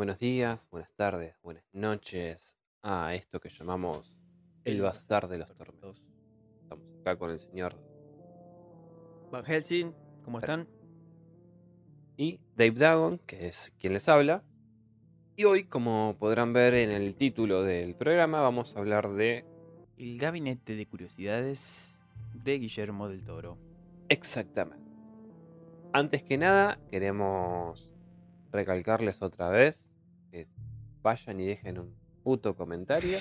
buenos días, buenas tardes, buenas noches a esto que llamamos el El Bazar de los Bazar de los Tormentos. Estamos acá con el señor Van Helsing, ¿cómo están? y Dave Dagon, que es quien les habla. Y hoy, como podrán ver en el título del programa, vamos a hablar de El gabinete de curiosidades de Guillermo del Toro. exactamente. Antes que nada, queremos recalcarles otra vez que vayan y dejen un puto comentario.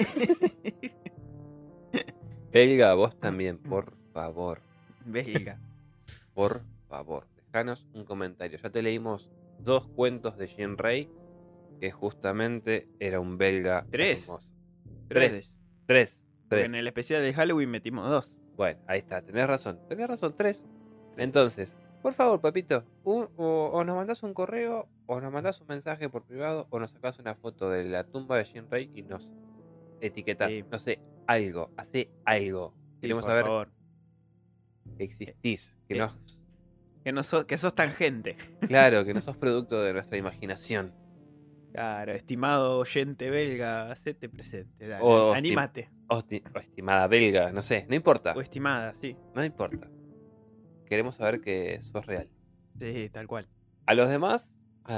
Belga, vos también, por favor. Belga. Por favor, déjanos un comentario. Ya te leímos 2 cuentos de Jean Rey, que justamente era un belga Tres. hermoso. Tres. 3, 3, Porque en 3. el especial de Halloween metimos dos. Bueno, ahí está, tenés razón, 3. Tres. Entonces, por favor, papito, o nos mandás un correo, o nos mandás un mensaje por privado, o nos sacás una foto de la tumba de Jean Rey y nos etiquetás. Sí, No sé, algo, hace algo. sí, Queremos por saber favor. que Eh, existís, que eh, nos... que sos tangente. Claro, que no sos producto de nuestra imaginación. Claro, estimado oyente belga, hacete presente, O, dale, estim- anímate. o estimada belga, no sé, no importa, O estimada, sí. no importa. Queremos saber que sos real. Sí, tal cual. A los demás,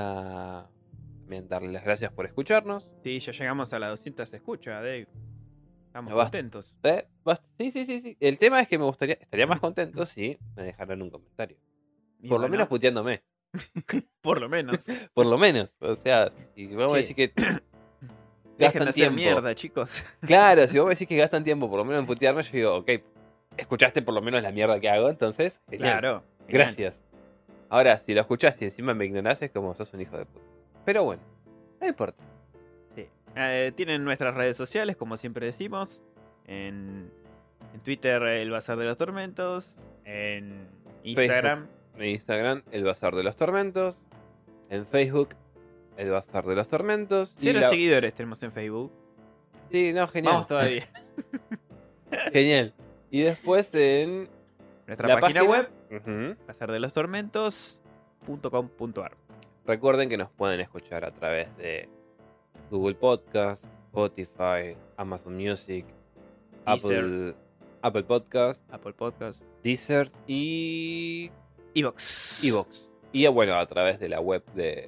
también darles las gracias por escucharnos. Sí, ya llegamos a las 200 escuchas, Dave. Estamos Basta, contentos. basta. Sí, sí, sí, sí. El tema es que estaría más contento si me dejaran un comentario. Y Por lo menos bueno, puteándome. por lo menos. Por lo menos. O sea, si vamos a Che, decir que dejen de gastan hacer tiempo. mierda, chicos. Claro, si vos me decís que gastan tiempo por lo menos en putearme, yo digo, ok, escuchaste por lo menos la mierda que hago, entonces, genial. Claro, genial. Gracias. Ahora, si lo escuchás y encima me ignorás, es como sos un hijo de puta. Pero bueno, no importa. Sí. Tienen nuestras redes sociales, como siempre decimos. En Twitter, el Bazar de los Tormentos. En Facebook, Instagram. en Instagram, el Bazar de los Tormentos. En Facebook, el Bazar de los Tormentos. Y 0 la... seguidores tenemos en Facebook. Sí, no, genial. Vamos todavía. Genial. Y después en Nuestra la página página... web, Ujú. bazardelostormentos.com.ar. Recuerden que nos pueden escuchar a través de Google Podcast, Spotify, Amazon Music, Deezer, Apple Podcast, Apple Podcast, Deezer y Evox. Evox. Y bueno, a través de la web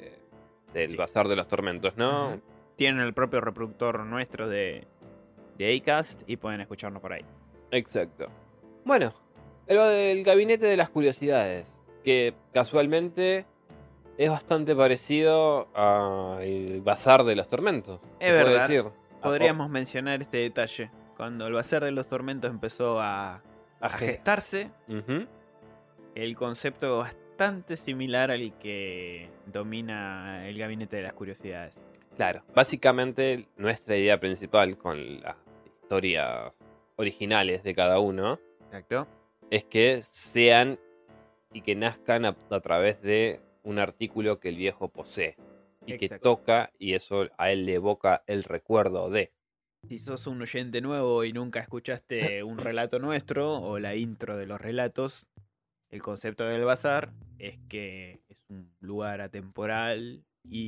del Sí. Bazar de los Tormentos, ¿no? Ujú. Tienen el propio reproductor nuestro de Acast y pueden escucharnos por ahí. Exacto. Bueno, el gabinete de las curiosidades, que casualmente es bastante parecido al Bazar de los Tormentos. Es Se puede verdad, decir. podríamos mencionar este detalle. Cuando el Bazar de los Tormentos empezó a gestarse, Ujú. el concepto bastante similar al que domina el Gabinete de las Curiosidades. Claro, básicamente nuestra idea principal con las historias originales de cada uno Exacto. es que sean y que nazcan a través de un artículo que el viejo posee y que Exacto. toca y eso a él le evoca el recuerdo de. Si sos un oyente nuevo y nunca escuchaste un relato nuestro o la intro de los relatos, el concepto del bazar es que es un lugar atemporal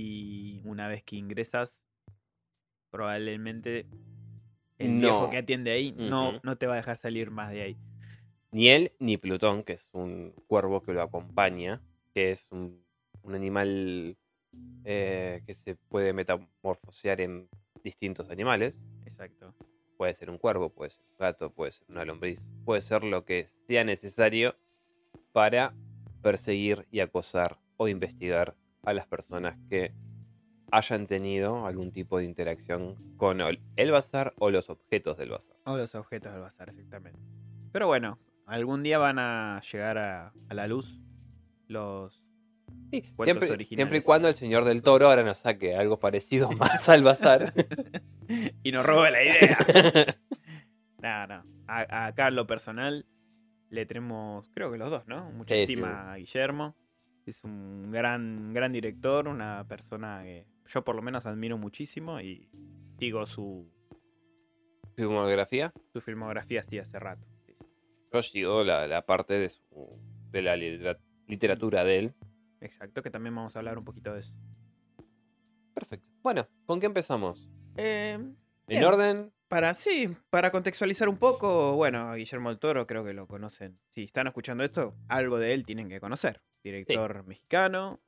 y una vez que ingresas, probablemente el viejo que No. atiende ahí Ujú. no te va a dejar salir más de ahí. Ni él ni Plutón, que es un cuervo que lo acompaña, que es un animal que se puede metamorfosear en distintos animales. Exacto. Puede ser un cuervo, puede ser un gato, puede ser una lombriz, puede ser lo que sea necesario para perseguir y acosar o investigar a las personas que hayan tenido algún tipo de interacción con el bazar o los objetos del bazar. O los objetos del bazar, exactamente. Pero bueno, algún día van a llegar a la luz los Sí, cuentos siempre y originales. cuando el señor del toro ahora nos saque algo parecido más al bazar. Y nos robe la idea. No, no. Acá en lo personal le tenemos, creo que los dos, ¿no? Mucha Sí, sí, estima a Guillermo. Es un gran director, una persona que yo por lo menos admiro muchísimo y sigo filmografía. su filmografía así hace rato. Sí. Yo sigo la parte de la literatura de él. Exacto, que también vamos a hablar un poquito de eso. Perfecto. Bueno, ¿con qué empezamos? ¿En Bien. orden? Para contextualizar un poco, bueno, a Guillermo del Toro creo que lo conocen. Si están escuchando esto, algo de él tienen que conocer. Sí. Director mexicano,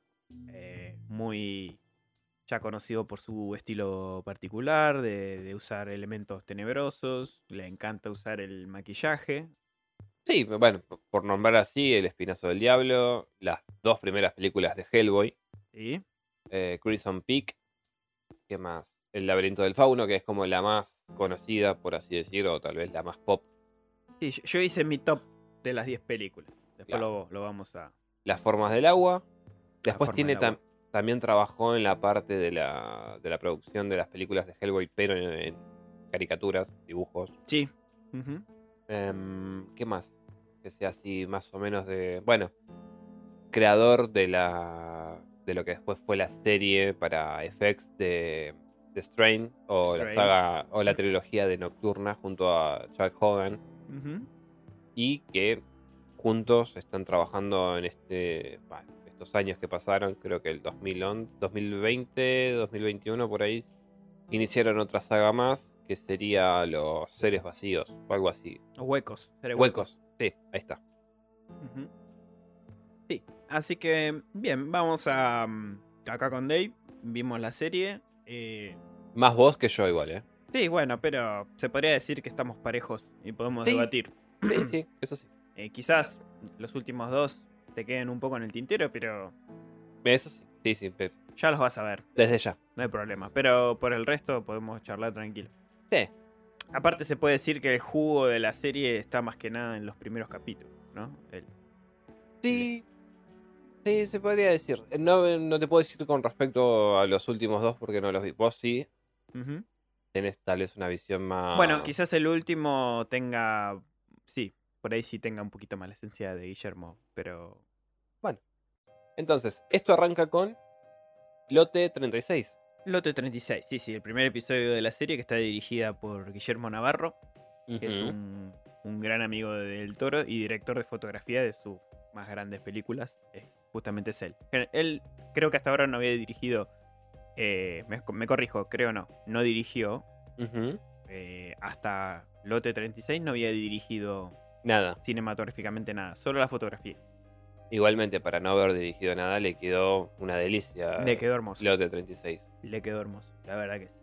muy ya conocido por su estilo particular de usar elementos tenebrosos. Le encanta usar el maquillaje. Sí, bueno, por nombrar así, El Espinazo del Diablo, las dos primeras películas de Hellboy, ¿Sí? Crimson Peak, ¿qué más? El Laberinto del Fauno, que es como la más conocida, por así decirlo, o tal vez la más pop. Sí, yo hice mi top de las 10 películas. Después Claro. lo vamos a... Las Formas del Agua. La Después forma del agua. también trabajó en la parte de la producción de las películas de Hellboy, pero en caricaturas, dibujos. Sí. Ujú. ¿Qué más? Que sea así más o menos de... Bueno, creador de lo que después fue la serie para FX de Strain, o la Strain. saga o la trilogía de Nocturna junto a Chuck Hogan, Ujú. y que juntos están trabajando en estos años que pasaron, creo que el 2011, 2020, 2021 por ahí, iniciaron otra saga más que sería Los Seres Vacíos o algo así. Huecos. Huecos, sí, ahí está. Ujú. Sí, así que bien, vamos a acá con Dave, vimos la serie. Más vos que yo igual, ¿eh? Sí, bueno, pero se podría decir que estamos parejos y podemos Sí, debatir. sí, eso sí. Quizás los últimos dos te queden un poco en el tintero, pero Eso sí, sí, ya los vas a ver, desde ya. no hay problema. Pero por el resto podemos charlar tranquilo. Sí, Aparte se puede decir que el jugo de la serie está más que nada en los primeros capítulos, ¿no? sí, sí, se podría decir. No te puedo decir con respecto a los últimos dos porque no los vi. Vos sí Ujú. tenés tal vez una visión Bueno, más... quizás el último tenga, sí, por ahí sí tenga un poquito más la esencia de Guillermo, pero... Bueno, entonces, esto arranca con Lote 36. Lote 36, sí, el primer episodio de la serie que está dirigida por Guillermo Navarro, que es Ujú. un gran amigo de Del Toro y director de fotografía de sus más grandes películas, justamente es él. Él creo que hasta ahora no había dirigido, me corrijo, creo no dirigió, Ujú. hasta Lote 36 no había dirigido Nada. cinematográficamente nada, solo la fotografía. Igualmente, para no haber dirigido nada, le quedó una delicia Le quedó hermoso. Lote 36. Le quedó hermoso, la verdad que sí.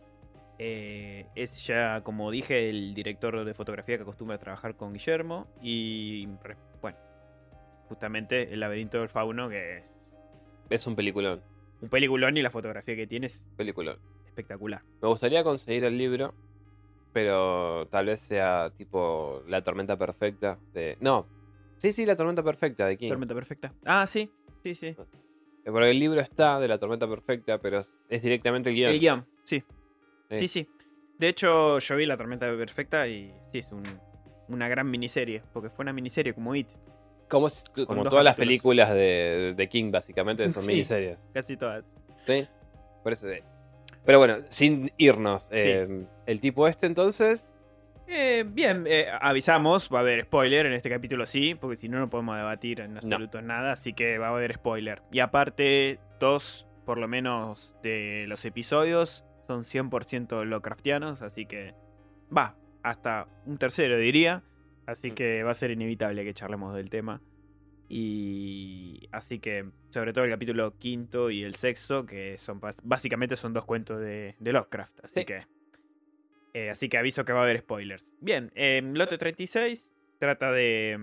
Es ya, como dije, el director de fotografía que acostumbra a trabajar con Guillermo. Y bueno, justamente El Laberinto del Fauno, que es Es un peliculón. un peliculón y la fotografía que tiene es Peliculón. espectacular. Me gustaría conseguir el libro, pero tal vez sea tipo La Tormenta Perfecta de... No. Sí, La Tormenta Perfecta de King. Tormenta perfecta. Ah, sí. Porque el libro está de La Tormenta Perfecta, pero es directamente el guión. El guión, sí. Sí. Sí. De hecho, yo vi La Tormenta Perfecta y sí, es una gran miniserie. Porque fue una miniserie como It. Como dos todas las capítulos. películas de King, básicamente, son Sí. miniseries. Casi todas. Sí. Por eso. Pero bueno, sin irnos. Sí. El tipo este, entonces. Bien, avisamos, va a haber spoiler en este capítulo, sí, porque si no, no podemos debatir en absoluto nada, así que va a haber spoiler. Y aparte, dos, por lo menos, de los episodios son 100% Lovecraftianos, así que va, hasta un tercero diría, así que va a ser inevitable que charlemos del tema. Y así que, sobre todo el capítulo quinto y el sexto, que son básicamente son dos cuentos de Lovecraft, así Sí. que... Así que aviso que va a haber spoilers. Bien, Lote 36 trata de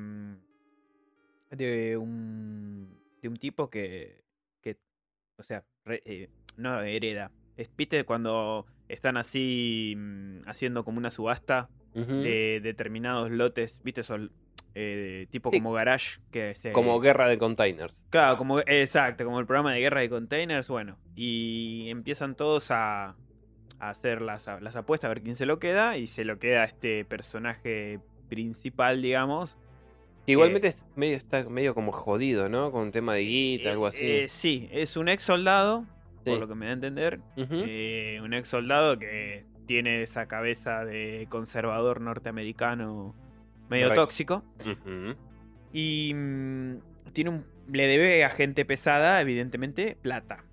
un tipo que o sea, no hereda. ¿Viste cuando están así haciendo como una subasta Ujú. de determinados lotes? ¿Viste? Son tipo Sí. como garage que se... Como Guerra de Containers. Claro, exacto, como el programa de guerra de containers, bueno. Y empiezan todos a hacer las apuestas, a ver quién se lo queda. Y se lo queda este personaje principal, digamos. Que igualmente está medio como jodido, ¿no? Con un tema de guita, algo así. Sí, es un ex soldado, por Sí. lo que me da a entender. Ujú. Un ex soldado que tiene esa cabeza de conservador norteamericano medio tóxico. Ujú. Y le debe a gente pesada, evidentemente, plata.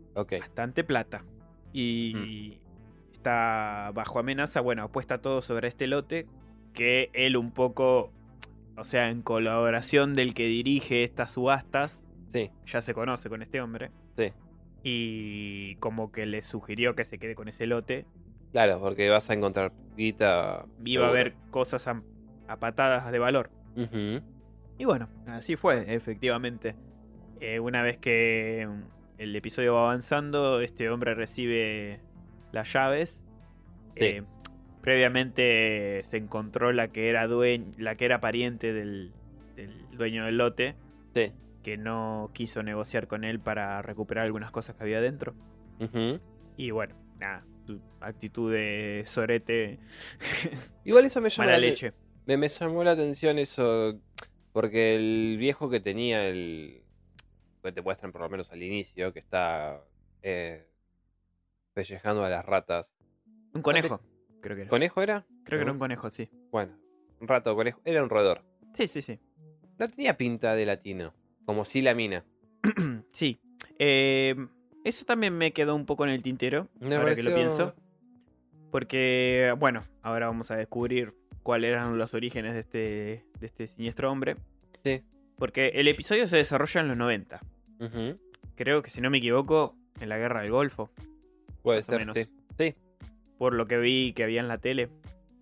Ok. bastante plata. Y está bajo amenaza, bueno, apuesta todo sobre este lote, que él un poco, o sea, en colaboración del que dirige estas subastas, Sí, ya se conoce con este hombre, sí. y como que le sugirió que se quede con ese lote. Claro, porque vas a encontrar guita Iba a seguro. haber cosas a patadas de valor. Ujú. Y bueno, así fue, efectivamente. Una vez que el episodio va avanzando, este hombre recibe las llaves. Sí. Eh, Previamente se encontró la que era la que era pariente del dueño del lote, Sí. que no quiso negociar con él para recuperar algunas cosas que había dentro. Ujú. Y bueno, nada, tu actitud de sorete, Igual eso me llama mala la leche. me llamó la atención eso, porque el viejo que tenía que te muestran por lo menos al inicio, que está eh, pellejando a las ratas. Un ¿No te- conejo, creo que era. ¿Conejo era? Creo que era un conejo, sí. Bueno, un rato conejo. Era un roedor. Sí, sí, sí. No tenía pinta de latino, como si la mina. Sí. Eso también me quedó un poco en el tintero, Me ahora que lo pareció... pienso. Porque, bueno, ahora vamos a descubrir cuáles eran los orígenes de este siniestro hombre. Sí. Porque el episodio se desarrolla en los 90. Ujú. Creo que, si no me equivoco, en la Guerra del Golfo. Puede Más o ser, menos. sí. Sí. Por lo que vi que había en la tele.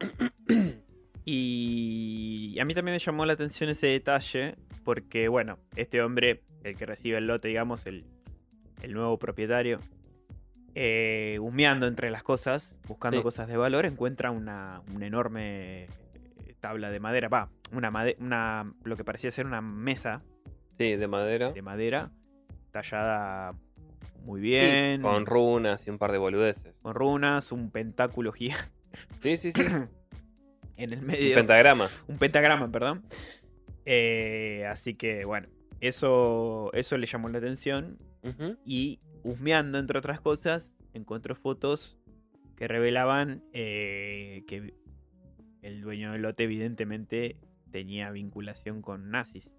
Y a mí también me llamó la atención ese detalle. Porque, bueno, este hombre, el que recibe el lote, digamos, el nuevo propietario, humeando entre las cosas, buscando Sí. cosas de valor, encuentra una enorme tabla de madera. Va, lo que parecía ser una mesa Sí, de madera. de madera tallada muy Sí, bien, con runas y un par de boludeces. con runas, un pentáculo gigante Sí, sí, sí. en el Un medio. pentagrama. Un pentagrama, perdón. Así que, bueno, eso le llamó la atención. Ujú. Y husmeando, entre otras cosas, encontró fotos que revelaban que el dueño del lote evidentemente tenía vinculación con nazis.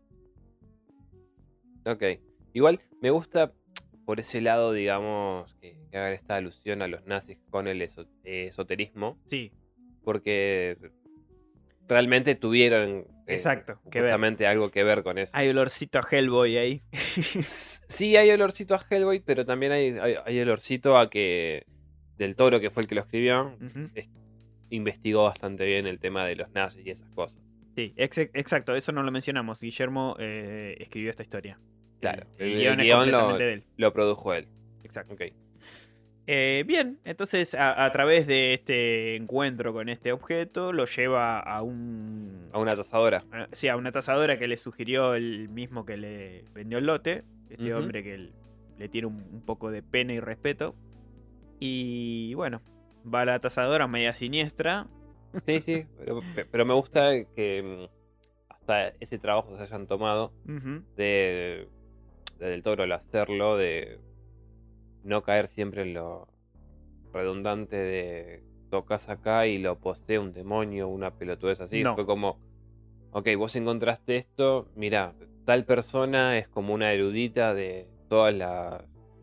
Ok. Igual me gusta por ese lado, digamos, que hagan esta alusión a los nazis con el esoterismo, Sí, porque realmente tuvieron exacto, que ver. justamente algo que ver con eso. Hay olorcito a Hellboy ahí. Sí hay olorcito a Hellboy, pero también hay olorcito a que Del Toro, que fue el que lo escribió, Ujú. investigó bastante bien el tema de los nazis y esas cosas. Sí, exacto, eso no lo mencionamos. Guillermo escribió esta historia. Claro, El el guión es guión completamente de él. lo produjo él. Exacto. Ok. Bien, entonces a través de este encuentro con este objeto lo lleva a A una tasadora. sí, a una tasadora que le sugirió el mismo que le vendió el lote. Este Ujú. hombre que le tiene un poco de pena y respeto. Y bueno, va a la tasadora media siniestra. Sí, sí, pero me gusta que hasta ese trabajo se hayan tomado Ujú. de Del Toro al hacerlo, de no caer siempre en lo redundante de tocas acá y lo posee un demonio, una pelotudez así. No. Fue como, ok, vos encontraste esto, mira, tal persona es como una erudita de todas las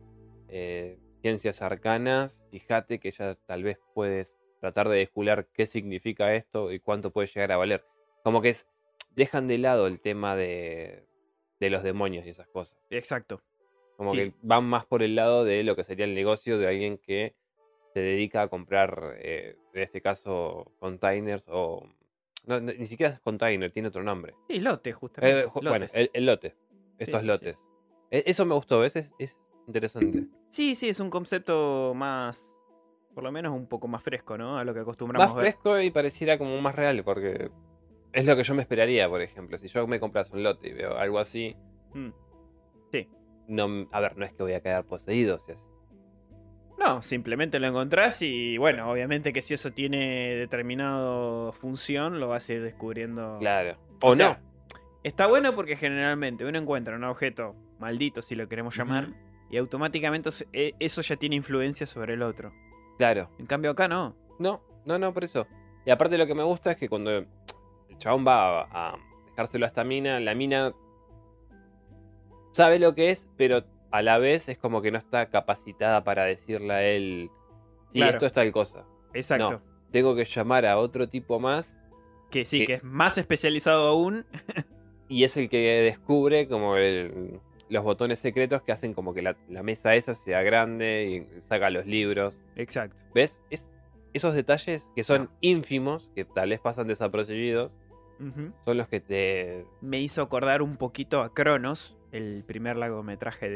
ciencias arcanas, fíjate que ella tal vez puedes tratar de descubrir qué significa esto y cuánto puede llegar a valer. Como que dejan de lado el tema de los demonios y esas cosas. Exacto. Como Sí. que van más por el lado de lo que sería el negocio de alguien que se dedica a comprar, en este caso, containers o... ni siquiera es container, tiene otro nombre. Sí, lote, justamente. Bueno, Lotes. el lote. Sí, Estos sí, sí. lotes. Eso me gustó, ¿ves? Es interesante. Sí, sí, es un concepto más, por lo menos un poco más fresco, ¿no? A lo que Más acostumbramos ver. fresco y pareciera como más real, porque es lo que yo me esperaría, por ejemplo. Si yo me compras un lote y veo algo así, Mm. Sí. no, a ver, no es que voy a quedar poseído. Si es... No, simplemente lo encontrás y bueno, obviamente que si eso tiene determinada función, lo vas a ir descubriendo. Claro. O O sea, no. está bueno porque generalmente uno encuentra un objeto maldito, si lo queremos llamar, Ujú. y automáticamente eso ya tiene influencia sobre el otro. Claro. En cambio acá no. No, por eso. Y aparte lo que me gusta es que cuando el chabón va a dejárselo a esta mina, la mina sabe lo que es, pero a la vez es como que no está capacitada para decirle a él, sí, Claro. esto es tal cosa. Exacto. No, tengo que llamar a otro tipo más Que sí, que- que es más especializado aún. y es el que descubre como los botones secretos que hacen como que la mesa esa sea grande y saca los libros. Exacto. ¿Ves? Esos detalles que son No. ínfimos, que tal vez pasan desapercibidos, Ujú. son los que te... Me hizo acordar un poquito a Cronos, el primer largometraje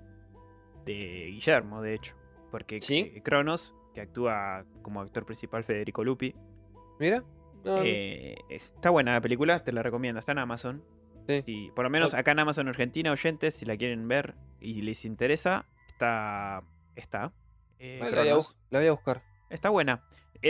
de Guillermo, de hecho. Porque ¿Sí? Cronos, que actúa como actor principal Federico Lupi, Mira. No, está buena la película, te la recomiendo, está en Amazon. sí. Y por lo menos acá en Amazon Argentina, oyentes, si la quieren ver y les interesa, está. Cronos. La voy a buscar. Está buena.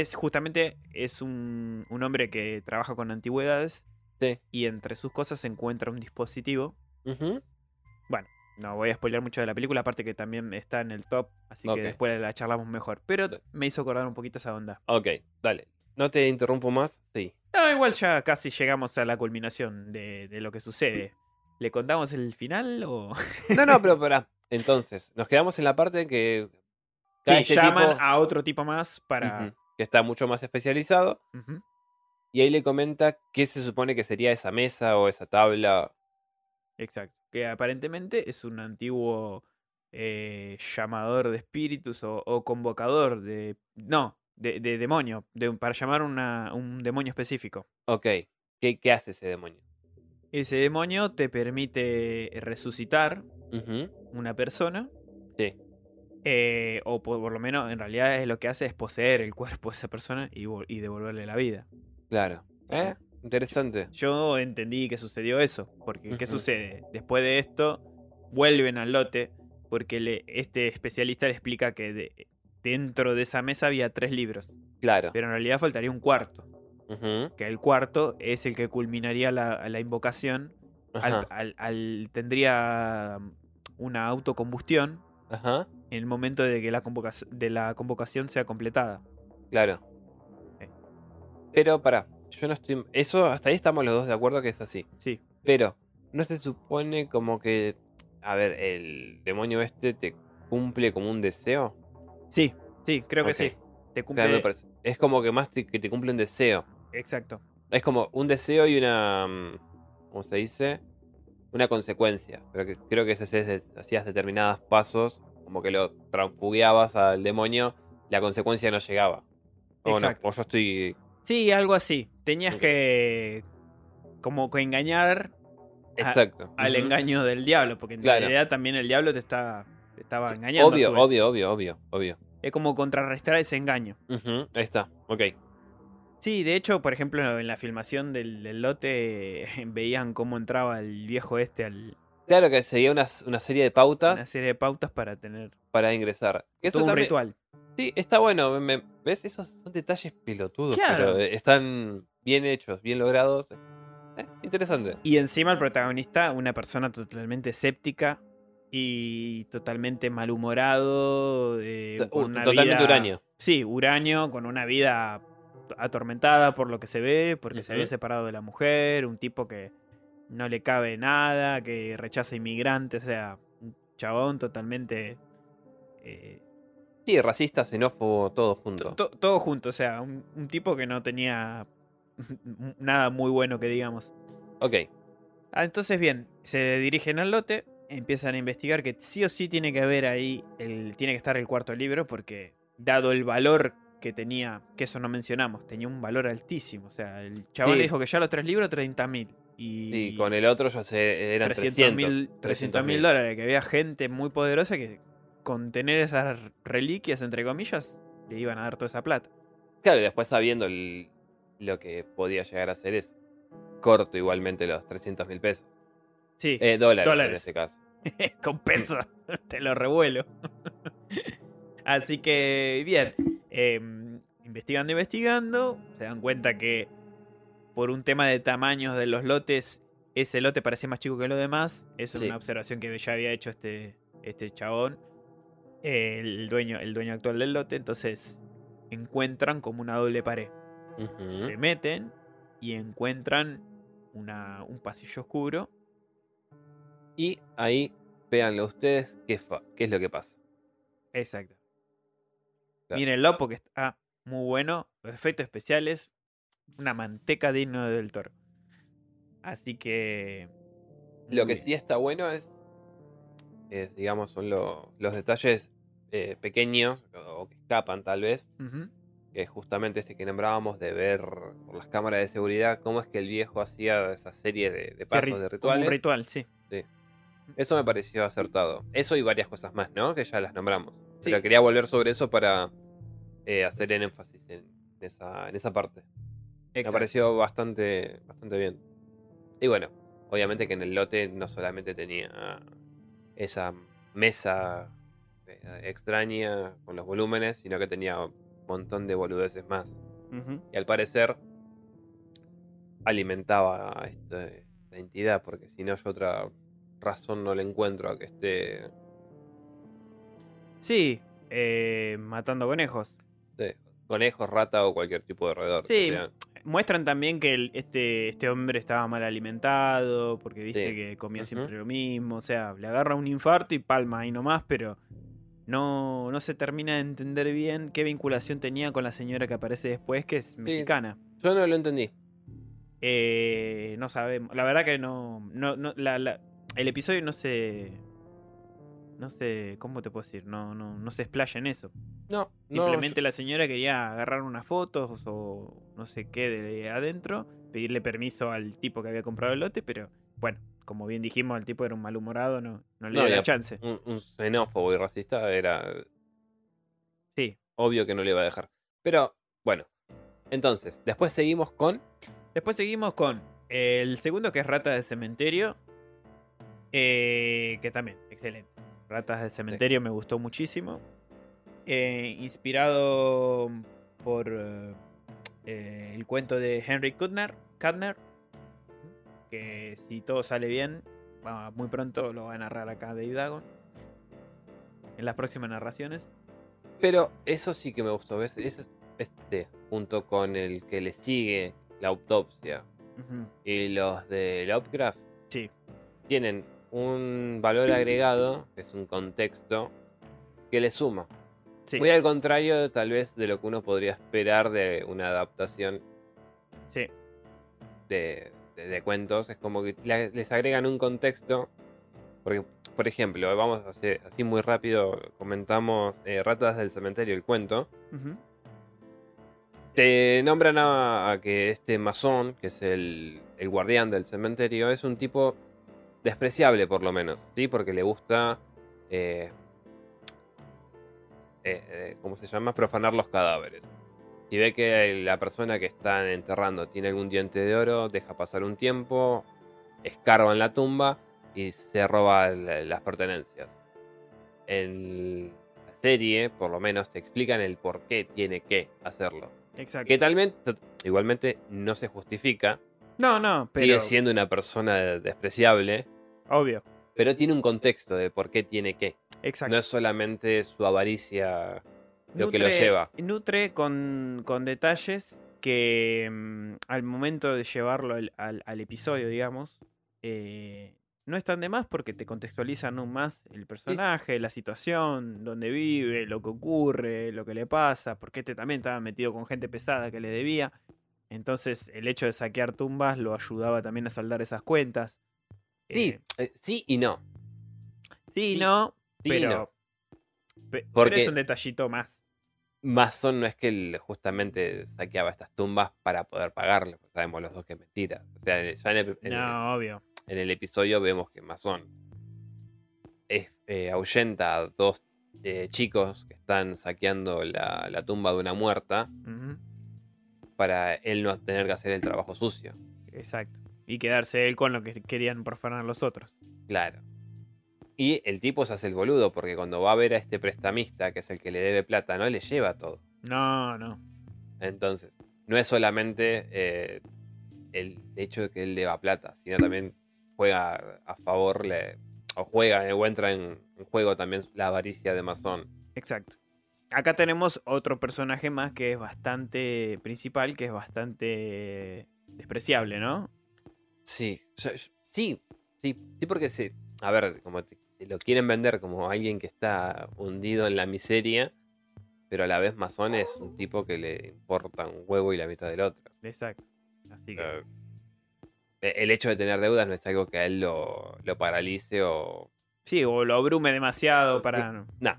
Es un hombre que trabaja con antigüedades Sí. y entre sus cosas se encuentra un dispositivo. Ujú. Bueno, no voy a spoilear mucho de la película, aparte que también está en el top, así Ok. que después la charlamos mejor. Pero Dale. me hizo acordar un poquito esa onda. Ok, dale. No te interrumpo más. Sí. No, igual ya casi llegamos a la culminación de lo que sucede. ¿Le contamos el final o...? No, pero pará. Entonces, nos quedamos en la parte que cae Sí, este llaman tipo a otro tipo más para... ujú, que está mucho más especializado Ujú. y ahí le comenta qué se supone que sería esa mesa o esa tabla. Exacto. Que aparentemente es un antiguo llamador de espíritus o convocador de... No, de demonio. Para llamar un demonio específico. Ok, ¿qué hace ese demonio? Ese demonio te permite resucitar Ujú, una persona. sí, O por lo menos en realidad es lo que hace es poseer el cuerpo de esa persona y devolverle la vida. claro. O sea, Interesante. yo entendí que sucedió eso. Porque, ¿qué Ujú, sucede? Después de esto, vuelven al lote. Porque este especialista le explica que dentro de esa mesa había 3 libros. claro. Pero en realidad faltaría un cuarto. Ujú, Que el cuarto es el que culminaría la invocación. ajá, Tendría una autocombustión ajá, en el momento de que de la convocación sea completada. claro. Eh, Pero pará, yo no estoy... Eso, hasta ahí estamos los dos de acuerdo que es así. Sí, Pero, ¿no se supone como que... A ver, el demonio este te cumple como un deseo? sí, sí, creo que Ok, sí. Te claro, me cumple. parece. Es como que más que te cumple un deseo. Exacto. Es como un deseo y una... ¿Cómo se dice? Una consecuencia. Pero que creo que si hacías determinados pasos, como que lo transfugueabas al demonio, la consecuencia no llegaba. O no, Exacto. o yo estoy... Sí, algo así. Tenías Ok, que. Como que engañar exacto. al Ujú, engaño del diablo. Porque en claro. realidad también el diablo te estaba Sí, engañando a obvio, su vez. obvio, obvio, obvio, obvio. Es como contrarrestar ese engaño. Ujú, ahí está, ok. Sí, de hecho, por ejemplo, en la filmación del lote veían cómo entraba el viejo este a Claro que seguía una serie de una pautas serie de pautas para tener para ingresar. Eso todo un también, ritual. sí, está bueno. ¿Ves? Esos son detalles pelotudos, pero Claro. están bien hechos, bien logrados. Interesante. Y encima el protagonista, una persona totalmente escéptica y totalmente malhumorado, con una Totalmente vida, uranio. sí, huraño, con una vida atormentada por lo que se ve, porque se había Ujú. separado de la mujer, un tipo que no le cabe nada, que rechaza inmigrantes, o sea, un chabón totalmente... eh, Sí, racista, xenófobo, todo junto. todo junto, o sea, un tipo que no tenía nada muy bueno que digamos. Ok. Entonces, bien, se dirigen al lote, empiezan a investigar que sí o sí tiene que haber ahí, tiene que estar el cuarto libro, porque dado el valor que tenía, que eso no mencionamos, tenía un valor altísimo. O sea, el chabón le Sí, dijo que ya los 3 libros, 30.000. sí, con Y el otro ya sé, eran 300.000 300 mil mil. dólares, que había gente muy poderosa que con tener esas reliquias, entre comillas, le iban a dar toda esa plata. Claro, y después sabiendo lo que podía llegar a ser es corto igualmente los 300.000 pesos. Sí, Dólares en este dólares. caso. Con peso, te lo revuelo. Así que, bien, investigando, investigando, se dan cuenta que por un tema de tamaños de los lotes, ese lote parecía más chico que los demás. Eso es una Sí. observación que ya había hecho este chabón, el dueño actual del lote. Entonces encuentran como una doble pared. Ujú. Se meten y encuentran un pasillo oscuro. Y ahí véanlo ustedes, qué es lo que pasa. Exacto. Claro. Mírenlo porque está muy bueno. Los efectos especiales, una manteca digno de Del Toro. Así que. Lo Muy que bien. sí está bueno digamos, son los detalles pequeños o que escapan tal vez, Ujú. que es justamente este que nombrábamos de ver por las cámaras de seguridad cómo es que el viejo hacía esa serie de Sí, pasos, de como un rituales. ritual, sí. Sí. Eso me pareció acertado. Eso y varias cosas más, ¿no? Que ya las nombramos. Pero Sí, quería volver sobre eso para hacer el énfasis en esa parte. Me exacto. pareció bastante bien. Y bueno, obviamente que en el lote no solamente tenía esa mesa extraña con los volúmenes, sino que tenía un montón de boludeces más. Ujú. Y al parecer alimentaba a esta entidad, porque si no yo otra razón no le encuentro a que esté Sí, matando conejos. conejo, rata o cualquier tipo de roedor que Sí, sean. muestran también que este hombre estaba mal alimentado, porque viste Sí. que comía Ujú. siempre lo mismo. O sea, le agarra un infarto y palma ahí nomás, pero no se termina de entender bien qué vinculación tenía con la señora que aparece después, que es Sí, mexicana. yo no lo entendí. No sabemos. La verdad que el episodio no se, ¿cómo te puedo decir? No se explaya en eso. No, no, Simplemente la señora quería agarrar unas fotos o no sé qué de adentro, pedirle permiso al tipo que había comprado el lote, pero bueno, como bien dijimos, el tipo era un malhumorado, no le no, dio la chance. un xenófobo y racista era Sí. obvio que no le iba a dejar. Pero bueno, entonces, después seguimos con... Después seguimos con el segundo, que es Rata de Cementerio, que también, excelente. Ratas de Sí. Cementerio me gustó muchísimo. Inspirado por el cuento de Henry Kuttner, que si todo sale bien, muy pronto lo va a narrar acá Dave Dagon en las próximas narraciones. Pero eso sí que me gustó, ¿ves? Junto con el que le sigue, la autopsia, Ujú. y los de Lovecraft, Sí, tienen un valor agregado, que es un contexto, que le suma. sí, Muy al contrario, tal vez, de lo que uno podría esperar de una adaptación sí. de cuentos. Es como que les agregan un contexto. Porque, por ejemplo, vamos a hacer así muy rápido, comentamos Ratas del Cementerio, el cuento. Ujú. Te nombran a que este masón, que es el guardián del cementerio, es un tipo despreciable por lo menos, ¿sí? Porque le gusta, eh, ¿cómo se llama? Profanar los cadáveres. Si ve que la persona que están enterrando tiene algún diente de oro, deja pasar un tiempo, escarba en la tumba y se roba las pertenencias. En la serie, por lo menos, te explican el por qué tiene que hacerlo. Exacto. Que talmente, igualmente, no se justifica. No, Sigue pero siendo una persona despreciable, obvio. pero tiene un contexto de por qué tiene que. No Exacto. es solamente su avaricia lo que lo lleva. Nutre con detalles que al momento de llevarlo al episodio, digamos, no están de más porque te contextualizan aún más el Sí, personaje, la situación, dónde vive, lo que ocurre, lo que le pasa, porque este también estaba metido con gente pesada que le debía. Entonces el hecho de saquear tumbas lo ayudaba también a saldar esas cuentas. Eh, sí y no. sí, Sí, no, sí y no. pero, pero es un Porque detallito más. Mason no es que él justamente saqueaba estas tumbas para poder pagarle, pues sabemos los dos que es mentira. O sea, ya No, obvio. en el episodio vemos que Mason ahuyenta a dos chicos que están saqueando la tumba de una muerta Ujú. para él no tener que hacer el trabajo sucio. Exacto. Y quedarse él con lo que querían profanar los otros. Claro. Y el tipo se hace el boludo porque cuando va a ver a este prestamista, que es el que le debe plata, no le lleva todo. No. Entonces, no es solamente el hecho de que él deba plata, sino también juega a favor, o juega o entra en juego también la avaricia de Masón. Exacto. Acá tenemos otro personaje más que es bastante principal, que es bastante despreciable, ¿no? Sí, sí, sí, porque sí. A ver, te lo quieren vender como alguien que está hundido en la miseria, pero a la vez Masón es un tipo que le importa un huevo y la mitad del otro. Exacto. Así O que. sea, el hecho de tener deudas no es algo que a él lo paralice o... Sí, o lo abrume demasiado Sí, para. no, no.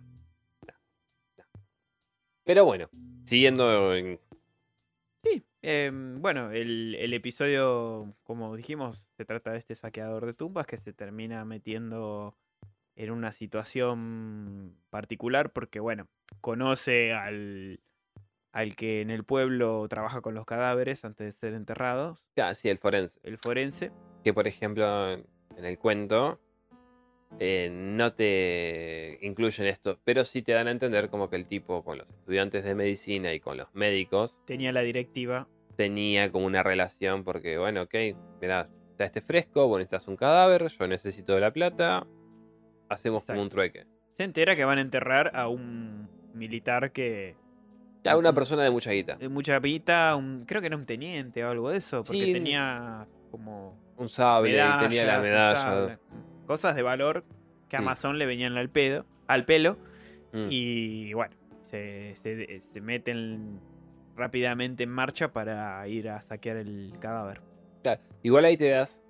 Pero bueno, siguiendo en... Sí, bueno, el episodio, como dijimos, se trata de este saqueador de tumbas que se termina metiendo en una situación particular porque, bueno, conoce al que en el pueblo trabaja con los cadáveres antes de ser enterrados, Ah, sí, el forense. el forense. Que por ejemplo en el cuento no te incluyen esto, pero sí te dan a entender como que el tipo con los estudiantes de medicina y con los médicos Tenía la directiva. tenía como una relación porque, bueno, ok, mirá, está este fresco, vos necesitas un cadáver, yo necesito de la plata, hacemos como un Exacto. trueque. Se entera que van a enterrar a un militar que. A una persona de mucha guita. De mucha pita, creo que era un teniente o algo de eso, porque Sí, tenía como un sable y tenía la medallas, un medalla. sable, cosas de valor que a Sí. Amazon le venían al pelo, Mm. y bueno, se meten rápidamente en marcha para ir a saquear el cadáver. Claro, igual ahí te das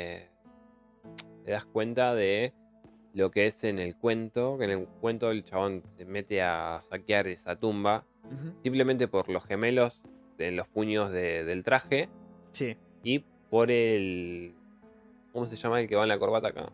cuenta de lo que es en el cuento, que en el cuento el chabón se mete a saquear esa tumba Ujú. simplemente por los gemelos en los puños del traje Sí. y por el... ¿Cómo se llama el que va en la corbata acá?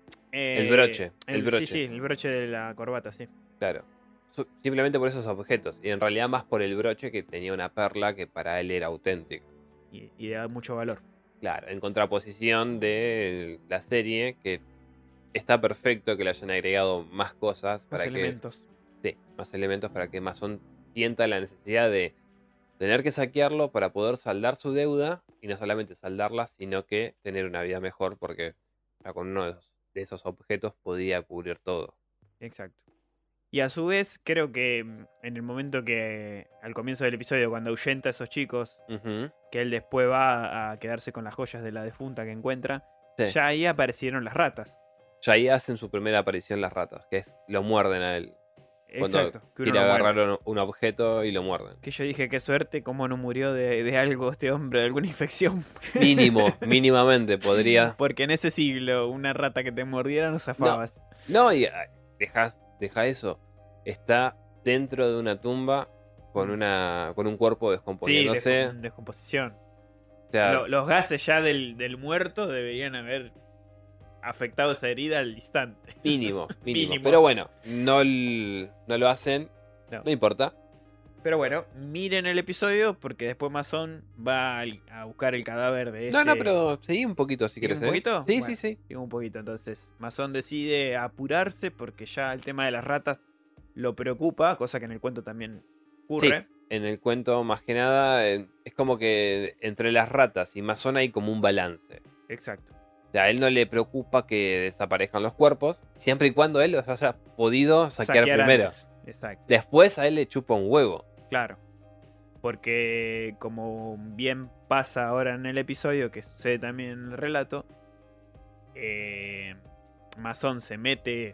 El broche, el Sí, broche. sí, el broche de la corbata, sí. Claro. Simplemente por esos objetos. Y en realidad más por el broche que tenía una perla que para él era auténtica. Y da mucho valor. Claro, en contraposición de la serie, que está perfecto que le hayan agregado más cosas Más para elementos. que... Sí, más elementos para que Mason sienta la necesidad de tener que saquearlo para poder saldar su deuda. Y no solamente saldarla, sino que tener una vida mejor porque ya con uno de esos objetos podía cubrir todo. Exacto. Y a su vez, creo que en el momento que, al comienzo del episodio, cuando ahuyenta a esos chicos, Ujú. que él después va a quedarse con las joyas de la defunta que encuentra, Sí. ya ahí aparecieron las ratas. Ya ahí hacen su primera aparición las ratas, que es lo muerden a él. Cuando Exacto, que uno quiere lo agarrar muerde. un objeto y lo muerden. Que yo dije, qué suerte, cómo no murió de algo este hombre, de alguna infección. Mínimamente podría. Porque en ese siglo, una rata que te mordiera no No, zafabas. no, y deja eso. Está dentro de una tumba con un cuerpo Sí, descomponiéndose. descomposición. O sea, Los gases ya del muerto deberían haber afectado esa herida al instante. mínimo. Mínimo. Pero bueno, no lo hacen. No. No importa. Pero bueno, miren el episodio porque después Mason va a buscar el cadáver de No, este. pero seguí un poquito si ¿Sigue quieres, un poquito? Sí, Bueno, sí. sigue un poquito. Entonces, Mason decide apurarse porque ya el tema de las ratas lo preocupa, cosa que en el cuento también ocurre. Sí, en el cuento más que nada es como que entre las ratas y Mason hay como un balance. Exacto. O sea, a él no le preocupa que desaparezcan los cuerpos, siempre y cuando él los haya podido saquear primero. Antes. Exacto. Después a él le chupa un huevo. Claro. Porque como bien pasa ahora en el episodio, que sucede también en el relato, Mason se mete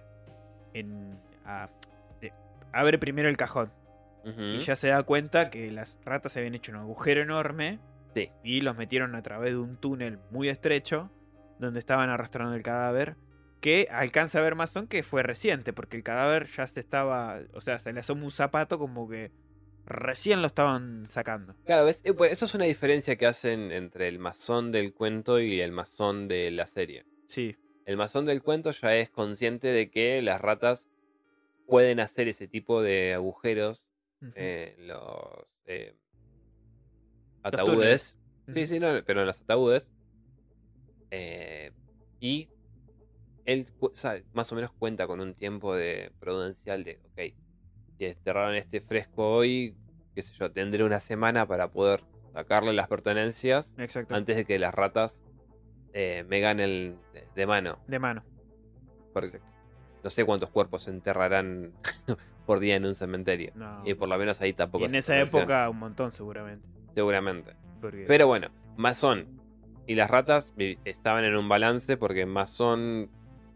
abre primero el cajón. Ujú. Y ya se da cuenta que las ratas se habían hecho un agujero enorme. Sí. Y los metieron a través de un túnel muy estrecho, donde estaban arrastrando el cadáver. Que alcanza a ver Mason que fue reciente, porque el cadáver ya se estaba. O sea, se le asoma un zapato como que recién lo estaban sacando. Claro, ¿ves? Pues eso es una diferencia que hacen entre el masón del cuento y el masón de la serie. Sí. El masón del cuento ya es consciente de que las ratas pueden hacer ese tipo de agujeros Ujú. en los Los ataúdes. túneles. Sí, no, pero en los ataúdes. Y él más o menos cuenta con un tiempo de prudencial de, ok, si enterraron este fresco hoy, qué sé yo, tendré una semana para poder sacarle las pertenencias Exacto. antes de que las ratas me ganen de mano. De mano. Porque Exacto. no sé cuántos cuerpos se enterrarán por día en un cementerio. No. Y por lo menos ahí tampoco Y en se esa menciona. época un montón seguramente. Seguramente. Porque... Pero bueno, Masón y las ratas estaban en un balance porque Masón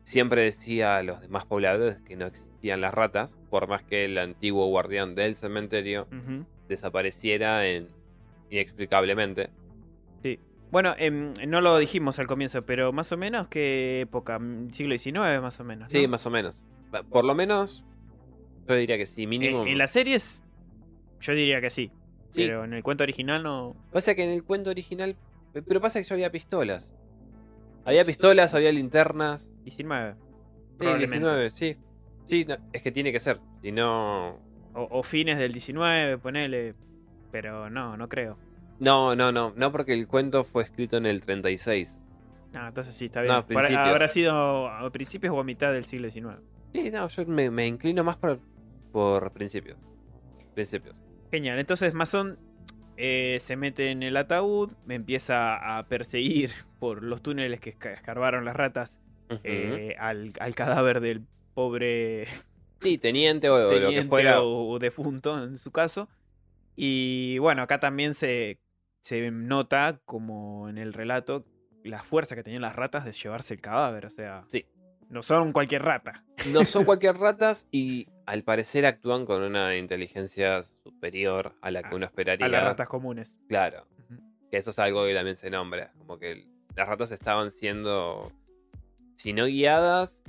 siempre decía a los demás pobladores que no existían las ratas, por más que el antiguo guardián del cementerio Ujú. desapareciera inexplicablemente. Sí. Bueno, no lo dijimos al comienzo, pero más o menos qué época, siglo XIX más o menos, Sí, ¿no? más o menos. Por lo menos, yo diría que sí, mínimo. En las series, yo diría que sí. Sí, Pero en el cuento original no. pasa que en el cuento original. Pero pasa que ya había pistolas. Había pistolas, había linternas. 19, Sí, probablemente. 19, sí. Sí, es que tiene que ser. Si no. O fines del 19, ponele. Pero no creo. No, porque el cuento fue escrito en el 36. Ah, entonces sí, está No, bien. a principios. Habrá sido a principios o a mitad del siglo XIX. Sí, no, yo me inclino más por principios. Principios. Genial, entonces Mason se mete en el ataúd, me empieza a perseguir por los túneles que escarbaron las ratas Ujú. al cadáver del pobre Sí, teniente o lo que teniente fuera. o defunto en su caso. Y bueno, acá también se nota, como en el relato, la fuerza que tenían las ratas de llevarse el cadáver. O sea, Sí. no son cualquier rata. No son cualquier ratas y al parecer actúan con una inteligencia superior a la que uno A las esperaría. ratas comunes. Claro, Ujú. que eso es algo que también se nombra. Como que las ratas estaban siendo, si no guiadas,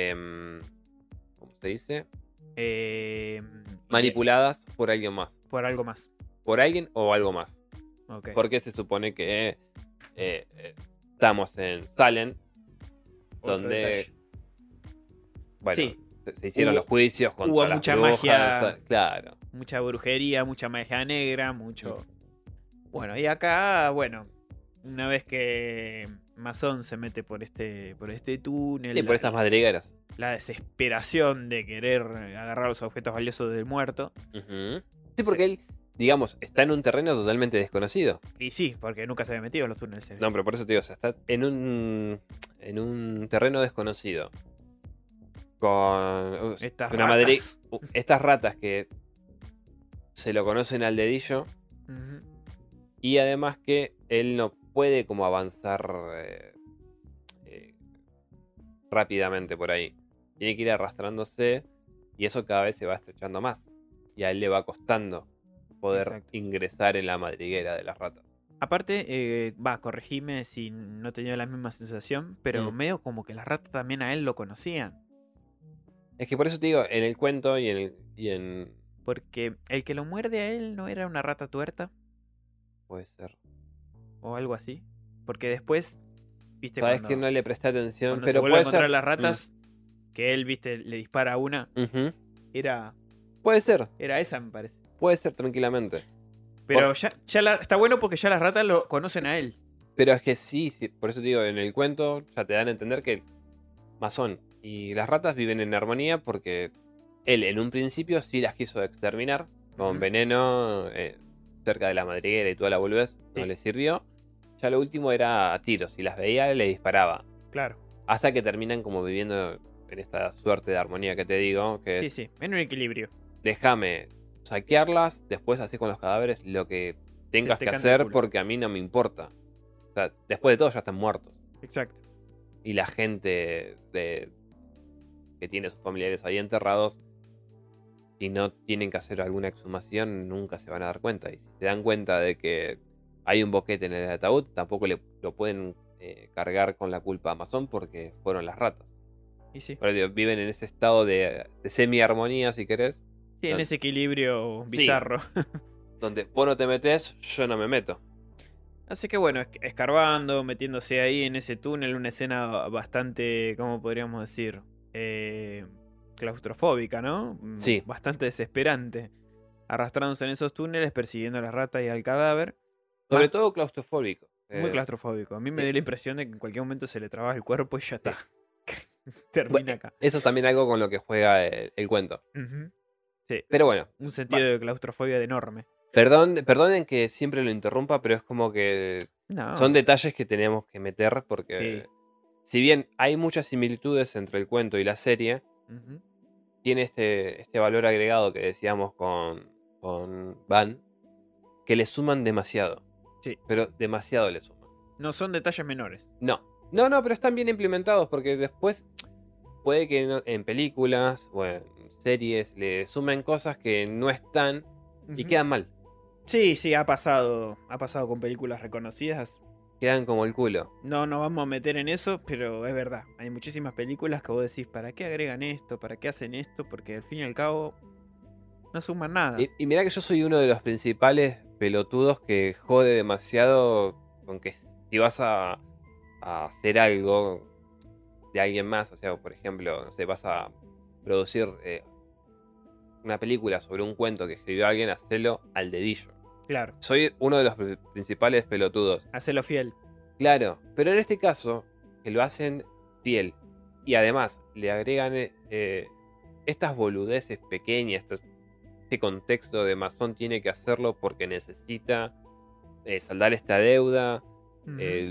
¿cómo se dice? Eh, Manipuladas por alguien más. por algo más. Por alguien o algo más. Ok. Porque se supone que estamos en Salem, Otro donde, detalle. bueno, Sí, se hicieron hubo- los juicios contra hubo las mucha brujas. magia. Claro. Mucha brujería, mucha magia negra, mucho. Bueno, y acá, bueno, una vez que Mason se mete por este túnel, Sí, por estas madrigueras. la desesperación de querer agarrar los objetos valiosos del muerto. Ujú. Sí, porque él, digamos, está en un terreno totalmente desconocido. Y sí, porque nunca se había metido en los túneles. No, pero por eso te digo, o sea, está en un terreno desconocido. Con Estas una ratas. estas ratas que se lo conocen al dedillo. Ujú. Y además que él no puede como avanzar eh, rápidamente por ahí. Tiene que ir arrastrándose y eso cada vez se va estrechando más. Y a él le va costando poder Exacto. ingresar en la madriguera de las ratas. Aparte, corregime si no tenía la misma sensación, pero medio como que las ratas también a él lo conocían. Es que por eso te digo, en el cuento y en... Porque el que lo muerde a él no era una rata tuerta Puede ser. o algo así. Porque después, viste, Sabes que no le presté atención, cuando se pero vuelve a puede encontrar ser. las ratas, que él, viste, le dispara a una, Ujú. era Puede esa, me parece. ser tranquilamente. Pero está bueno porque ya las ratas lo conocen a él. Pero es que sí, por eso te digo, en el cuento ya te dan a entender que Masón y las ratas viven en armonía porque él en un principio sí las quiso exterminar con Ujú. veneno cerca de la madriguera y toda la boludez, no Sí. le sirvió. Ya lo último era a tiros, si las veía le disparaba. Claro. Hasta que terminan como viviendo en esta suerte de armonía que te digo, que Sí, es sí, en un equilibrio. déjame saquearlas, después así con los cadáveres lo que tengas te que canta el hacer culo. porque a mí no me importa. O sea, después de todo ya están muertos. Exacto. Y la gente que tiene sus familiares ahí enterrados, si no tienen que hacer alguna exhumación, nunca se van a dar cuenta. Y si se dan cuenta de que hay un boquete en el ataúd, tampoco lo pueden cargar con la culpa a Amazon porque fueron las ratas. Y sí. Pero digo, viven en ese estado de semi-armonía, si querés. Sí, en ese equilibrio bizarro. Donde vos no te metés, yo no me meto. Así que bueno, escarbando, metiéndose ahí en ese túnel, una escena bastante, ¿cómo podríamos decir? Claustrofóbica, ¿no? Sí. Bastante desesperante. Arrastrándose en esos túneles, persiguiendo a las ratas y al cadáver. Sobre todo claustrofóbico. Muy claustrofóbico. A mí me dio la impresión de que en cualquier momento se le traba el cuerpo y ya está. Termina acá. Eso es también algo con lo que juega el cuento. Sí. Pero bueno. Un sentido de claustrofobia enorme. Perdonen que siempre lo interrumpa, pero es como que son detalles que tenemos que meter porque si bien hay muchas similitudes entre el cuento y la serie, tiene este valor agregado que decíamos con Van, que le suman demasiado. Sí. Pero demasiado le suman. No son detalles menores. No, pero están bien implementados porque después puede que en películas o en series le sumen cosas que no están y Ujú. quedan mal. Sí, sí, ha pasado con películas reconocidas. Quedan como el culo. No nos vamos a meter en eso, pero es verdad. Hay muchísimas películas que vos decís, ¿para qué agregan esto? ¿Para qué hacen esto? Porque al fin y al cabo no suman nada. Y mirá que yo soy uno de los principales pelotudos que jode demasiado con que si vas a hacer algo de alguien más, o sea, por ejemplo, no sé, vas a producir una película sobre un cuento que escribió alguien, hacelo al dedillo. Claro, Soy uno de los principales pelotudos. hacelo fiel. Claro, pero en este caso, que lo hacen fiel y además le agregan estas boludeces pequeñas, este contexto de Masón tiene que hacerlo porque necesita saldar esta deuda, Ujú.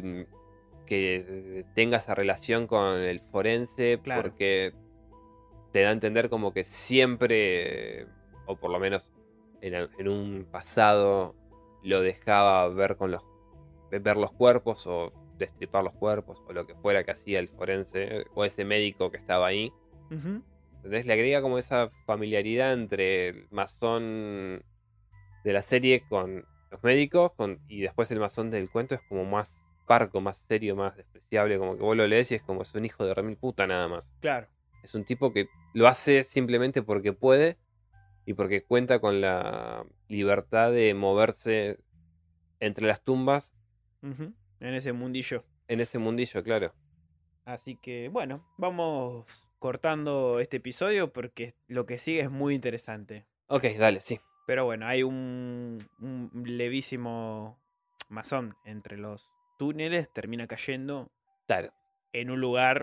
que tenga esa relación con el forense, Claro, porque te da a entender como que siempre, o por lo menos en un pasado, lo dejaba ver con ver los cuerpos o destripar los cuerpos o lo que fuera que hacía el forense o ese médico que estaba ahí. ujú, Entonces le agrega como esa familiaridad entre el masón de la serie con los médicos y después el masón del cuento es como más parco, más serio, más despreciable, como que vos lo lees y es como es un hijo de remil puta nada más. claro. Es un tipo que lo hace simplemente porque puede y porque cuenta con la libertad de moverse entre las tumbas Ujú. En ese mundillo. en ese mundillo, claro. Así que bueno, vamos cortando este episodio porque lo que sigue es muy interesante. Ok, dale, sí. Pero bueno, hay un levísimo masón entre los túneles, termina cayendo Claro. en un lugar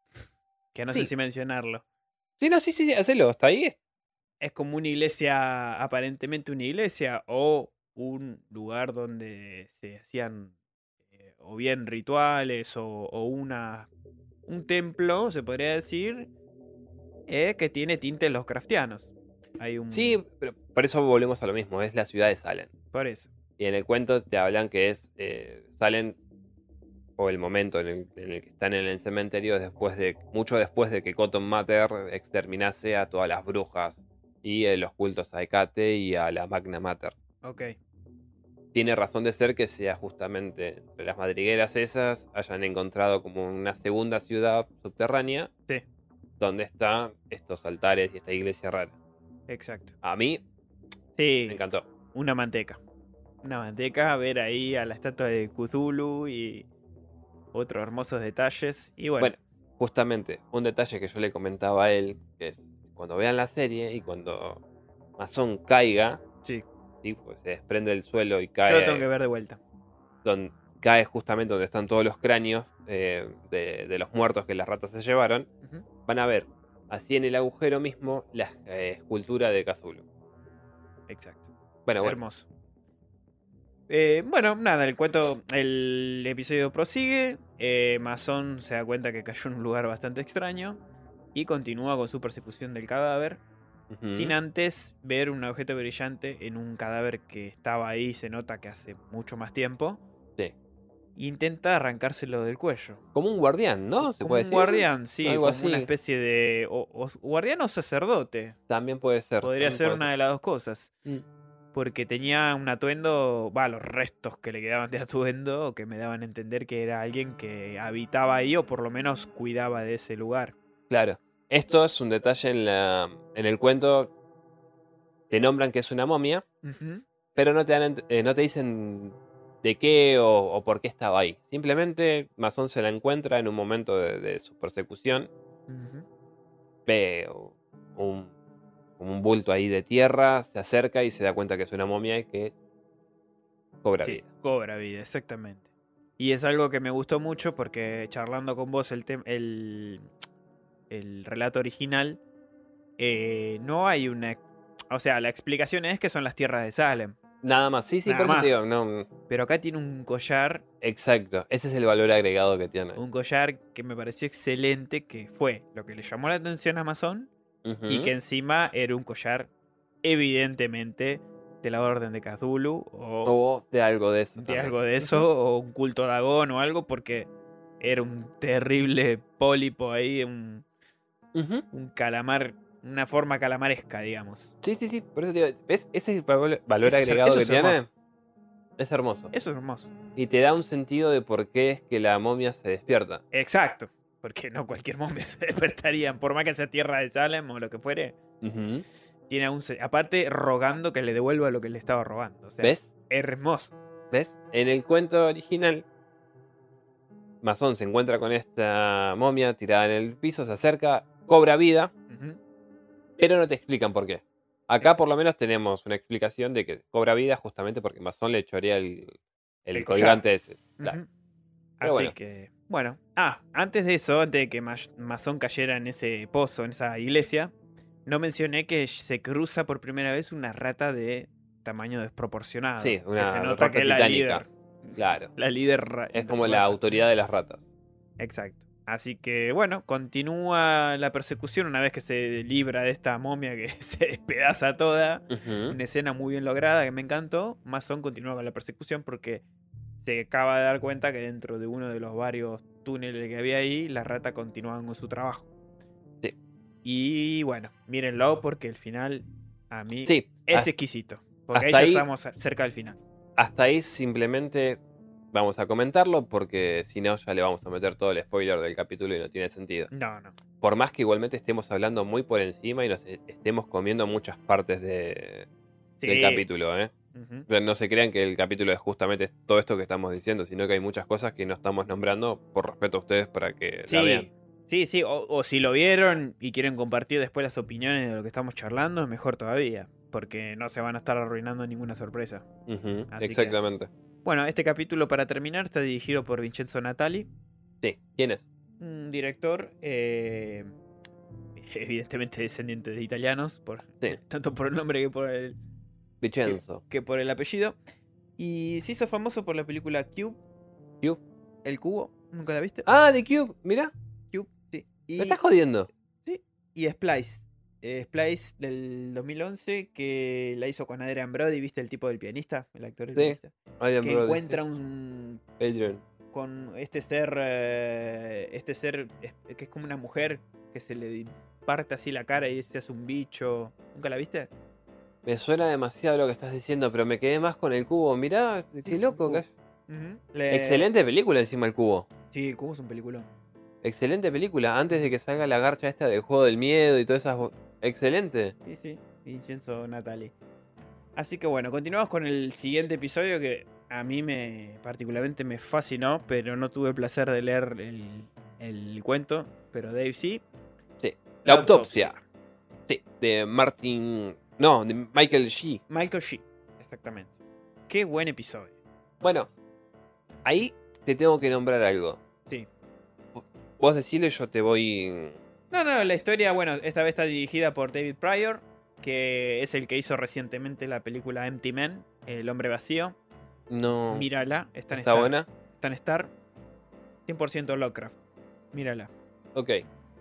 que no sé Sí, si mencionarlo. sí, no, sí, sí, hacelo, hasta ahí. Es como una iglesia, aparentemente una iglesia, o un lugar donde se hacían o bien rituales o un templo, se podría decir, que tiene tintes Lovecraftianos. Hay un... Sí, pero por eso volvemos a lo mismo, es la ciudad de Salem. Por eso. Y en el cuento te hablan que es Salem, o el momento en el que están en el cementerio, mucho después de que Cotton Mather exterminase a todas las brujas y los cultos a Hecate y a la Magna Mater. Ok. Tiene razón de ser que sea justamente entre las madrigueras esas, hayan encontrado como una segunda ciudad subterránea Sí, donde están estos altares y esta iglesia rara. exacto. A mí me Sí, encantó. una manteca. Una manteca, ver ahí a la estatua de Cthulhu y otros hermosos detalles. Y bueno, Bueno, justamente un detalle que yo le comentaba a él, que es cuando vean la serie y cuando Mason caiga, sí, ¿sí? Pues se desprende del suelo y yo lo tengo que cae, ver de vuelta. cae justamente donde están todos los cráneos de los muertos que las ratas se llevaron, Ujú. van a ver así en el agujero mismo la escultura de Cthulhu. Exacto. Bueno, bueno. Hermoso. Bueno, nada, el episodio prosigue. Mason se da cuenta que cayó en un lugar bastante extraño y continúa con su persecución del cadáver, sin Ujú, antes ver un objeto brillante en un cadáver que estaba ahí, se nota que hace mucho más tiempo. sí. Intenta arrancárselo del cuello. Como un guardián, ¿no? ¿Se Como puede un decir? guardián, sí, Algo como una así. especie de guardián o sacerdote. También puede ser, Podría también ser puede ser. una de las dos cosas. Mm, Porque tenía un atuendo, los restos que le quedaban de atuendo, que me daban a entender que era alguien que habitaba ahí o por lo menos cuidaba de ese lugar. claro. Esto es un detalle en el cuento. Te nombran que es una momia, Ujú, pero no te dicen de qué o por qué estaba ahí. Simplemente Mason se la encuentra en un momento de su persecución. ujú. Ve un, como un bulto ahí de tierra, se acerca y se da cuenta que es una momia y que cobra Sí, vida. cobra vida, exactamente. Y es algo que me gustó mucho porque charlando con vos el relato original, no hay una... O sea, la explicación es que son las tierras de Salem. Nada más. Sí, sí, por Nada eso te digo, más. no. Pero acá tiene un collar. Exacto. Ese es el valor agregado que tiene. Un collar que me pareció excelente, que fue lo que le llamó la atención a Amazon y que Ujú. encima era un collar evidentemente de la Orden de Cthulhu o O de algo de eso de también. algo de Ujú. eso, o un culto Dagón o algo, porque era un terrible pólipo ahí, Ujú. Un calamar, una forma calamaresca, digamos. Sí, sí, sí. Por eso te digo, ¿ves? Ese valor Eso agregado que es tiene hermoso. es hermoso. Eso es hermoso. Y te da un sentido de por qué es que la momia se despierta. Exacto. Porque no cualquier momia se despertaría, por más que sea tierra de Salem o lo que fuere. Ujú. Tiene aparte rogando que le devuelva lo que le estaba robando. O sea, ¿Ves? hermoso. ¿Ves? En el cuento original, Masón se encuentra con esta momia tirada en el piso, se acerca, cobra vida, Ujú. pero no te explican por qué. Acá por Exacto. lo menos tenemos una explicación de que cobra vida justamente porque Masón le chorea el El collar. colgante ese. Claro. Ujú. Pero Así bueno. que, bueno. Ah, antes de eso, antes de que Masón cayera en ese pozo, en esa iglesia, no mencioné que se cruza por primera vez una rata de tamaño desproporcionado. Sí, Que se una nota rata que es la titánica. líder. Claro. La líder Es como la rata. autoridad de las ratas. Exacto. Así que, bueno, continúa la persecución una vez que se libra de esta momia que se despedaza toda. Ujú. Una escena muy bien lograda que me encantó. Mason continúa con la persecución porque se acaba de dar cuenta que dentro de uno de los varios túneles que había ahí, las ratas continuaban con su trabajo. Sí. Y bueno, mírenlo porque el final a mí Sí. es exquisito. Porque ahí Hasta ya ahí, estamos cerca del final. hasta ahí simplemente vamos a comentarlo porque si no ya le vamos a meter todo el spoiler del capítulo y no tiene sentido. No, no. Por más que igualmente estemos hablando muy por encima y nos estemos comiendo muchas partes del Sí. capítulo, ¿eh? Ujú. No se crean que el capítulo es justamente todo esto que estamos diciendo, sino que hay muchas cosas que no estamos nombrando por respeto a ustedes para que la vean. Sí, sí, sí. O si lo vieron y quieren compartir después las opiniones de lo que estamos charlando, es mejor todavía. Porque no se van a estar arruinando ninguna sorpresa. Ujú, Así que, exactamente. bueno, este capítulo para terminar está dirigido por Vincenzo Natali, Sí, ¿quién es? un director evidentemente descendiente de italianos, Sí, tanto por el nombre Vincenzo. que por el apellido. Y se hizo famoso por la película Cube, Cube. El Cubo. ¿Nunca la viste? Ah, de Cube, mira, Cube, sí. me estás Y, jodiendo. sí, y Splice. Splice del 2011 que la hizo con Adrian Brody, ¿viste el tipo del pianista? El actor del Sí, pianista. Adrian Que Brody, sí. encuentra un Adrian. con este ser que es como una mujer que se le parte así la cara y se hace un bicho. ¿Nunca la viste? Me suena demasiado lo que estás diciendo, pero me quedé más con el cubo. Mirá, Sí, qué el loco que cubo. hay. Ujú. Excelente película encima el cubo. Sí, el cubo es un peliculón. Excelente película. Antes de que salga la garcha esta del juego del miedo y todas esas. Excelente. Sí, sí, Vincenzo Natali. Así que bueno, continuamos con el siguiente episodio que a mí particularmente me fascinó, pero no tuve el placer de leer el cuento, pero Dave sí. Sí. La autopsia. Sí, de Martin. No, de Michael G. Michael Shee, exactamente. Qué buen episodio. Bueno, ahí te tengo que nombrar algo. Sí. Vos decirle, yo te voy. No, la historia, bueno, esta vez está dirigida por David Pryor, que es el que hizo recientemente la película Empty Man, El hombre vacío. No. Mírala, está en ¿Está Star. buena? Está en Star. 100% Lovecraft. Mírala. Ok.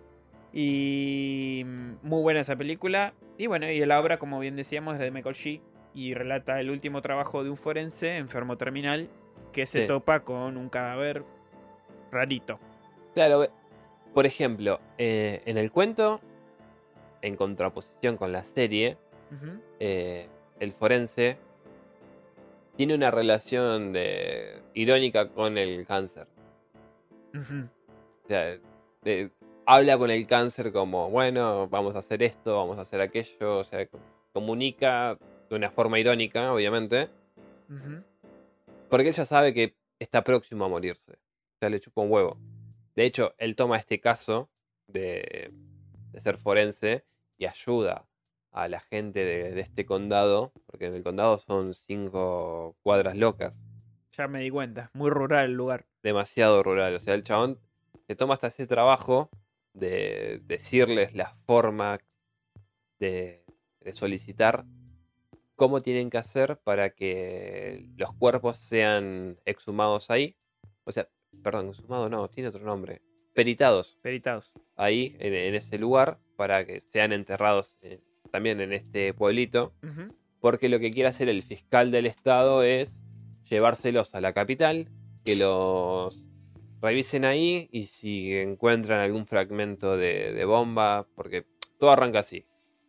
Y muy buena esa película. Y bueno, y la obra, como bien decíamos, es de Michael Shee y relata el último trabajo de un forense enfermo terminal que se Sí. topa con un cadáver rarito. Claro, por ejemplo, en el cuento, en contraposición con la serie, Ujú. el forense tiene una relación irónica con el cáncer. Ujú. O sea, habla con el cáncer como, bueno, vamos a hacer esto, vamos a hacer aquello. O sea, comunica de una forma irónica, obviamente, Ujú. porque él ya sabe que está próximo a morirse. O sea, le chupa un huevo. De hecho, él toma este caso de ser forense y ayuda a la gente de este condado, porque en el condado son 5 cuadras locas, Ya me di cuenta, muy rural el lugar. demasiado rural. O sea, el chabón se toma hasta ese trabajo de decirles la forma de solicitar cómo tienen que hacer para que los cuerpos sean exhumados ahí. O sea, perdón, exhumado no, tiene otro nombre. Peritados Peritados. ahí, en ese lugar, para que sean enterrados también en este pueblito. Ujú. Porque lo que quiere hacer el fiscal del estado es llevárselos a la capital, que los revisen ahí y si encuentran algún fragmento de bomba, porque todo arranca así.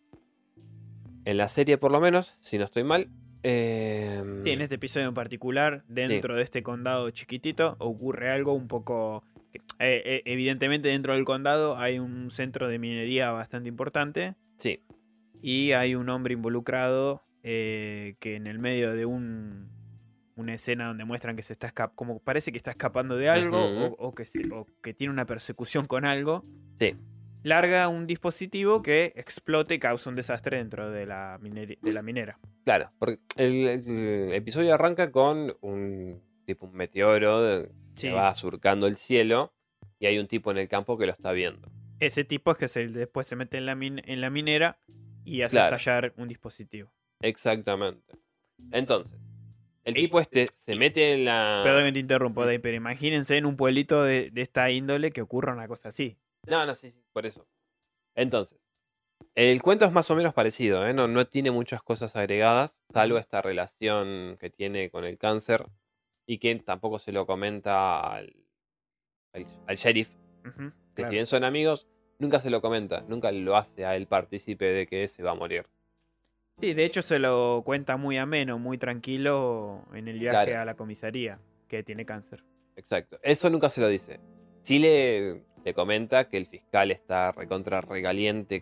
En la serie, por lo menos, si no estoy mal. Sí, en este episodio en particular, Sí, dentro de este condado chiquitito, ocurre algo un poco... evidentemente dentro del condado hay un centro de minería bastante importante sí, y hay un hombre involucrado que en el medio de una escena donde muestran que se está como parece que está escapando de algo ujú, o que tiene una persecución con algo, sí, larga un dispositivo que explota y causa un desastre dentro de la minera. claro. Porque el episodio arranca con un tipo un meteoro que Sí, va surcando el cielo y hay un tipo en el campo que lo está viendo. ese tipo es que después se mete en la minera y hace Claro, estallar un dispositivo. exactamente. Entonces, el Y, tipo este se y- mete en Perdón la... que te interrumpo, Mm. Dave, pero imagínense en un pueblito de esta índole que ocurra una cosa así. No, no, sí, sí, por eso. Entonces, el cuento es más o menos parecido, ¿eh? No tiene muchas cosas agregadas, salvo Ujú, esta relación que tiene con el cáncer y que tampoco se lo comenta al sheriff, ujú, que si claro. bien son amigos, nunca se lo comenta, nunca lo hace a él partícipe de que se va a morir. Sí, de hecho se lo cuenta muy ameno, muy tranquilo en el viaje Claro, a la comisaría, que tiene cáncer. exacto. Eso nunca se lo dice. Sí le comenta que el fiscal está recontra regaliente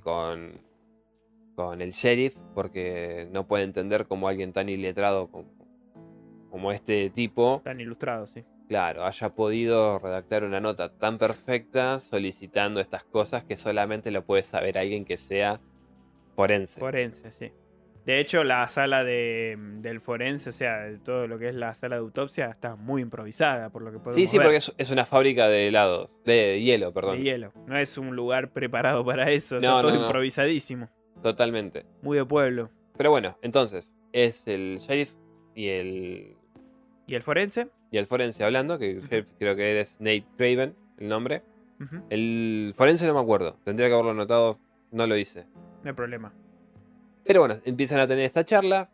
con el sheriff porque no puede entender cómo alguien tan iletrado como este tipo, Tan ilustrado, sí. claro, haya podido redactar una nota tan perfecta solicitando estas cosas que solamente lo puede saber alguien que sea forense. Forense, sí. De hecho, la sala del forense, o sea, de todo lo que es la sala de autopsia, está muy improvisada, por lo que Sí, podemos sí, porque ver. es una fábrica de helados, de hielo, De perdón. hielo. No es un lugar preparado para eso, está No, todo no, no, improvisadísimo. totalmente. Muy de pueblo. Pero bueno, entonces, es el sheriff y ¿Y el forense? y el forense hablando, que el Ujú, sheriff creo que es Nate Craven, el nombre. ujú, El forense no me acuerdo, tendría que haberlo anotado, no lo hice. no hay problema. Pero bueno, empiezan a tener esta charla.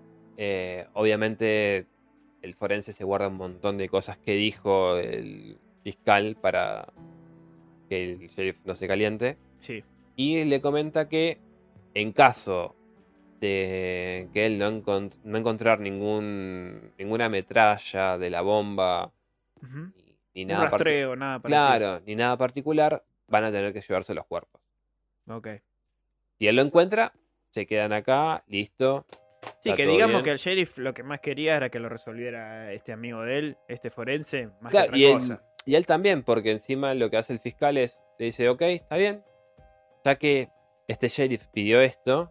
Obviamente el forense se guarda un montón de cosas que dijo el fiscal para que el sheriff no se caliente. Sí. Y le comenta que en caso de que él no encontrar ninguna metralla de la bomba Ujú. ni Un nada rastreo, nada parecido. claro, ni nada particular, van a tener que llevarse los cuerpos. Ok. Si él lo encuentra, se quedan acá, listo, Sí, está que todo digamos que bien. el sheriff lo que más quería era que lo resolviera este amigo de él, este forense, más que Claro, otra cosa. y él también, porque encima lo que hace el fiscal es, le dice, ok, está bien, ya que este sheriff pidió esto,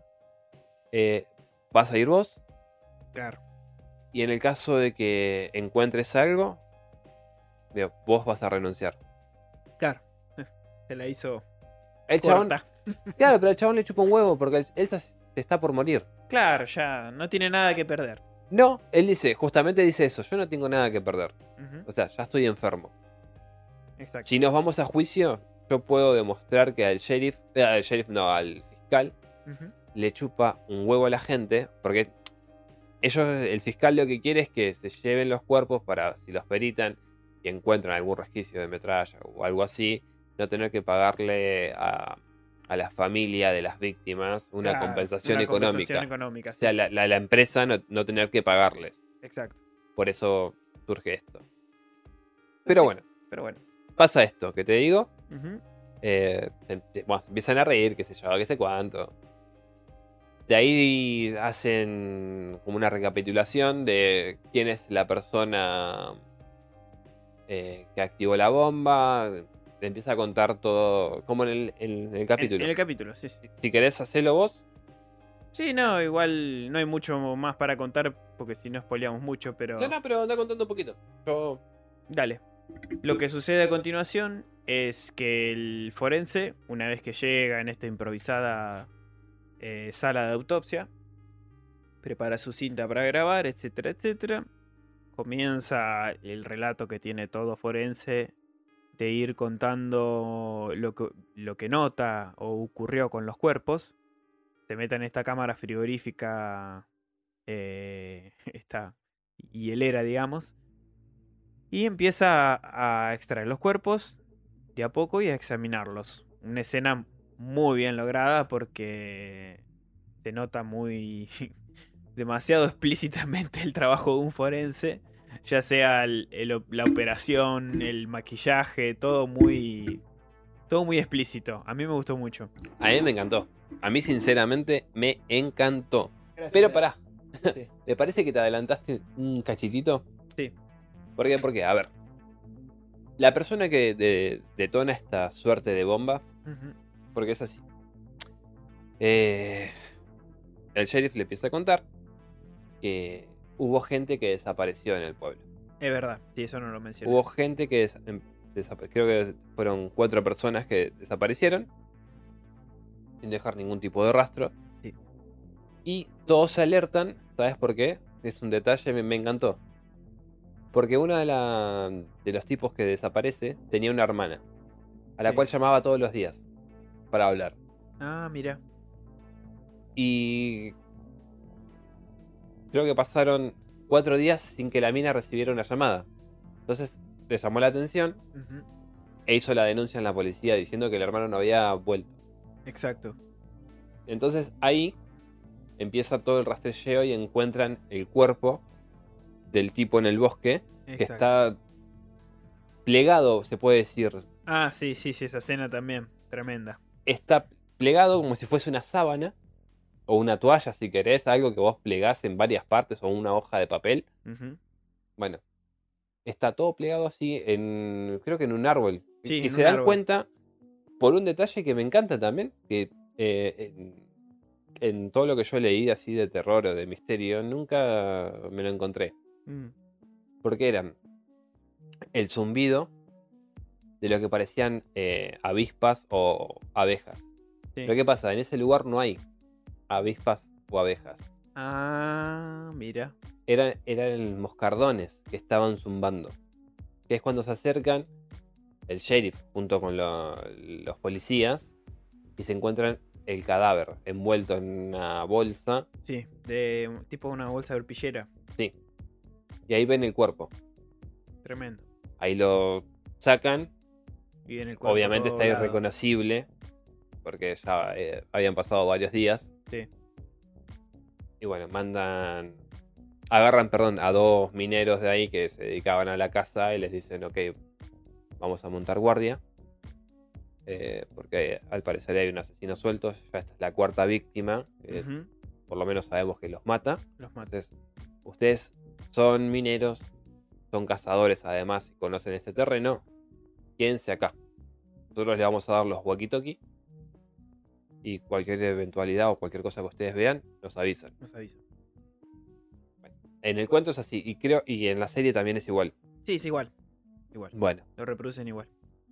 vas a ir vos, Claro, y en el caso de que encuentres algo, digo, vos vas a renunciar. claro. Se la hizo El chabón, corta. claro, pero el chabón le chupa un huevo porque él se está por morir. Claro, ya no tiene nada que perder. No, él dice, justamente dice eso, yo no tengo nada que perder. Ujú, O sea, ya estoy enfermo. exacto. Si nos vamos a juicio, yo puedo demostrar que al sheriff no, al fiscal, Ujú, le chupa un huevo a la gente, porque el fiscal lo que quiere es que se lleven los cuerpos para, si los peritan y encuentran algún resquicio de metralla o algo así, no tener que pagarle a la familia de las víctimas una claro, compensación una compensación económica. económica, O sea, sí. la empresa no tener que pagarles. Exacto. Por eso surge esto. Pero Sí, bueno, pero bueno. pasa esto que te digo. Ujú, Bueno, se empiezan a reír, qué sé yo, qué sé cuánto. De ahí hacen como una recapitulación de quién es la persona que activó la bomba. Te empieza a contar todo, como en el en capítulo. el capítulo, sí, sí. Si querés, hacelo vos. Sí, no, igual no hay mucho más para contar porque si no spoileamos mucho, No, pero no, pero anda contando un poquito. Yo. dale. Lo que sucede a continuación es que el forense, una vez que llega en esta improvisada sala de autopsia, prepara su cinta para grabar, etcétera, etcétera. Comienza el relato que tiene todo forense de ir contando lo que nota o ocurrió con los cuerpos. Se mete en esta cámara frigorífica, esta hielera, digamos, Y empieza a extraer los cuerpos de a poco y a examinarlos. Una escena muy bien lograda porque se nota muy demasiado explícitamente el trabajo de un forense, ya sea la operación, el maquillaje, todo muy explícito. A mí me gustó mucho. A mí me encantó. A mí, sinceramente, me encantó. Gracias, Pero pará, Sí, me parece que te adelantaste un cachitito. sí. ¿Por qué? Porque, a ver, la persona que detona esta suerte de bomba, Ujú. porque es así. El sheriff le empieza a contar que hubo gente que desapareció en el pueblo. Es verdad, sí, eso no lo mencioné. Hubo gente que creo que fueron 4 personas que desaparecieron sin dejar ningún tipo de rastro. Sí. Y todos se alertan, ¿sabes por qué? Es un detalle, me encantó. Porque uno de los tipos que desaparece tenía una hermana, a la Sí. cual llamaba todos los días para hablar. Ah, mira. Y creo que pasaron 4 días sin que la mina recibiera una llamada. Entonces le llamó la atención Ujú. e hizo la denuncia en la policía diciendo que el hermano no había vuelto. Exacto. Entonces ahí empieza todo el rastrilleo y encuentran el cuerpo del tipo en el bosque que Exacto. está plegado, se puede decir. Ah, sí, sí, sí, esa escena también. Tremenda. Está plegado como si fuese una sábana o una toalla, si querés, algo que vos plegás en varias partes o una hoja de papel. Ujú. Bueno, está todo plegado así creo que en un árbol. Sí, Que en se un dan árbol. cuenta por un detalle que me encanta también, que en todo lo que yo leí así de terror o de misterio, nunca me lo encontré. Mm. Porque eran el zumbido de lo que parecían avispas o abejas. Sí. Pero ¿qué pasa? En ese lugar no hay avispas o abejas. Ah, mira. Eran moscardones que estaban zumbando. Que es cuando se acercan el sheriff junto con los policías y se encuentran el cadáver envuelto en una bolsa. Sí, tipo una bolsa de horpillera. Sí. Y ahí ven el cuerpo. Tremendo. Ahí lo sacan. Y en el cuerpo Obviamente todo está doblado. irreconocible. Porque ya habían pasado varios días. Sí. Y bueno, agarran, perdón, a 2 mineros de ahí que se dedicaban a la caza y les dicen, ok, vamos a montar guardia. Porque al parecer hay un asesino suelto. Ya esta es la 4ª víctima. Ujú. Por lo menos sabemos que los mata. Los mata. Entonces, ustedes son mineros, son cazadores además y conocen este terreno. Quédense acá. Nosotros les vamos a dar los walkie-talkie. Y cualquier eventualidad o cualquier cosa que ustedes vean, nos avisan. Nos avisa. En el cuento es así. Y en la serie también es igual. Sí, es igual. Igual. Bueno. Lo reproducen igual.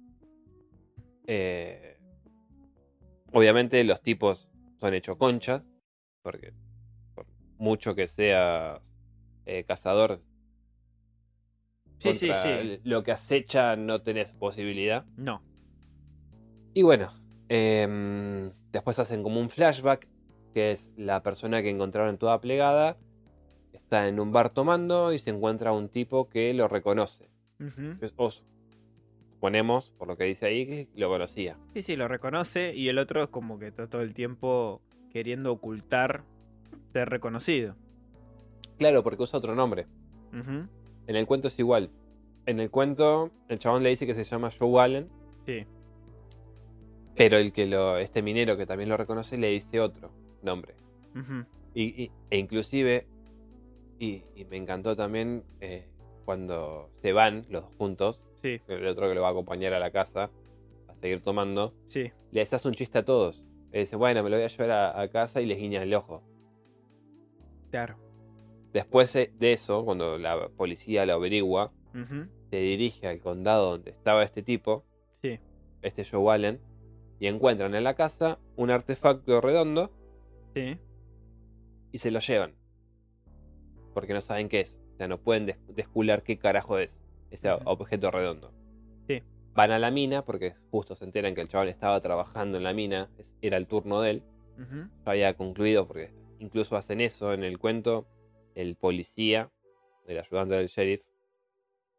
Obviamente los tipos son hechos conchas. Porque por mucho que seas cazador, Sí, sí, contra sí. lo que acecha no tenés posibilidad. No. Y bueno, después hacen como un flashback, que es la persona que encontraron toda plegada, está en un bar tomando y se encuentra un tipo que lo reconoce. Ujú. O suponemos, por lo que dice ahí, que lo conocía. Sí, sí, lo reconoce. Y el otro es como que está todo el tiempo queriendo ocultar ser reconocido. Claro, porque usa otro nombre. Ujú. En el cuento es igual. En el cuento, el chabón le dice que se llama Joe Allen, Sí. pero este minero que también lo reconoce le dice otro nombre. Ujú. E inclusive, y me encantó también cuando se van los dos juntos, Sí, el otro que lo va a acompañar a la casa a seguir tomando, sí. les hace un chiste a todos. Le dice, bueno, me lo voy a llevar a casa y les guiña el ojo. Claro. Después de eso, cuando la policía lo averigua, Ujú. se dirige al condado donde estaba este tipo, Sí. este Joe Allen, y encuentran en la casa un artefacto redondo Sí. y se lo llevan. Porque no saben qué es. O sea, no pueden descular qué carajo es ese Ujú. objeto redondo. Sí. Van a la mina porque justo se enteran que el chaval estaba trabajando en la mina. Era el turno de él. Ujú. Ya había concluido porque incluso hacen eso en el cuento. El policía, el ayudante del sheriff,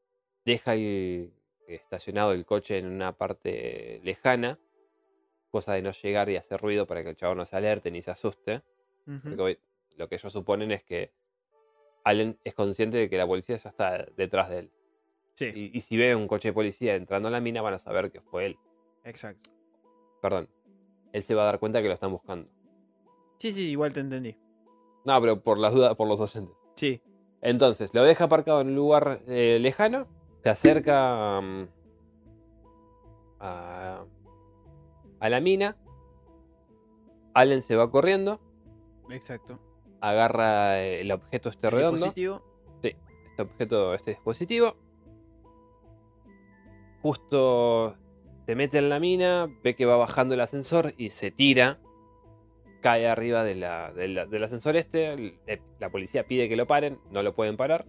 deja estacionado el coche en una parte lejana, cosa de no llegar y hacer ruido para que el chabón no se alerte ni se asuste. Ujú. Porque lo que ellos suponen es que Allen es consciente de que la policía ya está detrás de él. Sí, Y si ve un coche de policía entrando a la mina, van a saber que fue él. exacto. Perdón, él se va a dar cuenta que lo están buscando. Sí, sí, igual te entendí. No, pero por las dudas, por los oyentes. Sí, Entonces, lo deja aparcado en un lugar lejano, se acerca a, a la mina, Allen se va corriendo, exacto. agarra el objeto este El redondo, dispositivo. sí, este objeto, este dispositivo, justo se mete en la mina, ve que va bajando el ascensor y se tira, cae arriba del ascensor este, la policía pide que lo paren, no lo pueden parar,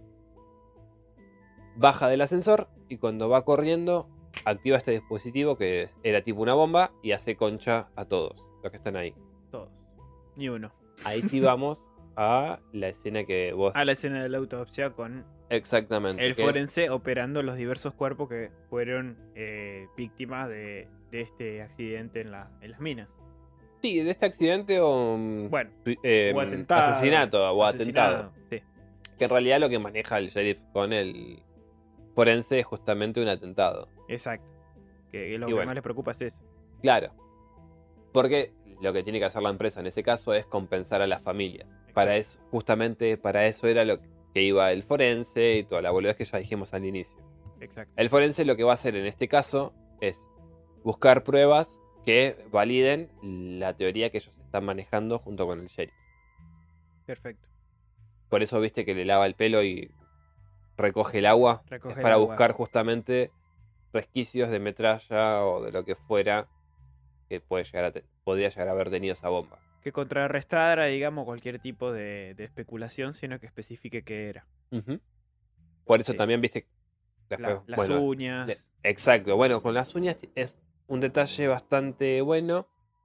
baja del ascensor y cuando va corriendo activa este dispositivo que era tipo una bomba y hace concha a todos los que están ahí. Todos. Ni uno. Ahí sí vamos a la escena que vos... A la escena de la autopsia con Exactamente. el que es- forense operando los diversos cuerpos que fueron víctimas de este accidente en las minas. Sí, de este accidente o... Bueno, o atentado. asesinato o atentado. Sí, Que en realidad lo que maneja el sheriff con el forense es justamente un atentado. exacto. Que lo Y que bueno. más les preocupa es eso. Claro. Porque lo que tiene que hacer la empresa en ese caso es compensar a las familias. Para eso, justamente para eso era lo que iba el forense y toda la boludez que ya dijimos al inicio. Exacto. El forense lo que va a hacer en este caso es buscar pruebas que validen la teoría que ellos están manejando junto con el sheriff. Perfecto. Por eso viste que le lava el pelo y recoge el agua. Recoge es el para agua. buscar justamente resquicios de metralla o de lo que fuera que podría llegar a haber tenido esa bomba. Que contrarrestara, digamos, cualquier tipo de especulación, sino que especifique qué era. Ujú. Por eso Sí. también viste... después, Las bueno, uñas. exacto. Bueno, con las uñas es un detalle bastante bueno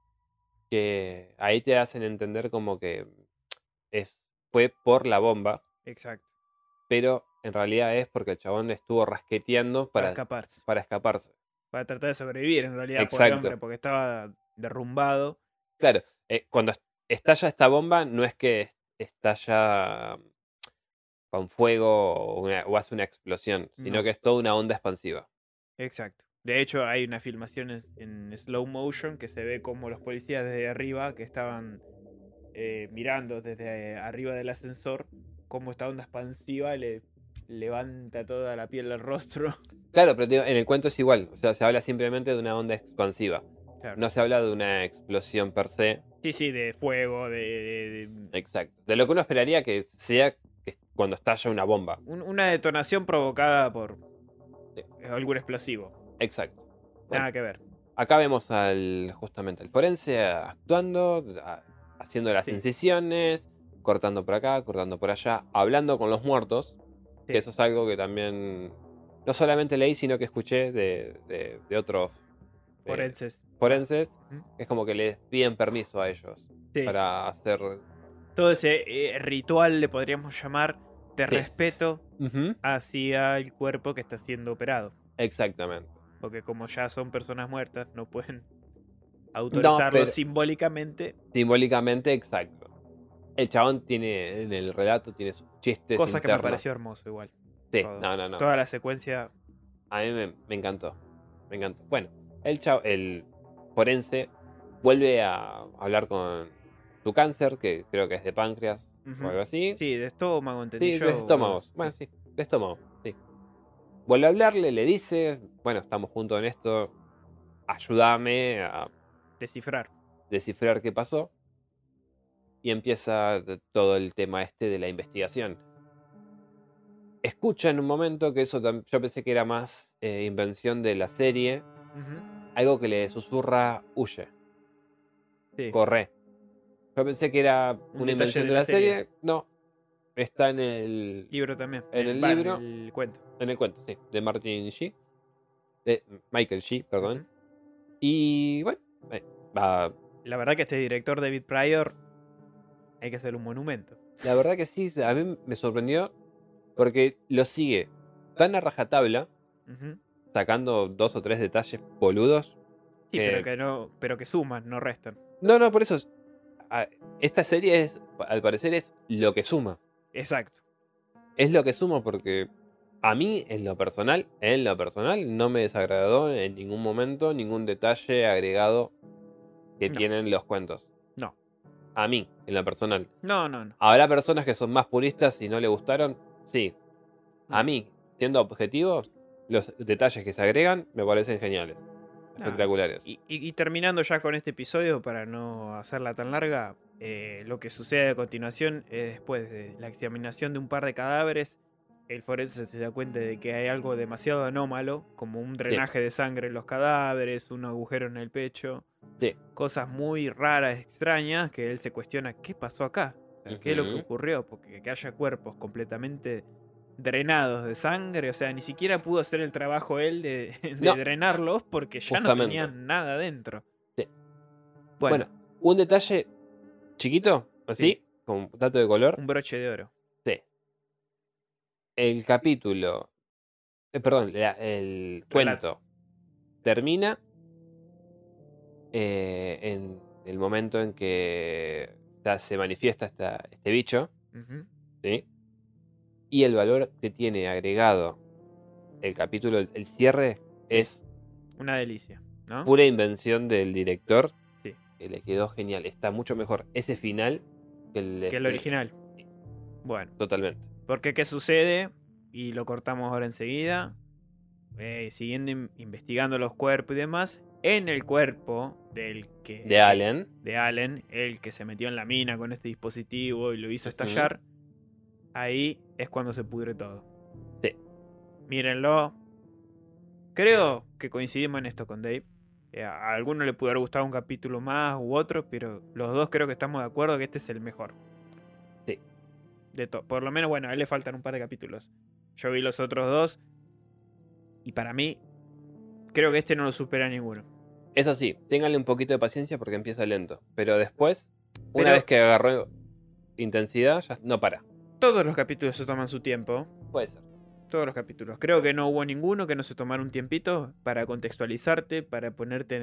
que ahí te hacen entender como que fue por la bomba, Exacto. pero en realidad es porque el chabón estuvo rasqueteando Para escaparse. para escaparse. Para tratar de sobrevivir, en realidad, pobre Exacto. hombre, porque estaba derrumbado. Claro, cuando estalla esta bomba no es que estalla con fuego o hace una explosión, sino No. que es toda una onda expansiva. Exacto. De hecho, hay una filmación en slow motion que se ve como los policías desde arriba, que estaban mirando desde arriba del ascensor, cómo esta onda expansiva le levanta toda la piel del rostro. Claro, pero te digo, en el cuento es igual, o sea, se habla simplemente de una onda expansiva. Claro. No se habla de una explosión per se. Sí, sí, de fuego, Exacto. De lo que uno esperaría que sea cuando estalla una bomba. una detonación provocada por Sí. algún explosivo. Exacto. Nada Bueno, que ver. acá vemos justamente al forense actuando, haciendo las Sí. incisiones, cortando por acá, cortando por allá, hablando con los muertos. Sí. Que eso es algo que también no solamente leí, sino que escuché de otros Forenses. Es como que les piden permiso a ellos Sí. para hacer... Todo ese ritual, le podríamos llamar, de Sí. respeto Ujú. hacia el cuerpo que está siendo operado. Exactamente. Porque como ya son personas muertas, no pueden autorizarlo pero- simbólicamente. Simbólicamente, exacto. El chabón tiene, en el relato, tiene sus chistes Cosa que me internos. pareció hermoso igual. Sí, todo. no. Toda la secuencia. A mí me encantó. Me encantó. Bueno, el forense vuelve a hablar con su cáncer, que creo que es de páncreas Ujú. o algo así. Sí, de estómago, entendí Sí, yo. de estómagos. Bueno, sí, de estómago, sí. Vuelve a hablarle, le dice, bueno, estamos juntos en esto, ayúdame a Descifrar. descifrar qué pasó. Y empieza todo el tema este de la investigación. Escucha en un momento que eso yo pensé que era más invención de la serie, Ujú. algo que le susurra, huye, Sí. corre. Yo pensé que era Un una detalle invención de de la la serie, no. Está en el Libro también. En el libro. En el cuento. En el cuento, sí, de Martin Shee. De Michael Shee, perdón. Ujú. Y bueno, va. La verdad que este director, David Pryor, hay que hacerle un monumento. La verdad que sí, a mí me sorprendió porque lo sigue tan a rajatabla Ujú. sacando 2 o 3 detalles boludos. Sí, pero que suman, no restan. No, por eso. Esta serie al parecer, es lo que suma. Exacto. Es lo que suma porque a mí, en lo personal, no me desagradó en ningún momento ningún detalle agregado que No, tienen los cuentos. no. A mí, en lo personal. No. ¿Habrá personas que son más puristas y no le gustaron? Sí. A No. mí, siendo objetivo, los detalles que se agregan me parecen geniales. No. Espectaculares. Y terminando ya con este episodio, para no hacerla tan larga, lo que sucede a continuación es después de la examinación de un par de cadáveres, el forense se da cuenta de que hay algo demasiado anómalo, como un drenaje de sangre en los cadáveres, un agujero en el pecho, Sí. cosas muy raras, extrañas, que él se cuestiona qué pasó acá, o sea, qué es lo que Ujú. ocurrió, porque que haya cuerpos completamente drenados de sangre, o sea, ni siquiera pudo hacer el trabajo él de No, drenarlos porque ya no justamente. tenían nada dentro. Sí. Bueno, Bueno, un detalle chiquito, así, sí, con un dato de color. un broche de oro. Sí. El capítulo, perdón, el Relato. cuento termina en el momento en que ya se manifiesta este bicho, Ujú. ¿sí? Y el valor que tiene agregado el capítulo, el cierre, Sí. es Una delicia, ¿no? pura invención del director, Sí. que le quedó genial. Está mucho mejor ese final Que el original. Sí, Bueno, totalmente. porque ¿qué sucede? Y lo cortamos ahora enseguida. Siguiendo investigando los cuerpos y demás, en el cuerpo De Allen. de Allen, el que se metió en la mina con este dispositivo y lo hizo Ujú. estallar, ahí es cuando se pudre todo. Sí. Mírenlo. Creo que coincidimos en esto con Dave. A alguno le pudo haber gustado un capítulo más u otro, pero los dos creo que estamos de acuerdo que este es el mejor. Sí. De todo. Por lo menos, bueno, a él le faltan un par de capítulos. Yo vi los otros dos y para mí creo que este no lo supera ninguno. Eso sí, ténganle un poquito de paciencia porque empieza lento. Pero después, una Pero vez que agarró intensidad, ya no para. todos los capítulos se toman su tiempo. Puede ser. Todos los capítulos. Creo que no hubo ninguno que no se tomara un tiempito para contextualizarte, para ponerte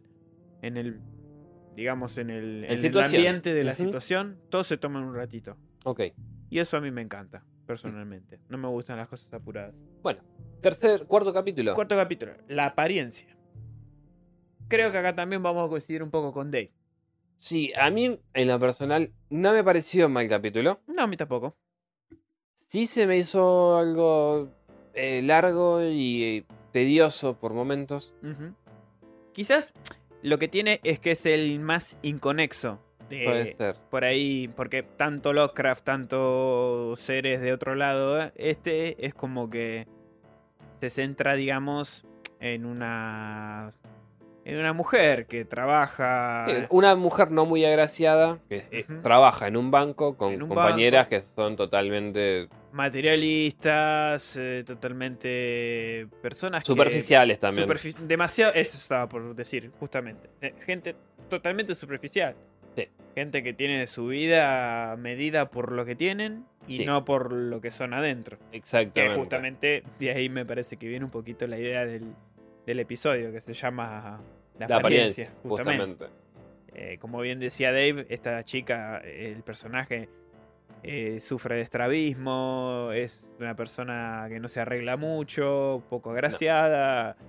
en el digamos, en el situación. ambiente de la Ujú. situación. Todos se toman un ratito. Ok. Y eso a mí me encanta, personalmente. No me gustan las cosas apuradas. Bueno, cuarto capítulo. Cuarto capítulo, la apariencia. Creo que acá también vamos a coincidir un poco con Dave. Sí, a mí, en lo personal, no me pareció mal capítulo. No, a mí tampoco. Sí se me hizo algo largo y tedioso por momentos. Ujú. Quizás lo que tiene es que es el más inconexo Puede ser. por ahí, porque tanto Lovecraft, tanto seres de otro lado, este es como que se centra, digamos, en una mujer que Sí, trabaja una mujer no muy agraciada que Ujú. trabaja en un banco con En un compañeras banco. que son totalmente Materialistas, totalmente personas superficiales también. demasiado, eso estaba por decir, justamente. Gente totalmente superficial. Sí. Gente que tiene su vida medida por lo que tienen y Sí. no por lo que son adentro. Que Exactamente. justamente de ahí me parece que viene un poquito la idea del episodio, que se llama La La apariencia, apariencia, justamente. justamente. Como bien decía Dave, esta chica, el personaje, sufre de estrabismo, es una persona que no se arregla mucho, poco agraciada,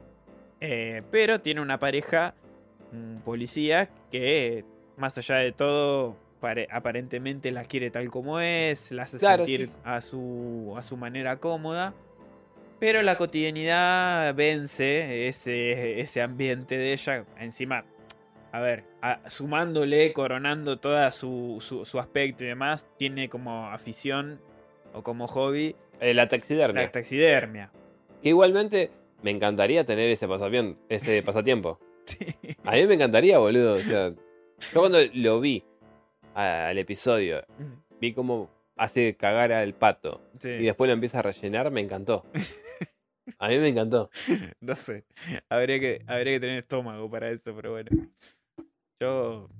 pero tiene una pareja, un policía, que más allá de todo aparentemente la quiere tal como es, la hace Claro, sentir sí. a su manera cómoda, pero la cotidianidad vence ese ambiente de ella. Encima, a ver, sumándole, coronando todo su aspecto y demás, tiene como afición o como hobby La taxidermia. la taxidermia. Que igualmente me encantaría tener ese pasatiempo. Sí. A mí me encantaría, boludo. O sea, yo cuando lo vi al episodio, vi cómo hace cagar al pato Sí. y después lo empieza a rellenar, me encantó. A mí me encantó. No sé, habría que tener estómago para eso, pero bueno. Yo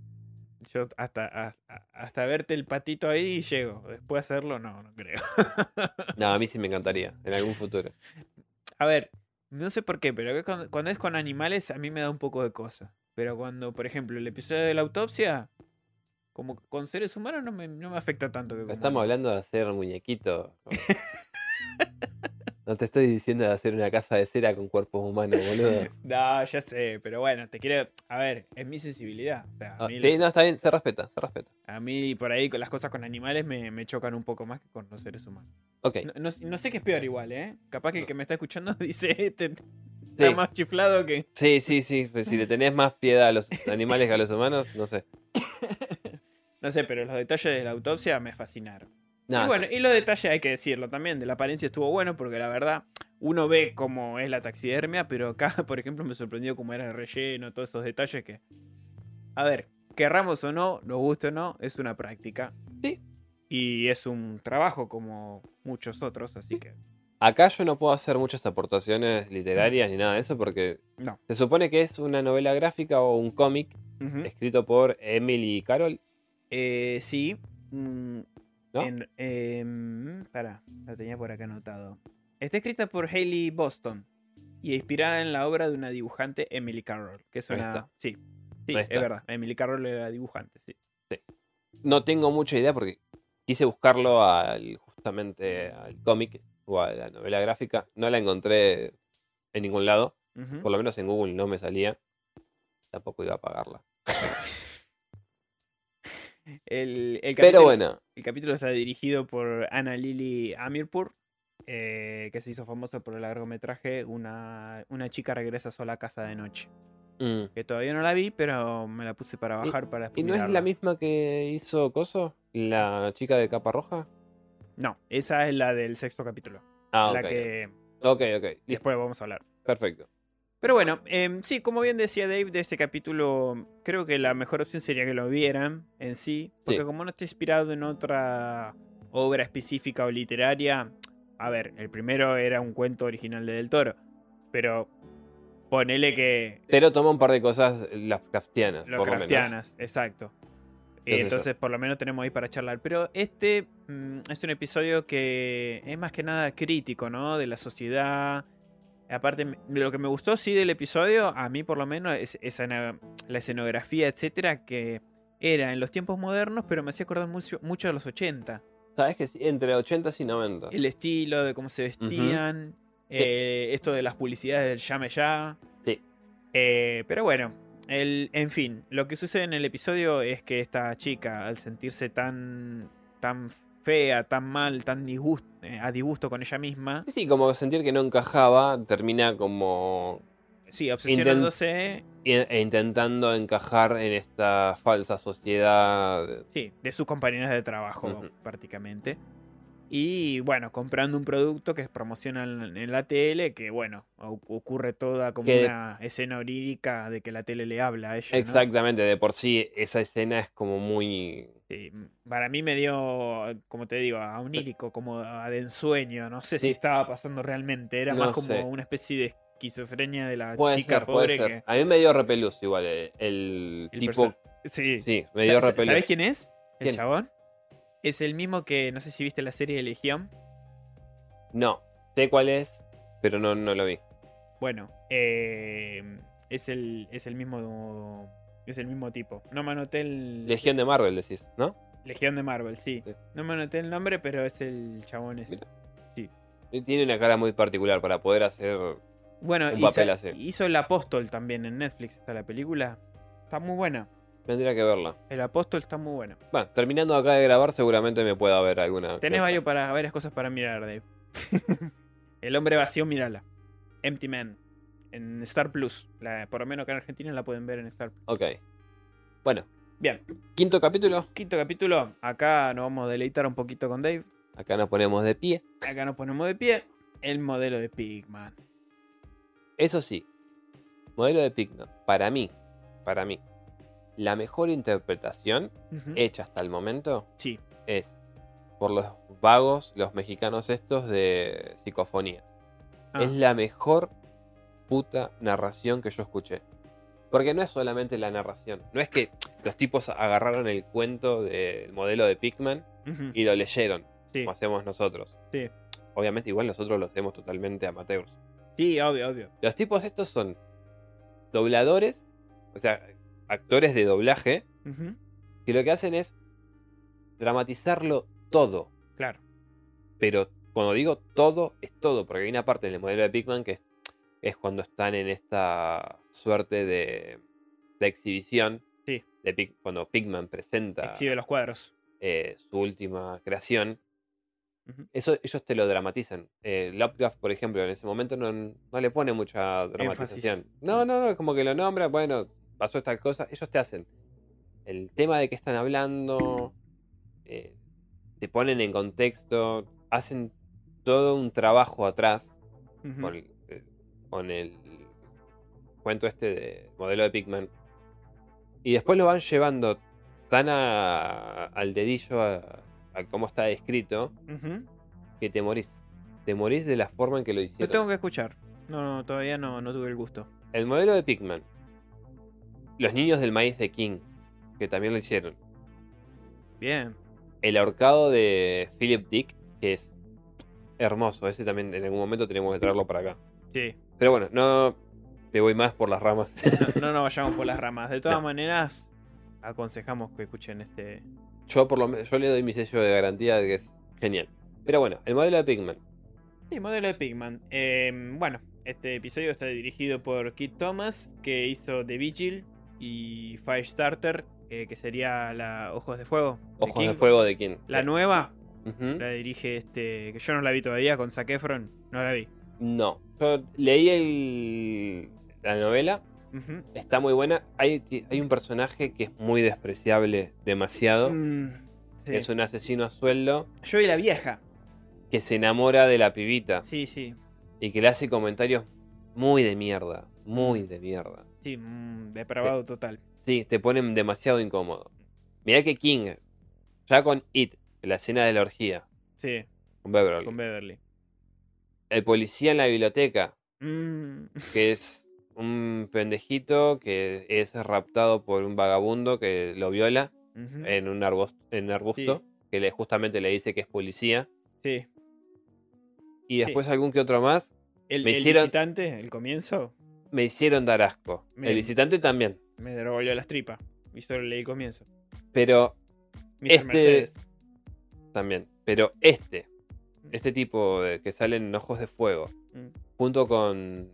hasta verte el patito ahí llego. Después hacerlo, no creo. No, a mí sí me encantaría, en algún futuro. A ver, No sé por qué, pero cuando es con animales a mí me da un poco de cosa. Pero cuando, por ejemplo, el episodio de la autopsia, como que con seres humanos no me afecta tanto que como Estamos animales. hablando de hacer muñequitos. No te estoy diciendo de hacer una casa de cera con cuerpos humanos, boludo. No, ya sé, pero bueno, te quiero. A ver, es mi sensibilidad. O sea, Ah, sí, no, está bien, se respeta, se respeta. a mí por ahí con las cosas con animales me chocan un poco más que con los seres humanos. Ok. No sé qué es peor igual, ¿eh? Capaz que el que me está escuchando dice, este está Sí, más chiflado que... sí. Pues si le tenés más piedad a los animales que a los humanos, no sé. No sé, pero los detalles de la autopsia me fascinaron. Y No, bueno, sí. y los detalles hay que decirlo también, de la apariencia estuvo bueno porque la verdad uno ve cómo es la taxidermia, pero acá, por ejemplo, me sorprendió cómo era el relleno, todos esos detalles que... A ver, querramos o no, nos guste o no, es una práctica. Sí. Y es un trabajo como muchos otros, así que... Acá yo no puedo hacer muchas aportaciones literarias ni nada de eso porque No. se supone que es una novela gráfica o un cómic Ujú. escrito por Emily Carroll, Sí. mm, ¿no? Pará, la tenía por acá anotado. Está escrita por Hailey Boston y inspirada en la obra de una dibujante, Emily Carroll, que es Ahí una... está, Sí, ahí sí, es está. verdad. Emily Carroll era dibujante, sí. Sí. No tengo mucha idea porque quise buscarlo justamente al cómic o a la novela gráfica. No la encontré en ningún lado. Ujú. Por lo menos en Google no me salía. Tampoco iba a pagarla. El Pero capítulo, bueno, el capítulo está dirigido por Anna Lily Amirpour, que se hizo famosa por el largometraje Una chica regresa sola a casa de noche. mm, Que todavía no la vi, pero me la puse para ¿Y, bajar para después y no es la mirarla. misma que hizo Coso? ¿La chica de capa roja? No, esa es la del sexto capítulo. Ah, La ok. que Ok, listo. después vamos a hablar. Perfecto. Pero bueno, sí, como bien decía Dave de este capítulo, creo que la mejor opción sería que lo vieran en sí, porque Sí. como no está inspirado en otra obra específica o literaria, a ver, el primero era un cuento original de Del Toro, pero ponele que Pero toma un par de cosas Lovecraftianas, lo por lo menos. craftianas, exacto. ¿Qué sé yo? Entonces por lo menos tenemos ahí para charlar. Pero este es un episodio que es más que nada crítico, ¿no? De la sociedad. Aparte, de lo que me gustó, sí, del episodio, a mí por lo menos, es la escenografía, etcétera, que era en los tiempos modernos, pero me hacía acordar mucho de los 80. ¿Sabes que sí? Entre 80 y 90. El estilo, de cómo se Ujú. vestían, Sí, esto de las publicidades del llame ya. sí. Pero bueno, en fin, lo que sucede en el episodio es que esta chica, al sentirse tan fea, tan mal, a disgusto con ella misma, Sí, como sentir que no encajaba, termina como sí, inten- obsesionándose, intentando encajar en esta falsa sociedad. sí, de sus compañeras de trabajo Ujú. prácticamente. Y bueno, comprando un producto que promocionan en la tele, que bueno, ocurre toda como Que una escena onírica de que la tele le habla a ella, ¿no? exactamente, de por sí esa escena es como muy... Sí, para mí me dio, como te digo, a onírico, como de ensueño. No sé si Sí, estaba pasando realmente. Era más no como sé. una especie de esquizofrenia de la Puede chica ser, puede pobre ser. que A mí me dio repelús igual. El el tipo, Sí. sí, me dio ¿Sabés repelús. quién es? El ¿Quién? chabón. Es el mismo que, no sé si viste la serie de Legión. No, sé cuál es, pero no lo vi. Bueno, es el mismo. Es el mismo tipo. No me anoté el. Legión de Marvel, decís, ¿no? Legión de Marvel, sí. Sí. No me anoté el nombre, pero es el chabón ese. Mira. Sí. Y tiene una cara muy particular para poder hacer Bueno, un papel así. hizo El Apóstol también en Netflix, está la película. Está muy buena. Tendría que verla. El Apóstol está muy buena. Bueno, terminando acá de grabar, seguramente me pueda ver alguna que Tenés otra. varias cosas para mirar, Dave. El hombre vacío, mírala. Empty Man. En Star Plus. Por lo menos acá en Argentina la pueden ver en Star Plus. Ok. Bueno, Bien, quinto capítulo. quinto capítulo. Acá nos vamos a deleitar un poquito con Dave. Acá nos ponemos de pie. Acá nos ponemos de pie. El modelo de Pigman. Eso sí, modelo de Pigman, para mí, la mejor interpretación Ujú. hecha hasta el momento Sí. es por los vagos, los mexicanos estos de psicofonías. Ah, Es la mejor puta narración que yo escuché. Porque no es solamente la narración. No es que los tipos agarraron el cuento del modelo de Pigman ujú. y lo leyeron, Sí, como hacemos nosotros. sí, Obviamente igual nosotros lo hacemos totalmente amateurs. Sí, obvio, obvio. Los tipos estos son dobladores, o sea, actores de doblaje, Ujú, que lo que hacen es dramatizarlo todo. claro. Pero cuando digo todo, es todo, porque hay una parte del modelo de Pigman que es cuando están en esta suerte de exhibición, Sí, cuando Pigman presenta exhibe los cuadros. su última creación. Ujú. Eso ellos te lo dramatizan. Lovecraft, por ejemplo, en ese momento no le pone mucha Énfasis. dramatización. No, Claro. no, no, es como que lo nombra, bueno, pasó tal cosa. Ellos te hacen el tema de que están hablando, eh, te ponen en contexto, hacen todo un trabajo atrás Ujú. con, con el cuento este de modelo de Pigman. Y después lo van llevando tan al dedillo a cómo está escrito Ujú. que te morís. Te morís de la forma en que lo Lo hicieron. tengo que escuchar. No, no, todavía no tuve el gusto. El modelo de Pigman. Los niños del maíz de King, que también lo hicieron. Bien. El ahorcado de Philip Dick, que es hermoso. Ese también en algún momento tenemos que traerlo para acá. Sí. Pero bueno, no me voy más por las ramas. No, no nos vayamos por las ramas. De todas No. maneras, aconsejamos que escuchen este. Yo le doy mi sello de garantía de que es genial. Pero bueno, el modelo de Pigman. Sí, modelo de Pigman. Bueno, este episodio está dirigido por Kit Thomas, que hizo The Vigil y Firestarter, que sería la Ojos de Fuego de Ojos de King. fuego de King. La nueva Ujú. la dirige que yo no la vi todavía, con Zac Efron. No la vi. No. Yo leí la novela. Ujú. Está muy buena. Hay un personaje que es muy despreciable, demasiado. Sí. Es un asesino a sueldo Yo vi la vieja. que se enamora de la pibita Sí, sí. y que le hace comentarios muy de mierda. Muy Mm, de mierda. sí, depravado total. Sí, te ponen demasiado incómodo. Mirá que King, ya con It, la escena de la orgía, Sí, con con Beverly. Beverly. El policía en la biblioteca, Mm, que es un pendejito que es raptado por un vagabundo que lo viola ujú. en un Sí, arbusto, que justamente le dice que es policía. sí, Y sí. después algún que otro más. El, Me el hicieron, visitante, el comienzo, me hicieron dar asco. El me, visitante también. me revolvió las tripas. Y solo leí el comienzo. Pero Mr. este Mercedes. también. Pero este tipo que sale en Ojos de Fuego, Mm. junto con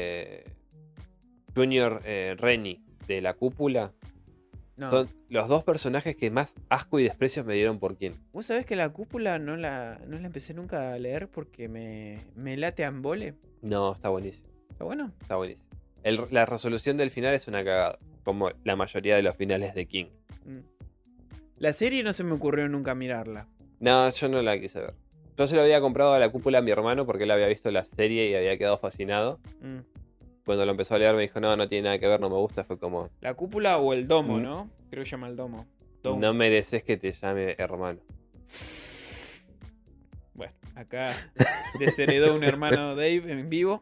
Junior Rennie de La Cúpula, No. son los dos personajes que más asco y desprecio me dieron por quién. ¿Vos sabés que la cúpula no la empecé nunca a leer porque me late a embole? No, está buenísimo. ¿Está bueno? Está buenísimo. La resolución del final es una cagada, como la mayoría de los finales de King. Mm. La serie no se me ocurrió nunca mirarla. No, yo no la quise ver. Yo se lo había comprado a La Cúpula a mi hermano porque él había visto la serie y había quedado fascinado. Mm. Cuando lo empezó a leer me dijo, no, no tiene nada que ver, no me gusta. Fue como, La cúpula o el domo, "N- ¿no? Creo que se llama el domo. no Dome. mereces que te llame hermano. Bueno, acá desheredó un hermano Dave en vivo.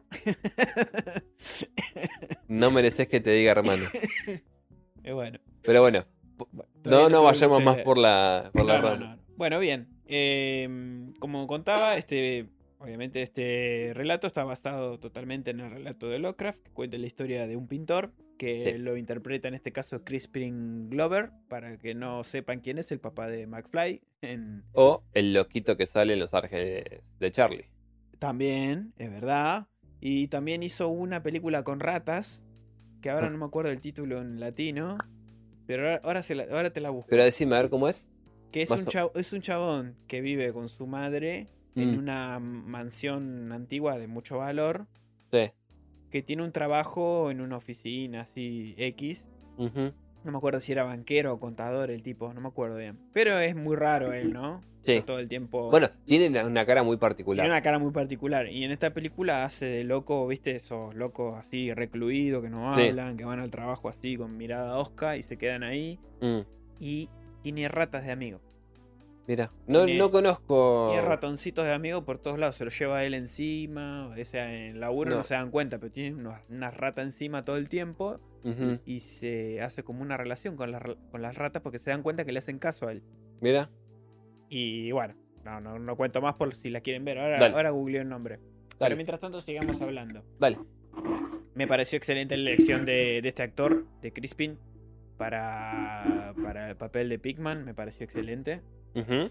No mereces que te diga hermano. Bueno, Pero bueno, todavía no tuve el gusto vayamos de más leer. por la No, no, rama. no. Bueno, bien. Como contaba, obviamente este relato está basado totalmente en el relato de Lovecraft, que cuenta la historia de un pintor que Sí. lo interpreta en este caso Crispin Glover, para que no sepan quién es el papá de McFly. O el loquito que sale en Los Ángeles de Charlie. También, es verdad. Y también hizo una película con ratas, que ahora no me acuerdo el título en latino, pero ahora te la Pero busco. decime a ver cómo es. Que es Más o- es un chabón que vive con su madre en Mm, una mansión antigua de mucho valor, sí. que tiene un trabajo en una oficina así X. Ujú, No me acuerdo si era banquero o contador el tipo, no me acuerdo bien. Pero es muy raro él, ¿no? Está sí. todo el tiempo... Bueno, tiene una cara muy Tiene particular. una cara muy particular. Y en esta película hace de loco, ¿viste? Esos locos así recluidos que no Sí. hablan, que van al trabajo así con mirada osca y se quedan ahí. Mm, Y tiene ratas de amigos. mira, no Tiene conozco. ratoncitos de amigos por todos lados. Se los lleva él encima. O sea, en el laburo no No. se dan cuenta, pero tiene una rata encima todo el tiempo. Ujú, Y se hace como una relación con las ratas porque se dan cuenta que le hacen caso a él. mira, Y bueno, no cuento más por si la quieren ver. Ahora, dale. ahora googleé el nombre. Pero Dale, mientras tanto sigamos hablando. dale. Me pareció excelente la elección de este actor, de Crispin, para el papel de Pigman. Me pareció excelente. Ujú.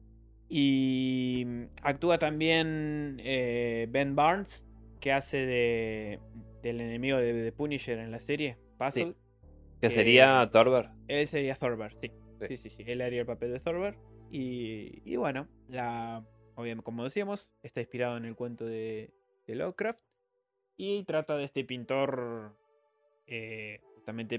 Y actúa también Ben Barnes, que hace del enemigo de Punisher en la serie, Sí. Puzzle. Que sería Thorber. Él sería Thorber, sí. Sí. Sí. Él haría el papel de Thorber. Y bueno, obviamente, como decíamos, está inspirado en el cuento de Lovecraft. Y trata de este pintor, justamente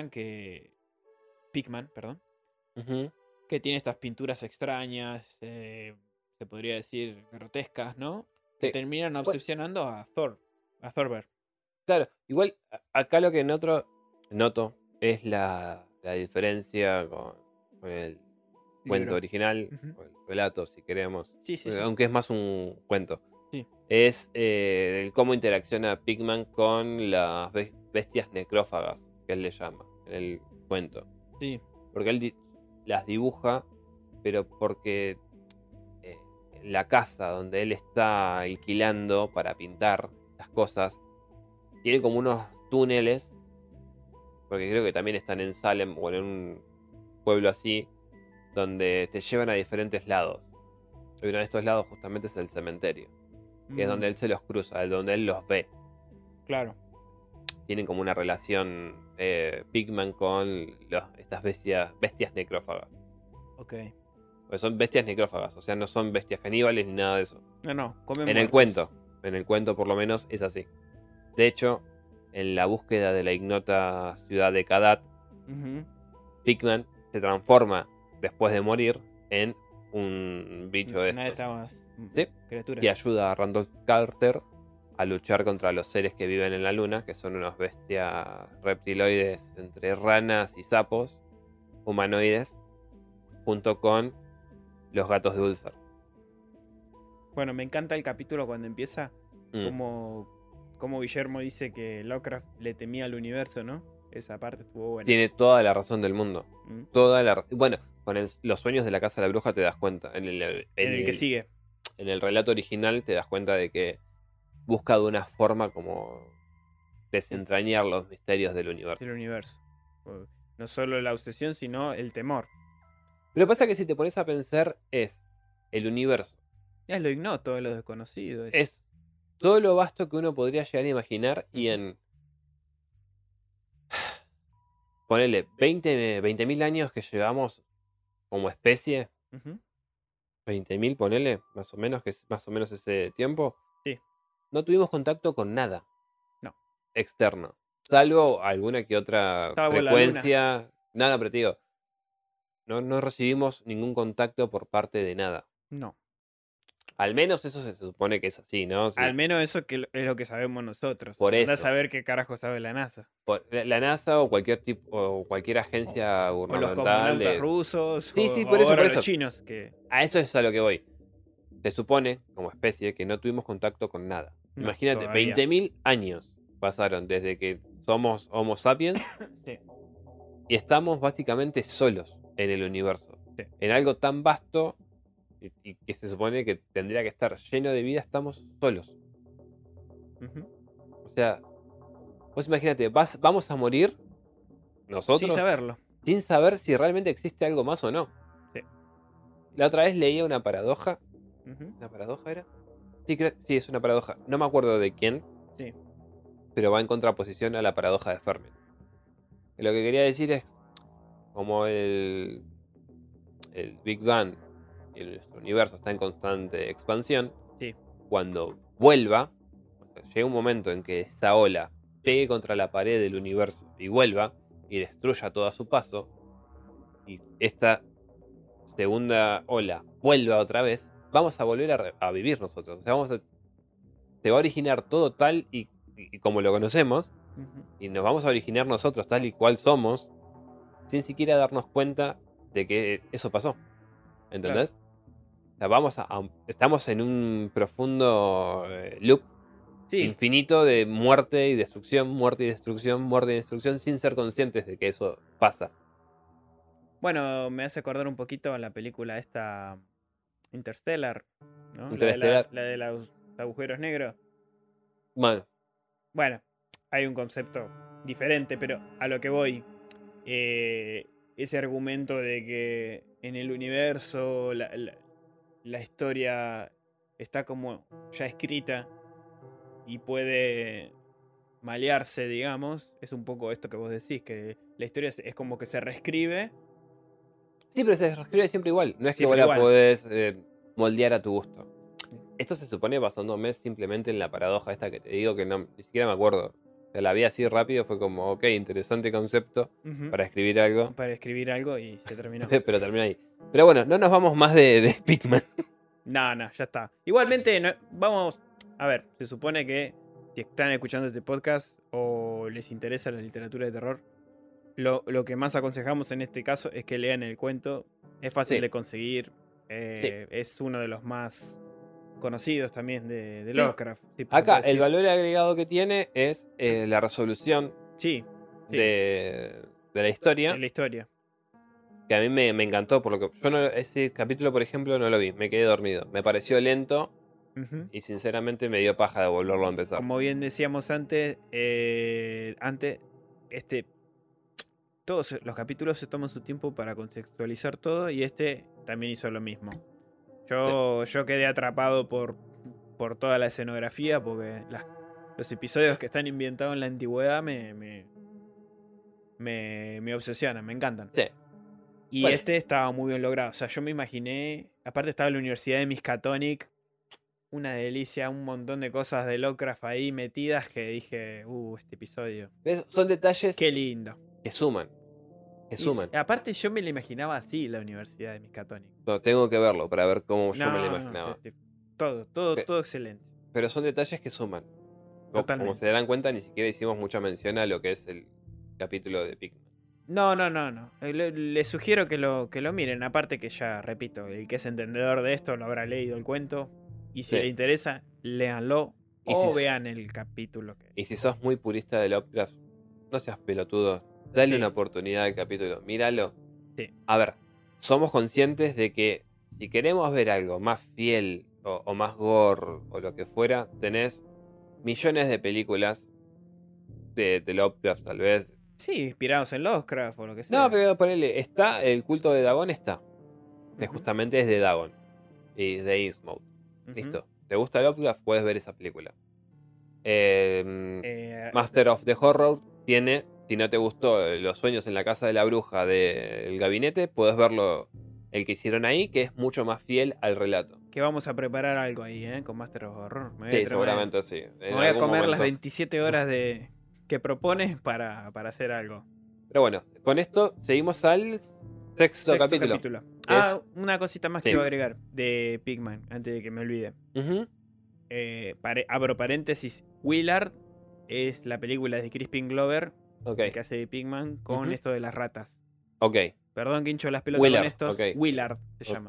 Pigman, perdón, Ujú. que tiene estas pinturas extrañas, se podría decir grotescas, ¿no? Que Sí. terminan Bueno, obsesionando a Thorber. claro, igual acá lo que noto es la diferencia con el cuento Libro. original, Ujú. o el relato, si queremos, Sí. aunque es más un cuento. Sí. Es el cómo interacciona Pigman con las bestias necrófagas, que él le llama en el cuento. Sí. Porque él las dibuja, pero porque eh, la casa donde él está alquilando para pintar las cosas tiene como unos túneles, porque creo que también están en Salem o en un pueblo así, donde te llevan a diferentes lados. Y uno de estos lados justamente es el cementerio, que es donde él se los cruza, donde él los ve. Claro. Tienen como una relación Pigman con estas bestias necrófagas. Ok. Porque son bestias necrófagas, o sea, no son bestias caníbales ni nada de eso. No, comen En el muertos. cuento por lo menos es así. De hecho, en la búsqueda de la ignota ciudad de Kadat, Ujú. Pigman se transforma después de morir en un bicho de Una de estos. estas ¿Sí? criaturas. Y ayuda a Randolph Carter a luchar contra los seres que viven en la luna, que son unos bestias reptiloides entre ranas y sapos, humanoides, junto con los gatos de Ulthar. Bueno, me encanta el capítulo cuando empieza, Mm. como Guillermo dice que Lovecraft le temía al universo, ¿no? Esa parte estuvo buena. Tiene toda la razón del mundo. Mm. Bueno, con los sueños de la casa de la bruja te das cuenta. En el que sigue. en el relato original te das cuenta de que busca de una forma como desentrañar los misterios del universo. Del universo. No solo la obsesión, sino el temor. Pero pasa que si te pones a pensar, es el universo. Es lo ignoto, es lo desconocido. Es todo lo vasto que uno podría llegar a imaginar y Ujú. en, ponele, 20.000 años que llevamos como especie, Ujú. 20.000, ponele, más o menos, que es más o menos ese tiempo, Sí. no tuvimos contacto con nada No. externo. Salvo alguna que otra Salvo la luna. frecuencia. Nada, pero te digo, no recibimos ningún contacto por parte de nada. No. Al menos eso se supone que es así, ¿no? Sí, Al menos eso que es lo que sabemos nosotros. por Andá a eso. saber qué carajo sabe la NASA. La NASA o cualquier tipo o cualquier agencia O los gubernamental cosmonautas rusos. Sí, O, sí, o por ahora los eso. chinos. Que A eso es a lo que voy. Se supone, como especie, que no tuvimos contacto con nada. no, Imagínate, todavía. 20.000 años pasaron desde que somos Homo sapiens Sí. y estamos básicamente solos en el universo. Sí. En algo tan vasto y que se supone que tendría que estar lleno de vida, estamos solos. Ujú. O sea, vos imagínate, vamos a morir nosotros Sin saberlo. sin saber si realmente existe algo más o no. Sí. La otra vez leía una paradoja. Ujú. ¿Una paradoja era? Sí, sí, es una paradoja. No me acuerdo de quién, Sí. pero va en contraposición a la paradoja de Fermi. Lo que quería decir es, como el Big Bang y nuestro universo está en constante expansión, Sí. cuando vuelva, cuando llegue un momento en que esa ola pegue contra la pared del universo y vuelva y destruya todo a su paso, y esta segunda ola vuelva otra vez, vamos a volver a vivir nosotros. O sea, se va a originar todo tal y como lo conocemos, Ujú. y nos vamos a originar nosotros tal y cual somos, sin siquiera darnos cuenta de que eso pasó. ¿Entendés? O sea, estamos en un profundo loop Sí. infinito de muerte y destrucción, muerte y destrucción, muerte y destrucción, sin ser conscientes de que eso pasa. Bueno, me hace acordar un poquito a la película esta Interstellar, ¿no? Interestelar. La de la agujeros negros. Bueno, Bueno, hay un concepto diferente, pero a lo que voy, ese argumento de que en el universo la historia está como ya escrita y puede malearse, digamos, es un poco esto que vos decís, que la historia es como que se reescribe sí, pero se reescribe siempre igual. No es que vos siempre la igual. podés moldear a tu gusto. Esto se supone basándome simplemente en la paradoja esta que te digo que no, ni siquiera me acuerdo. O sea, la vi así rápido, fue como, ok, interesante concepto Ujú. para escribir algo, Para escribir algo y se terminó. pero termina ahí. Pero bueno, no nos vamos más de Pikmin. No, ya está. Igualmente, vamos. A ver, se supone que si están escuchando este podcast o les interesa la literatura de terror, lo que más aconsejamos en este caso es que lean el cuento. Es fácil Sí, de conseguir. sí, Es uno de los más conocidos también de sí. Lovecraft. Si se Acá puede el decir. valor agregado que tiene es la resolución Sí, sí, de la de historia, la historia. que a mí me encantó, por lo que yo ese capítulo, por ejemplo, no lo vi, me quedé dormido. Me pareció lento Ujú. y sinceramente me dio paja de volverlo a empezar. Como bien decíamos antes, este, todos los capítulos se toman su tiempo para contextualizar todo y este también hizo lo mismo. Sí. Yo quedé atrapado por toda la escenografía porque los episodios que están ambientados en la antigüedad me obsesionan, me encantan. Sí. Y Bueno, este estaba muy bien logrado. O sea, yo me imaginé, aparte estaba en la Universidad de Miskatonic, una delicia, un montón de cosas de Lovecraft ahí metidas que dije, este episodio. son detalles Qué lindo. que suman, que suman. Aparte yo me la imaginaba así, la Universidad de Miskatonic. No, tengo que verlo para ver cómo yo me lo No, imaginaba. Pe- todo excelente. Pero son detalles que suman. Como se Totalmente. darán cuenta, ni siquiera hicimos mucha mención a lo que es el capítulo de Pikmin. No. Les sugiero que lo miren. Aparte que ya, repito, el que es entendedor de esto lo habrá leído el cuento. Y si Sí. le interesa, léanlo Y o si, vean el capítulo. y si sos muy purista de Lovecraft, no seas pelotudo. Dale Sí, una oportunidad al capítulo. Míralo. sí. A ver, somos conscientes de que si queremos ver algo más fiel o más gore o lo que fuera, tenés millones de películas de Lovecraft, tal vez. Sí, inspirados en Lovecraft o lo que No, sea. pero ponele, está el culto de Dagon, está. Que Ujú, justamente es de Dagon y de Innsmouth. ujú. Listo. ¿Te gusta Lovecraft? Puedes ver esa película. Eh, Master of the Horror tiene, si no te gustó Los sueños en la casa de la bruja del gabinete, puedes verlo, el que hicieron ahí, que es mucho más fiel al relato. que vamos a preparar algo ahí, con Master of Horror. Sí, seguramente sí. Me En voy a algún comer las momento. 27 horas que propones para hacer algo. Pero bueno, con esto seguimos al sexto capítulo. Una cosita más Sí. que iba a agregar de Pigman, antes de que me olvide. Ujú. Abro paréntesis. Willard es la película de Crispin Glover, Ok, el que hace de Pigman, con Ujú. esto de las ratas. ok. Perdón que hincho las pelotas Willard, con estos. ok. Willard se Ok, llama.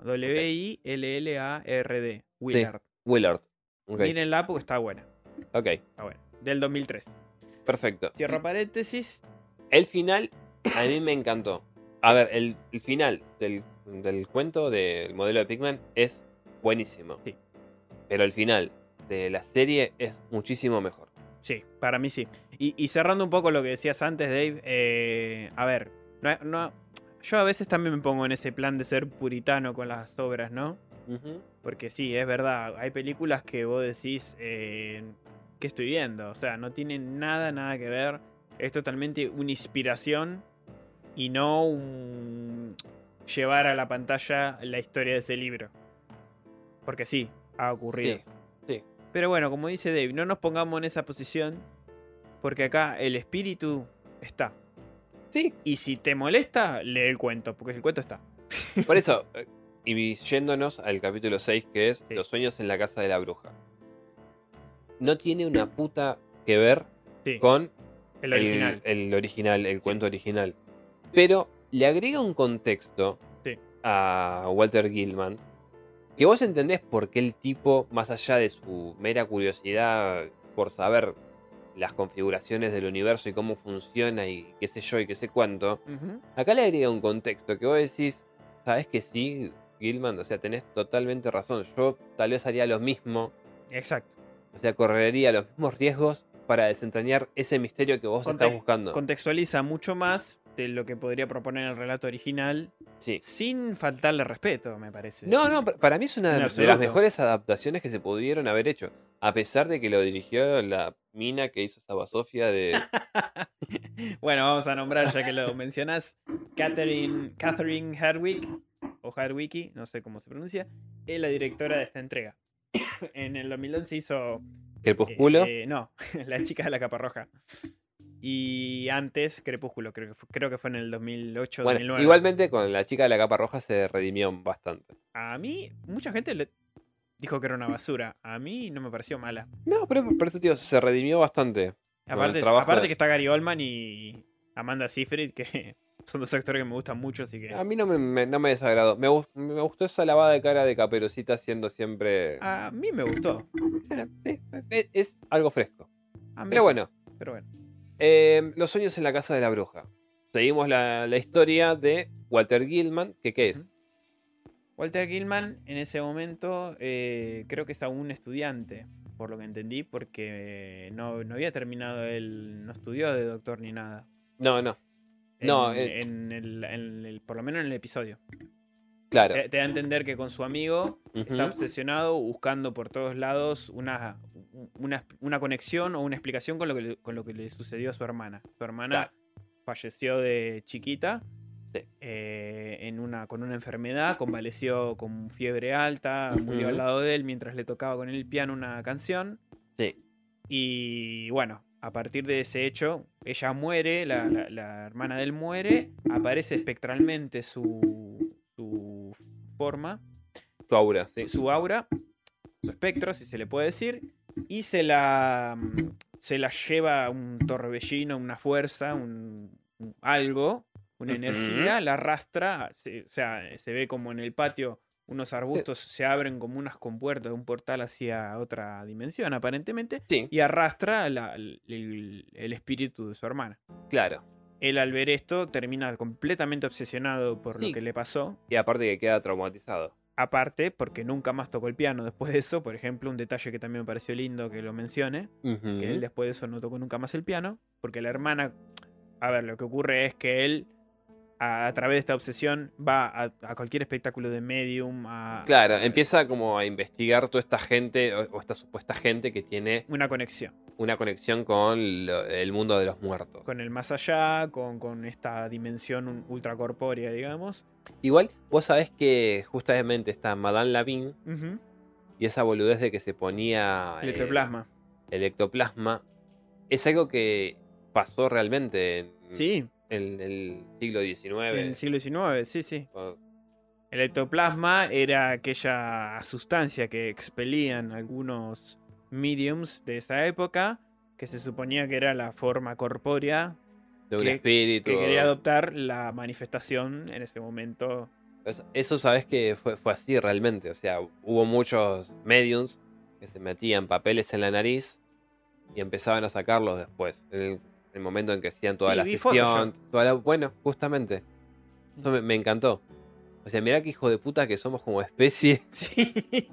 Willard. Sí, Willard. Willard. Ok, Mírenla porque está buena. ok, Está buena. Del 2003. perfecto. Cierro paréntesis. El final a mí me encantó. A ver, el final del cuento del modelo de Pikmin es buenísimo. Sí. Pero el final de la serie es muchísimo mejor. Sí, para mí sí. Y cerrando un poco lo que decías antes, Dave. A ver, yo a veces también me pongo en ese plan de ser puritano con las obras, ¿no? Ujú. Porque sí, es verdad. Hay películas que vos decís, ¿qué estoy viendo? O sea, no tienen nada que ver. Es totalmente una inspiración y no un llevar a la pantalla la historia de ese libro. Porque sí, ha ocurrido. Sí, sí. Pero bueno, como dice Dave, no nos pongamos en esa posición porque acá el espíritu está. Sí, Y si te molesta, lee el cuento, porque el cuento está. por eso, y yéndonos al capítulo 6, que es Sí. Los sueños en la casa de la bruja. No tiene una puta que ver Sí, con el original. el original, el cuento original. Pero le agrega un contexto Sí. a Walter Gilman que vos entendés por qué el tipo, más allá de su mera curiosidad por saber las configuraciones del universo y cómo funciona y qué sé yo y qué sé cuánto, Ujú. acá le agrega un contexto que vos decís, sabes que sí, Gilman, o sea, tenés totalmente razón. Yo tal vez haría lo mismo Exacto. O sea, correría los mismos riesgos para desentrañar ese misterio que vos estás buscando. Contextualiza mucho más de lo que podría proponer el relato original, Sí. sin faltarle respeto, me parece. No, para mí es una En de las absoluto. mejores adaptaciones que se pudieron haber hecho. A pesar de que lo dirigió la mina que hizo esta basofia de. Bueno, vamos a nombrar, ya que lo mencionas, Catherine Hardwicke, o Hardwicke, no sé cómo se pronuncia, es la directora de esta entrega. En el 2011 hizo... Crepúsculo. No, La chica de la capa roja. Y antes, Crepúsculo, creo que fue en el 2008, Bueno, 2009. igualmente con la chica de la capa roja se redimió bastante. A mí, mucha gente le dijo que era una basura. A mí no me pareció mala. No, pero por eso, tío, se redimió bastante con el trabajo. Aparte que está Gary Oldman y Amanda Seyfried, que son dos actores que me gustan mucho, así que... A mí no me desagradó. Me gustó esa lavada de cara de Caperucita siendo siempre. A mí me gustó. Sí, es algo fresco. A mí Pero sí, bueno, pero bueno. Los sueños en la casa de la bruja. Seguimos la historia de Walter Gilman, que ¿qué es? Walter Gilman en ese momento creo que es aún estudiante, por lo que entendí, porque no había terminado él, no estudió de doctor ni nada. No. Por lo menos en el episodio. Claro. Te da a entender que con su amigo está Ujú. obsesionado buscando por todos lados una conexión o una explicación con lo que le sucedió a su hermana. Su hermana falleció de chiquita. Sí. Con una enfermedad, convaleció con fiebre alta, murió al lado de él mientras le tocaba con el piano una canción. Sí. Y bueno, a partir de ese hecho, ella muere, la hermana de él muere, aparece espectralmente su forma, Tu aura, sí. su aura, su espectro, si se le puede decir, y se la lleva un torbellino, una fuerza, algo, una energía, la arrastra, o sea, se ve como en el patio unos arbustos se abren como unas compuertas de un portal hacia otra dimensión, aparentemente, Sí. y arrastra el espíritu de su hermana. Claro. Él al ver esto termina completamente obsesionado por lo Sí. que le pasó. Y aparte que queda traumatizado. Aparte, porque nunca más tocó el piano después de eso. Por ejemplo, un detalle que también me pareció lindo que lo mencione, que él después de eso no tocó nunca más el piano, porque la hermana, a ver, lo que ocurre es que él, a través de esta obsesión, va a cualquier espectáculo de medium. Claro, empieza como a investigar toda esta gente, o esta supuesta gente que tiene una conexión con el mundo de los muertos. Con el más allá, con esta dimensión ultracorpórea, digamos. Igual, vos sabés que justamente está Madame Lavigne y esa boludez de que se ponía el ectoplasma es algo que pasó realmente Sí. en el siglo XIX. En el siglo XIX, sí. El ectoplasma era aquella sustancia que expelían algunos mediums de esa época, que se suponía que era la forma corpórea de un espíritu. Que quería adoptar la manifestación en ese momento. Eso sabés que fue así realmente. O sea, hubo muchos mediums que se metían papeles en la nariz y empezaban a sacarlos después. En el momento en que hacían toda la sesión. Bueno, justamente. Eso me encantó. O sea, mirá qué hijo de puta que somos como especie. Sí.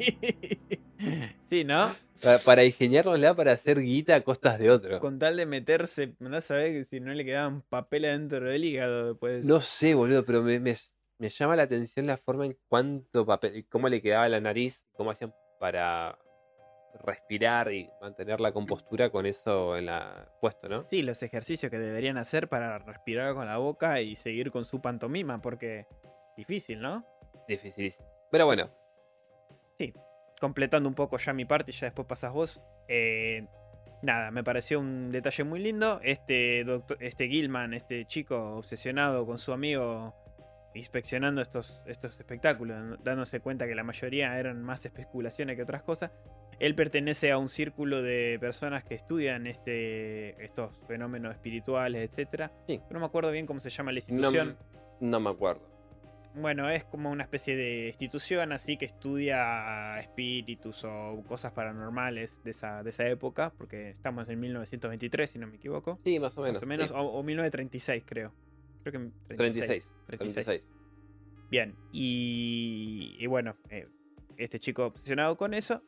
Sí, ¿no? Para ingeniárnosla para hacer guita a costas de otro. Con tal de meterse, andás a ver que si no le quedaban papel adentro del hígado después. No sé, boludo, pero me llama la atención la forma en cuánto papel, cómo le quedaba la nariz, cómo hacían para respirar y mantener la compostura con eso puesto, ¿no? Sí, los ejercicios que deberían hacer para respirar con la boca y seguir con su pantomima, porque difícil, ¿no? Dificilísimo. Pero bueno. Sí, completando un poco ya mi parte y ya después pasas vos. Nada, me pareció un detalle muy lindo. Este Gilman, este chico obsesionado con su amigo, inspeccionando estos espectáculos, dándose cuenta que la mayoría eran más especulaciones que otras cosas. Él pertenece a un círculo de personas que estudian estos fenómenos espirituales, etc. Sí. No me acuerdo bien cómo se llama la institución. No me acuerdo. Bueno, es como una especie de institución así que estudia espíritus o cosas paranormales de esa época, porque estamos en 1923, si no me equivoco. Sí, más o menos. Sí. O 1936, creo. Creo que 36. Bien, y bueno, este chico obsesionado con eso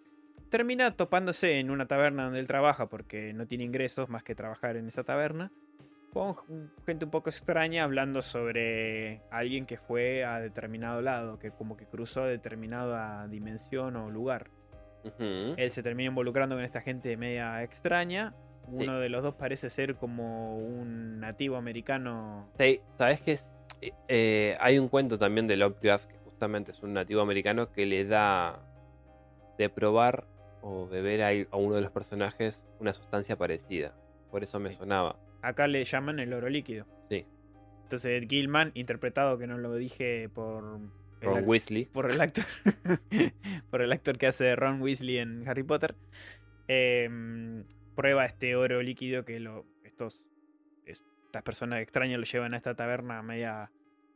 termina topándose en una taberna donde él trabaja porque no tiene ingresos más que trabajar en esa taberna, con gente un poco extraña hablando sobre alguien que fue a determinado lado, que como que cruzó determinada dimensión o lugar. Ujú. Él se termina involucrando con esta gente media extraña. Sí. Uno de los dos parece ser como un nativo americano. Sí, ¿sabes qué es? Hay un cuento también de Lovecraft que justamente es un nativo americano que le da de probar o beber a uno de los personajes una sustancia parecida. Por eso me Sí. sonaba. Acá le llaman el oro líquido. Sí, Entonces Gilman, interpretado, que no lo dije por Ron Weasley. por el actor por el actor que hace de Ron Weasley en Harry Potter, prueba este oro líquido que estas personas extrañas lo llevan a esta taberna media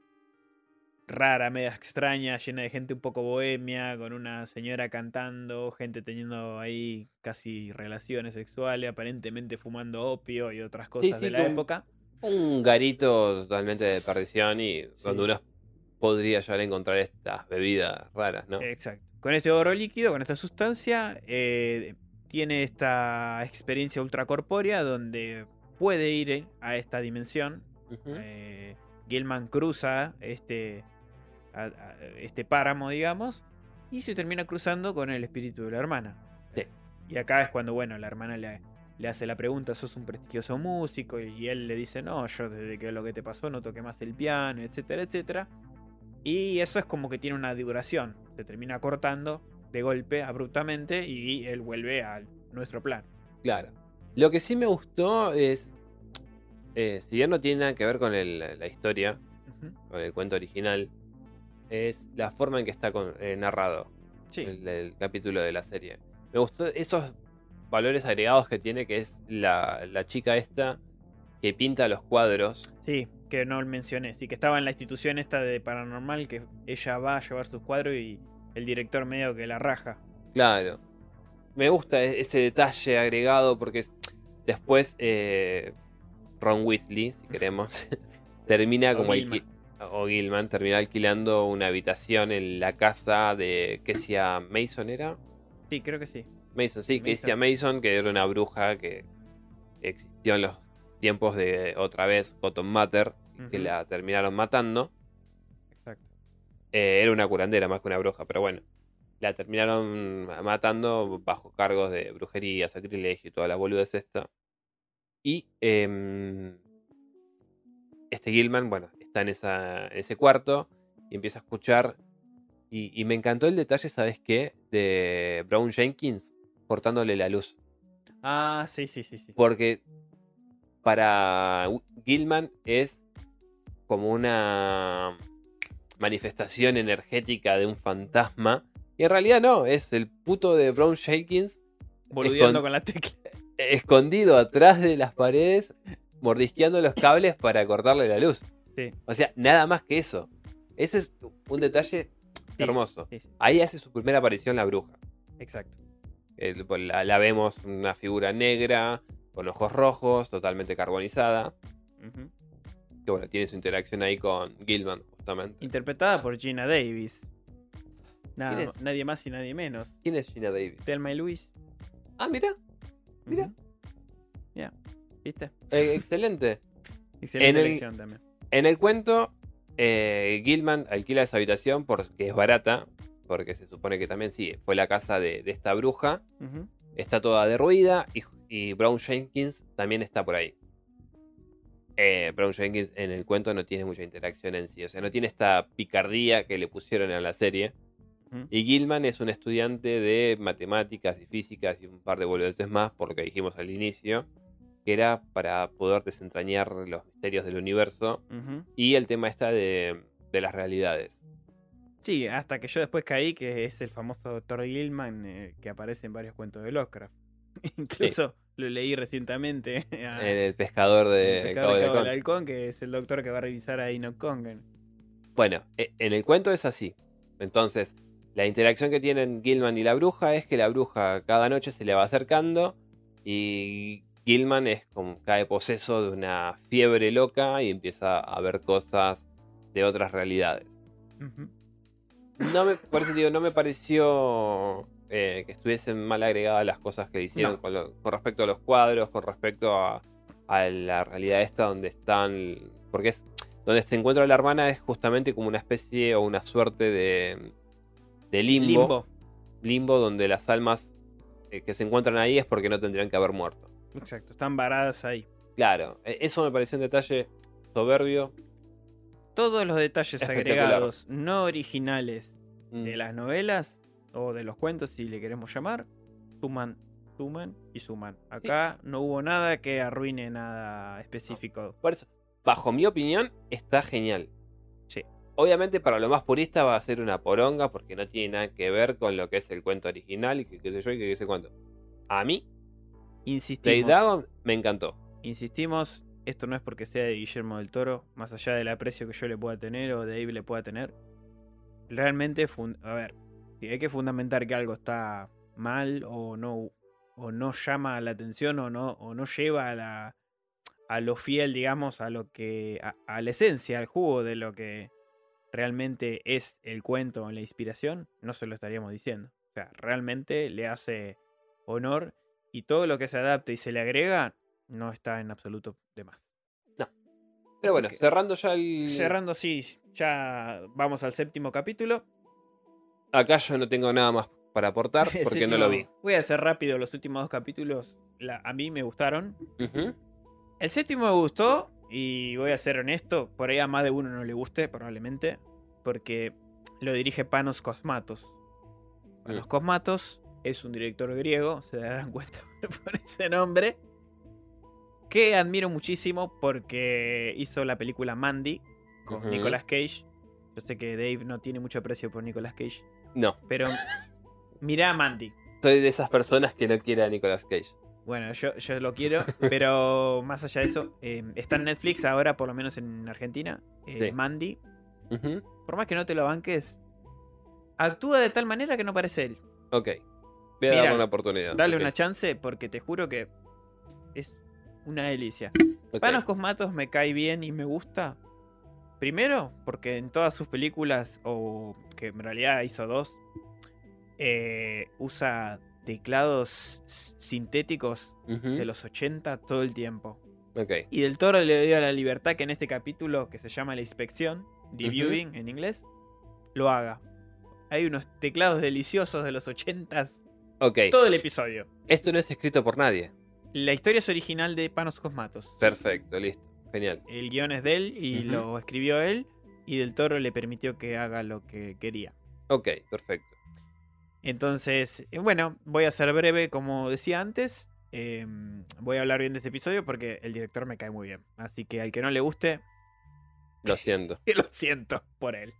rara, media extraña, llena de gente un poco bohemia, con una señora cantando, gente teniendo ahí casi relaciones sexuales, aparentemente fumando opio y otras Sí, cosas de sí, la época. un garito totalmente de perdición y donde Sí. uno podría llegar a encontrar estas bebidas raras, ¿no? Exacto. Con este oro líquido, con esta sustancia, tiene esta experiencia ultracorpórea donde puede ir a esta dimensión. Ujú. Gilman cruza este páramo, digamos, y se termina cruzando con el espíritu de la hermana. Sí. Y acá es cuando, bueno, la hermana le hace la pregunta, sos un prestigioso músico, y él le dice, no, yo desde que lo que te pasó no toqué más el piano, etcétera, etcétera. Y eso es como que tiene una duración. Se termina cortando de golpe, abruptamente, y él vuelve a nuestro plan. Claro. Lo que sí me gustó es, si bien no tiene nada que ver con la historia, Ujú. con el cuento original, es la forma en que está narrado Sí, el capítulo de la serie. Me gustó esos valores agregados que tiene, que es la chica esta que pinta los cuadros. sí, que no mencioné. Sí, que estaba en la institución esta de paranormal, que ella va a llevar sus cuadros y el director medio que la raja. Claro. Me gusta ese detalle agregado porque después Ron Weasley, si queremos, termina O como Gilman. o Gilman termina alquilando una habitación en la casa de Kessia Mason, ¿era? Sí, creo que sí. Mason, sí, Mason. Kessia Mason, que era una bruja que existió en los tiempos de otra vez Cotton Mather, que Ujú. la terminaron matando. Exacto. Era una curandera más que una bruja, pero bueno. La terminaron matando bajo cargos de brujería, sacrilegio y toda la boludez esta. Y este Gilman, bueno, está en ese cuarto y empieza a escuchar. Y me encantó el detalle, ¿sabes qué? De Brown Jenkins cortándole la luz. Ah, sí, sí, sí, sí. Porque para Gilman es como una manifestación energética de un fantasma. Y en realidad no, es el puto de Brown Jenkins Boludeando con la tecla. escondido atrás de las paredes, mordisqueando los cables para cortarle la luz. Sí. O sea, nada más que eso. Ese es un detalle Sí, hermoso. sí, sí. Ahí hace su primera aparición la bruja. Exacto. La vemos una figura negra, con ojos rojos, totalmente carbonizada. Ujú. Que bueno, tiene su interacción ahí con Gilman, justamente. Interpretada por Gina Davis. ¿Quién es? Nadie más y nadie menos. ¿Quién es Gina Davis? Thelma y Luis. Ah, mira, mira. Ujú. Ya, ¿viste? Excelente. Excelente el- elección también. En el cuento, Gilman alquila esa habitación porque es barata, porque se supone que también sí, fue la casa de esta bruja. Ujú. Está toda derruida y Brown Jenkins también está por ahí. Brown Jenkins en el cuento no tiene mucha interacción en sí, o sea, no tiene esta picardía que le pusieron en la serie. Ujú. Y Gilman es un estudiante de matemáticas y físicas y un par de boludeces más, por lo que dijimos al inicio, que era para poder desentrañar los misterios del universo Ujú. y el tema está de las realidades. Sí, hasta que yo después caí que es el famoso Dr. Gilman que aparece en varios cuentos de Lovecraft. Incluso lo leí recientemente En el pescador El de pescador Cabo de del Cabo del Halcón. Halcón, que es el doctor que va a revisar a Enoch Congan. Bueno, en el cuento es así. Entonces, la interacción que tienen Gilman y la bruja es que la bruja cada noche se le va acercando y Gilman es como cae poseso de una fiebre loca y empieza a ver cosas de otras realidades. Ujú. Por eso digo, no me pareció que estuviesen mal agregadas las cosas que hicieron No. con respecto a los cuadros, con respecto a la realidad esta donde están. Porque es donde se encuentra la hermana, es justamente como una especie o una suerte de limbo. Limbo donde las almas que se encuentran ahí es porque no tendrían que haber muerto. Exacto, están varadas ahí. Claro, eso me pareció un detalle soberbio. Todos los detalles Espectacular. agregados no originales de Mm. las novelas o de los cuentos, si le queremos llamar, suman y suman. Acá no hubo nada que arruine nada específico. Por eso, bajo mi opinión, está genial. Sí. Obviamente para lo más purista va a ser una poronga porque no tiene nada que ver con lo que es el cuento original y que qué sé yo y que qué sé cuánto. A mí, Dave Insistimos, Dagon me encantó. esto no es porque sea de Guillermo del Toro, más allá del aprecio que yo le pueda tener o Dave le pueda tener. Realmente, a ver, si hay que fundamentar que algo está mal o no llama la atención o no lleva a lo fiel, digamos, a lo que a la esencia, al jugo de lo que realmente es el cuento o la inspiración, no se lo estaríamos diciendo. O sea, realmente le hace honor y todo lo que se adapta y se le agrega no está en absoluto de más. No. Pero Así bueno, que, cerrando ya el. cerrando, sí, ya vamos al séptimo capítulo. Acá yo no tengo nada más para aportar El porque no séptimo, lo vi. voy a hacer rápido los últimos 2 capítulos. A mí me gustaron. Ujú. El séptimo me gustó y voy a ser honesto, por ahí a más de uno no le guste probablemente, porque lo dirige Panos Cosmatos. Panos Cosmatos es un director griego, se darán cuenta por ese nombre, que admiro muchísimo porque hizo la película Mandy con Ujú. Nicolas Cage. Yo sé que Dave no tiene mucho aprecio por Nicolas Cage, No, pero mirá Mandy. soy de esas personas que no quiere a Nicolas Cage. Bueno, yo lo quiero, pero más allá de eso, está en Netflix ahora, por lo menos en Argentina, Sí. Mandy. Ujú. Por más que no te lo banques, actúa de tal manera que no parece él. Ok. Voy a darle Míralo, una oportunidad. dale Ok. una chance porque te juro que es una delicia. Ok. Panos Cosmatos me cae bien y me gusta. Primero, porque en todas sus películas, o que en realidad hizo 2, usa teclados sintéticos Ujú. de los 80 todo el tiempo. Ok. Y Del Toro le dio la libertad que en este capítulo, que se llama La Inspección, The Viewing en inglés, lo haga. Hay unos teclados deliciosos de los 80s Ok. todo el episodio. Esto no es escrito por nadie. La historia es original de Panos Cosmatos. Perfecto, listo. Genial. El guión es de él y Ujú. lo escribió él. Y Del Toro le permitió que haga lo que quería. Ok, perfecto. Entonces, bueno, voy a ser breve como decía antes. Voy a hablar bien de este episodio porque el director me cae muy bien. Así que al que no le guste, Lo siento. lo siento por él.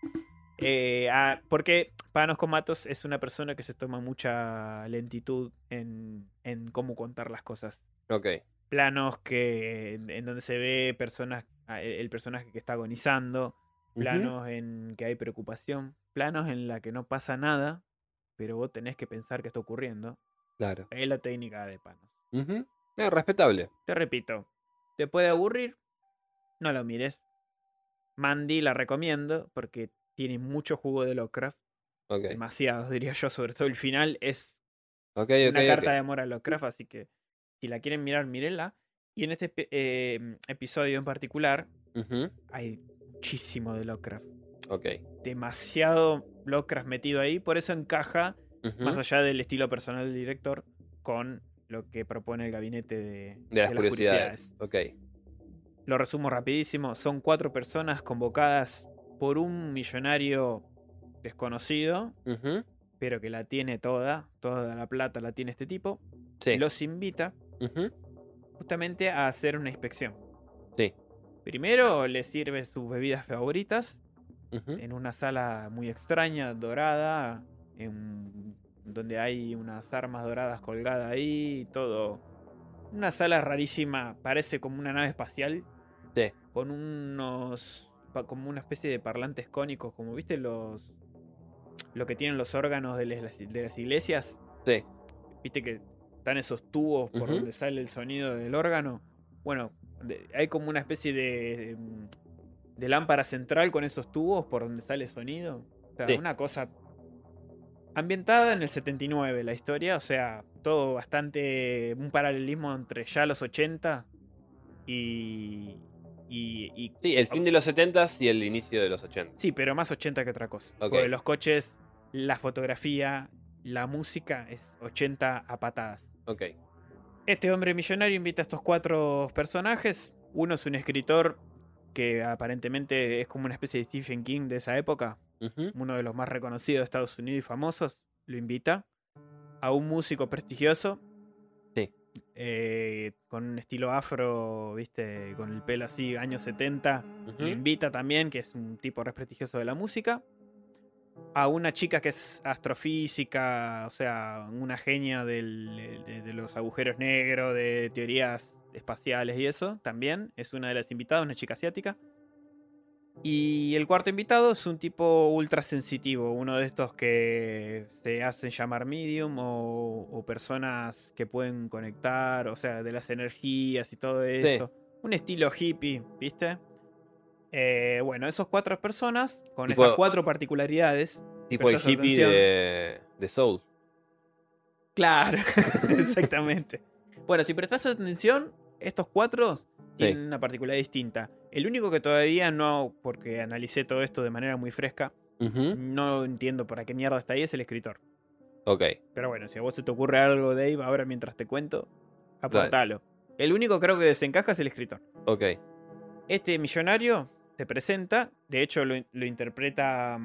Porque Panos Comatos es una persona que se toma mucha lentitud en cómo contar las cosas. Ok. Planos en donde se ve el personaje que está agonizando, planos en que hay preocupación, planos en la que no pasa nada, pero vos tenés que pensar que está ocurriendo. Claro. Es la técnica de Panos. Respetable. Te repito, ¿te puede aburrir? No lo mires. Mandy la recomiendo porque tiene mucho jugo de Lovecraft. Ok. Demasiado, diría yo, sobre todo el final es Ok, una carta ok. de amor a Lovecraft, así que si la quieren mirar, mírenla. Y en este episodio en particular Ujú. hay muchísimo de Lovecraft. Ok. Demasiado Lovecraft metido ahí, por eso encaja, Ujú. más allá del estilo personal del director, con lo que propone el gabinete De las de las curiosidades. curiosidades. Ok. Lo resumo rapidísimo, son 4 personas convocadas por un millonario desconocido, Ujú. pero que la tiene toda la plata la tiene este tipo. Sí. Los invita Ujú. justamente a hacer una inspección. Sí. Primero les sirve sus bebidas favoritas Ujú. en una sala muy extraña, dorada, donde hay unas armas doradas colgadas ahí, todo. Una sala rarísima, parece como una nave espacial, Sí. con como una especie de parlantes cónicos, como viste lo que tienen los órganos de las iglesias. Sí. Viste que están esos tubos por Ujú. donde sale el sonido del órgano. Bueno, hay como una especie de lámpara central con esos tubos por donde sale el sonido. O sea, Sí. una cosa Ambientada en el 79 la historia, o sea, todo bastante. Un paralelismo entre ya los 80 y. Sí, el fin de los 70s y el inicio de los 80. Sí, pero más 80 que otra cosa. Ok. Porque los coches, la fotografía, la música es 80 a patadas. Ok. Este hombre millonario invita a estos 4 personajes. Uno es un escritor que aparentemente es como una especie de Stephen King de esa época. Ujú. Uno de los más reconocidos de Estados Unidos y famosos. Lo invita. A un músico prestigioso. Sí. Con un estilo afro, viste, con el pelo así, años 70. Lo Ujú. invita también, que es un tipo re prestigioso de la música. A una chica que es astrofísica, o sea, una genia de los agujeros negros, de teorías espaciales y eso, también es una de las invitadas, una chica asiática. Y el cuarto invitado es un tipo ultra sensitivo, uno de estos que se hacen llamar medium o personas que pueden conectar, o sea, de las energías y todo esto. Un estilo hippie, ¿viste? Bueno, esos 4 personas, con Tipo- estas 4 particularidades. Tipo el prestás hippie atención. de Soul. Claro, exactamente. Bueno, si prestas atención, estos 4 tienen una particularidad distinta. El único que todavía no, porque analicé todo esto de manera muy fresca, Ujú. no entiendo para qué mierda está ahí, es el escritor. Ok. Pero bueno, si a vos se te ocurre algo, Dave, ahora mientras te cuento, aportalo. El único creo que desencaja es el escritor. Ok. Este millonario se presenta, de hecho lo interpreta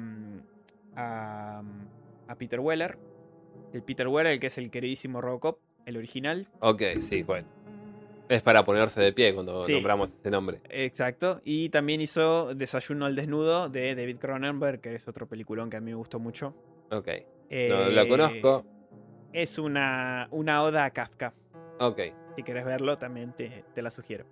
a Peter Weller. El Peter Weller, el que es el queridísimo Robocop, el original. Ok, sí, bueno. Es para ponerse de pie cuando Sí. nombramos este nombre. Exacto. Y también hizo Desayuno al Desnudo de David Cronenberg, que es otro peliculón que a mí me gustó mucho. Ok. No la conozco. Es una oda a Kafka. Ok. Si querés verlo, también te la sugiero.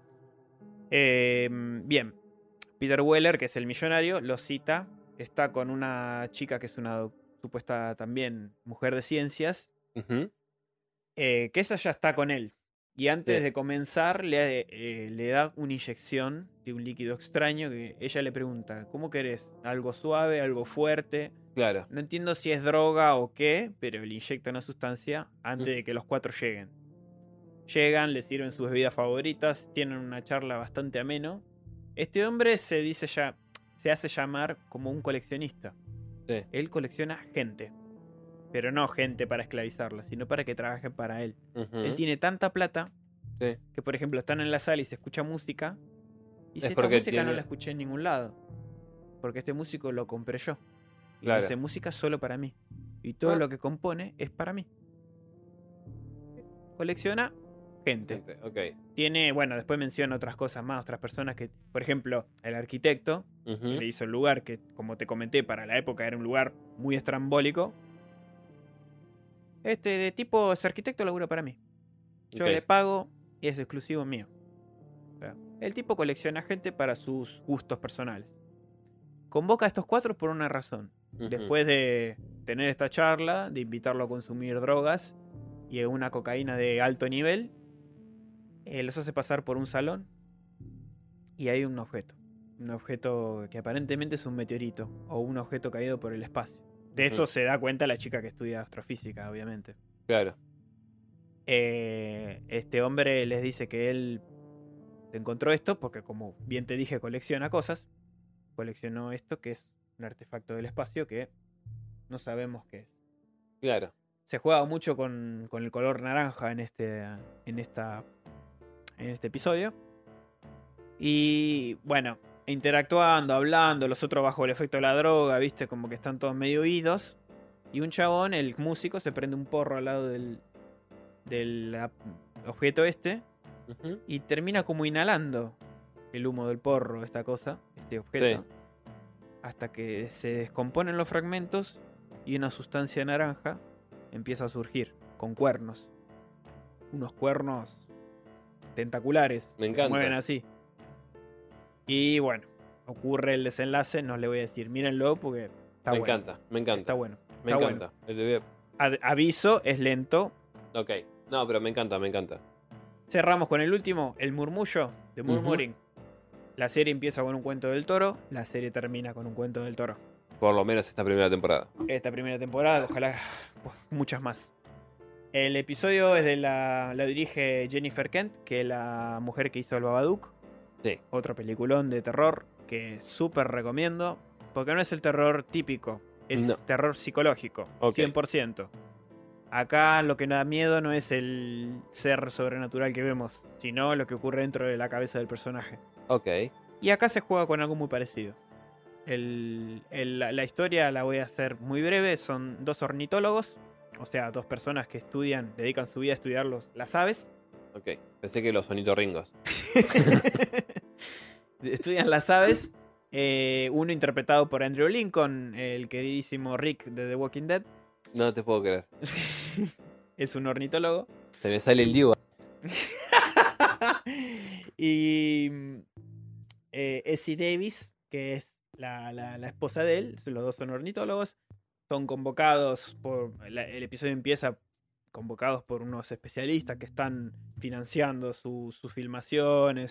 Bien. Peter Weller, que es el millonario, lo cita. Está con una chica que es una supuesta también mujer de ciencias. Ujú. Que esa ya está con él. Y antes Sí. de comenzar le da una inyección de un líquido extraño que ella le pregunta, ¿cómo querés? ¿Algo suave? ¿Algo fuerte? Claro. No entiendo si es droga o qué, pero le inyecta una sustancia antes Mm. de que los 4 lleguen. Llegan, le sirven sus bebidas favoritas, tienen una charla bastante ameno. Este hombre se hace llamar como un coleccionista. Sí. Él colecciona gente. Pero no gente para esclavizarla, sino para que trabajen para él. Ujú. Él tiene tanta plata Sí. que, por ejemplo, están en la sala y se escucha música. Y Es si esta porque música no tiene- la escuché en ningún lado. Porque este músico lo compré yo. Y Claro. hace música solo para mí. Y todo Ah. lo que compone es para mí. Colecciona gente. Ok. Tiene, bueno, después menciona otras cosas más, otras personas que, por ejemplo, el arquitecto Ujú. que le hizo el lugar, que como te comenté, para la época era un lugar muy estrambólico. Este de tipo, ese arquitecto labura para mí. Yo Ok. le pago y es exclusivo mío. O sea, el tipo colecciona gente para sus gustos personales. Convoca a estos 4 por una razón. Ujú. Después de tener esta charla, de invitarlo a consumir drogas y una cocaína de alto nivel, los hace pasar por un salón y hay un objeto. Un objeto que aparentemente es un meteorito o un objeto caído por el espacio. De esto Ujú. se da cuenta la chica que estudia astrofísica, obviamente. Claro. Este hombre les dice que él encontró esto porque, como bien te dije, colecciona cosas. Coleccionó esto que es un artefacto del espacio que no sabemos qué es. Claro. Se juega mucho con el color naranja en este episodio. Y bueno, interactuando, hablando, los otros bajo el efecto de la droga, viste, como que están todos medio oídos. Y un chabón, el músico, se prende un porro al lado del objeto este. Ujú. Y termina como inhalando el humo del porro, esta cosa, este objeto. Sí. Hasta que se descomponen los fragmentos y una sustancia naranja empieza a surgir con cuernos. Unos cuernos tentaculares Me que se encanta. mueven así. Y bueno, ocurre el desenlace, no le voy a decir, mírenlo porque está Me bueno. encanta. Me encanta. Está bueno. Me está encanta. bueno. Aviso, es lento. Ok. No, pero me encanta, me encanta. Cerramos con el último, el murmullo de Murmuring. La serie empieza con un cuento del toro, la serie termina con un cuento del toro. Por lo menos esta primera temporada. esta primera temporada, ojalá pues, muchas más. El episodio es la dirige Jennifer Kent, que es la mujer que hizo el Babadook. Sí. Otro peliculón de terror que súper recomiendo. Porque no es el terror típico, es No. terror psicológico, Ok. 100%. Acá lo que nos da miedo no es el ser sobrenatural que vemos, sino lo que ocurre dentro de la cabeza del personaje. Ok. Y acá se juega con algo muy parecido. La historia la voy a hacer muy breve. Son dos ornitólogos, o sea, dos personas que dedican su vida a estudiar las aves. Ok. Pensé que los ornitorringos. Estudian las aves. Uno interpretado por Andrew Lincoln, el queridísimo Rick de The Walking Dead. No te puedo creer. Es un ornitólogo. Se me sale el Diego. Y Essie Davis, que es la esposa de él, los dos son ornitólogos, son convocados el episodio empieza convocados por unos especialistas que están financiando sus filmaciones,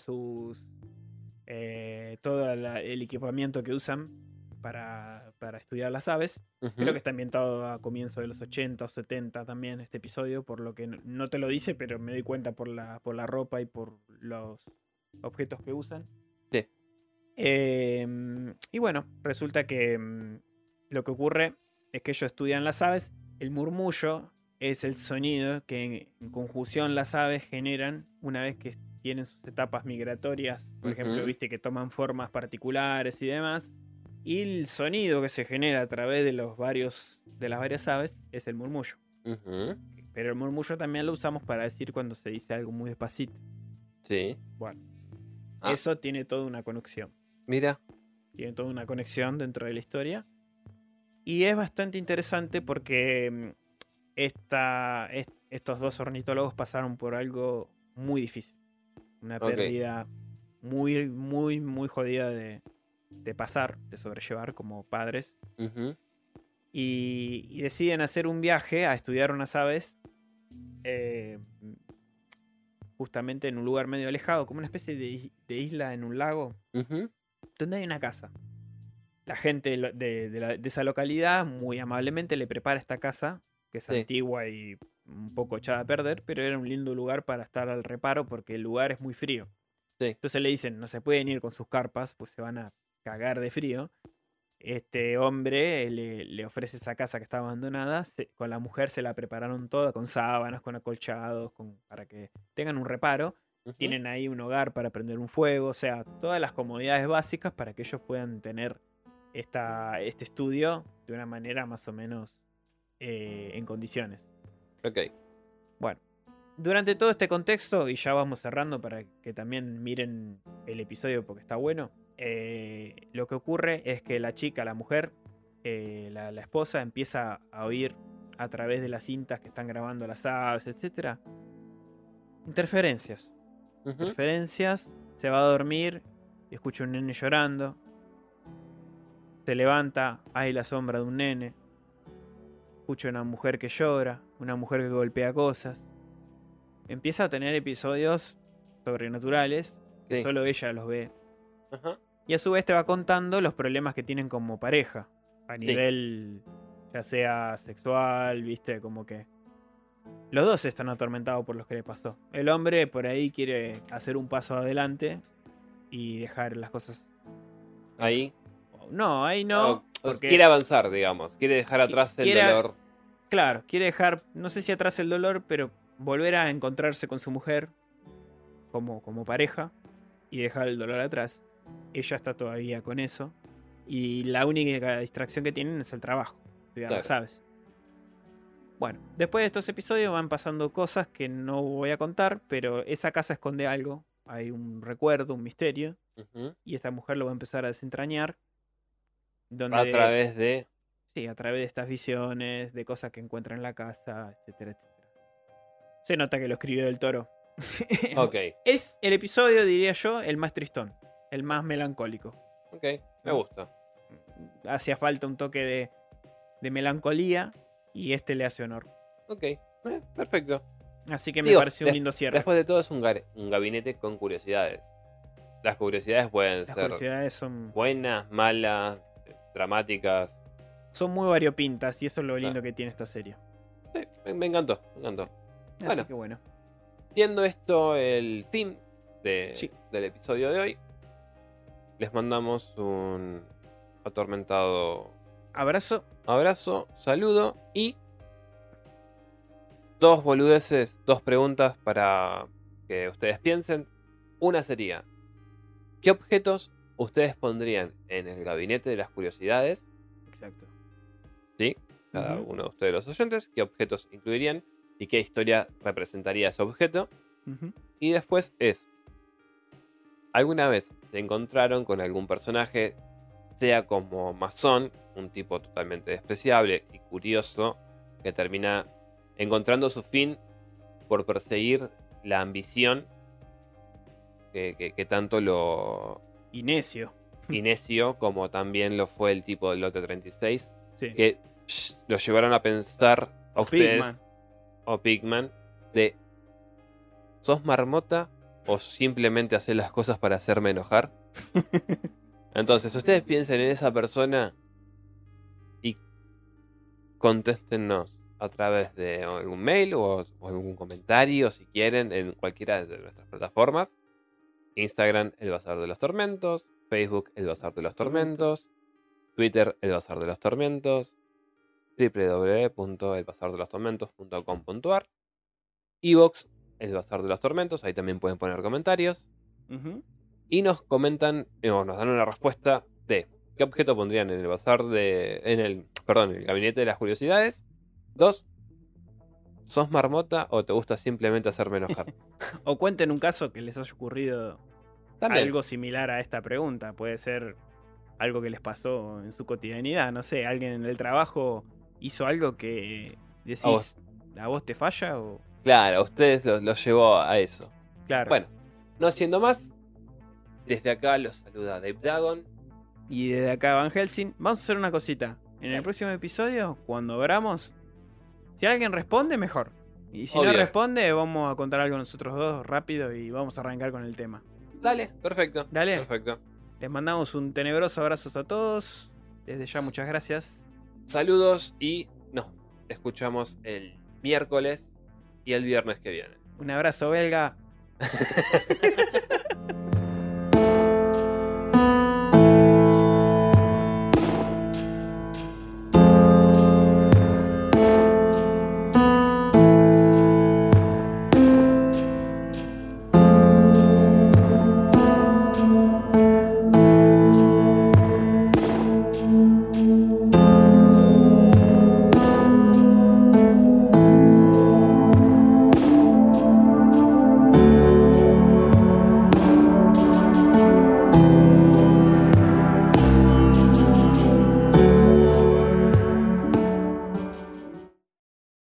todo el equipamiento que usan para estudiar las aves. Creo que está ambientado a comienzos de los 80 o 70 también este episodio, por lo que no te lo dice, pero me doy cuenta por la ropa y por los objetos que usan. Sí. Y bueno, resulta que lo que ocurre es que ellos estudian las aves. El murmullo es el sonido que en conjunción las aves generan una vez que tienen sus etapas migratorias. Por ejemplo, viste que toman formas particulares y demás. Y el sonido que se genera a través de las varias aves es el murmullo. Pero el murmullo también lo usamos para decir cuando se dice algo muy despacito. Sí. Bueno, eso tiene toda una conexión. Mira. Tiene toda una conexión dentro de la historia. Y es bastante interesante porque estos dos ornitólogos pasaron por algo muy difícil. Una pérdida muy, muy, muy jodida de pasar, de sobrellevar como padres. Y deciden hacer un viaje a estudiar unas aves justamente en un lugar medio alejado, como una especie de isla en un lago, donde hay una casa. La gente de esa localidad muy amablemente le prepara esta casa, que es antigua y un poco echada a perder, pero era un lindo lugar para estar al reparo porque el lugar es muy frío. Entonces le dicen, no se pueden ir con sus carpas, pues se van a cagar de frío. Este hombre le ofrece esa casa que está abandonada. Con la mujer se la prepararon toda, con sábanas, con acolchados, para que tengan un reparo. Tienen ahí un hogar para prender un fuego, o sea, todas las comodidades básicas para que ellos puedan tener este estudio de una manera más o menos en condiciones. Ok. Bueno, durante todo este contexto, y ya vamos cerrando para que también miren el episodio porque está bueno, lo que ocurre es que la mujer, la esposa, empieza a oír a través de las cintas que están grabando las aves, etc. Interferencias. Interferencias, se va a dormir y escucha un nene llorando. Se levanta, hay la sombra de un nene. Escucha una mujer que llora, una mujer que golpea cosas. Empieza a tener episodios sobrenaturales que solo ella los ve. Y a su vez te va contando los problemas que tienen como pareja. A nivel ya sea sexual, viste, como que los dos están atormentados por lo que le pasó. El hombre por ahí quiere hacer un paso adelante y dejar las cosas ahí. No, ahí no. Porque quiere avanzar, digamos. Quiere dejar atrás el dolor. Claro, quiere dejar, no sé si atrás el dolor, pero volver a encontrarse con su mujer como pareja y dejar el dolor atrás. Ella está todavía con eso. Y la única distracción que tienen es el trabajo. Ya lo sabes. Bueno, después de estos episodios van pasando cosas que no voy a contar, pero esa casa esconde algo. Hay un recuerdo, un misterio. Y esta mujer lo va a empezar a desentrañar. A través de... Sí, a través de estas visiones, de cosas que encuentra en la casa, etcétera, etcétera. Se nota que lo escribió Del Toro. Ok. Es el episodio, diría yo, el más tristón. El más melancólico. Ok, me gusta. Hacía falta un toque de melancolía y este le hace honor. Ok, perfecto. Así que me pareció un lindo cierre. Después de todo es un gabinete con curiosidades. Las curiosidades pueden ser curiosidades son buenas, malas, dramáticas. Son muy variopintas y eso es lo lindo Claro. que tiene esta serie. Sí, me encantó, me encantó. Así Bueno. que bueno. Siendo esto el fin Sí. del episodio de hoy, les mandamos un atormentado Abrazo. abrazo, saludo y 2 boludeces, 2 preguntas para que ustedes piensen. Una sería, ¿qué objetos ustedes pondrían en el gabinete de las curiosidades? Exacto. ¿Sí? Cada Ujú. uno de ustedes los oyentes, ¿qué objetos incluirían y qué historia representaría ese objeto? Ujú. Y después es, ¿alguna vez se encontraron con algún personaje, sea como masón, un tipo totalmente despreciable y curioso, que termina encontrando su fin por perseguir la ambición que tanto lo Y necio. necio como también lo fue el tipo del lote 36, Sí. que lo llevaron a pensar a O ustedes, Pigman. o Pigman, de ¿sos marmota o simplemente hacer las cosas para hacerme enojar? Entonces, ustedes piensen en esa persona y contéstenos a través de algún mail o algún comentario, si quieren, en cualquiera de nuestras plataformas. Instagram, El Bazar de los Tormentos. Facebook, El Bazar de los Tormentos. Twitter, El Bazar de los Tormentos. www.elbazardelostormentos.com.ar. Evox, El Bazar de los Tormentos. Ahí también pueden poner comentarios. Ujú. Y nos comentan, o nos dan una respuesta de qué objeto pondrían en el bazar de. En el gabinete de las curiosidades. 2. ¿Sos marmota o te gusta simplemente hacerme enojar? O cuenten un caso que les haya ocurrido También. algo similar a esta pregunta. Puede ser algo que les pasó en su cotidianidad. No sé, alguien en el trabajo hizo algo que decís, ¿a vos te falla? O Claro, a ustedes los llevó a eso. claro. Bueno, no siendo más, desde acá los saluda Dave Dagon. Y desde acá Van Helsing, vamos a hacer una cosita. En el Dale. próximo episodio, cuando abramos, si alguien responde, mejor. Y si Obvio. no responde, vamos a contar algo nosotros dos rápido y vamos a arrancar con el tema. Dale, perfecto. Dale. Perfecto. Les mandamos un tenebroso abrazo a todos. Desde ya, muchas gracias. Saludos y nos escuchamos el miércoles y el viernes que viene. Un abrazo, belga.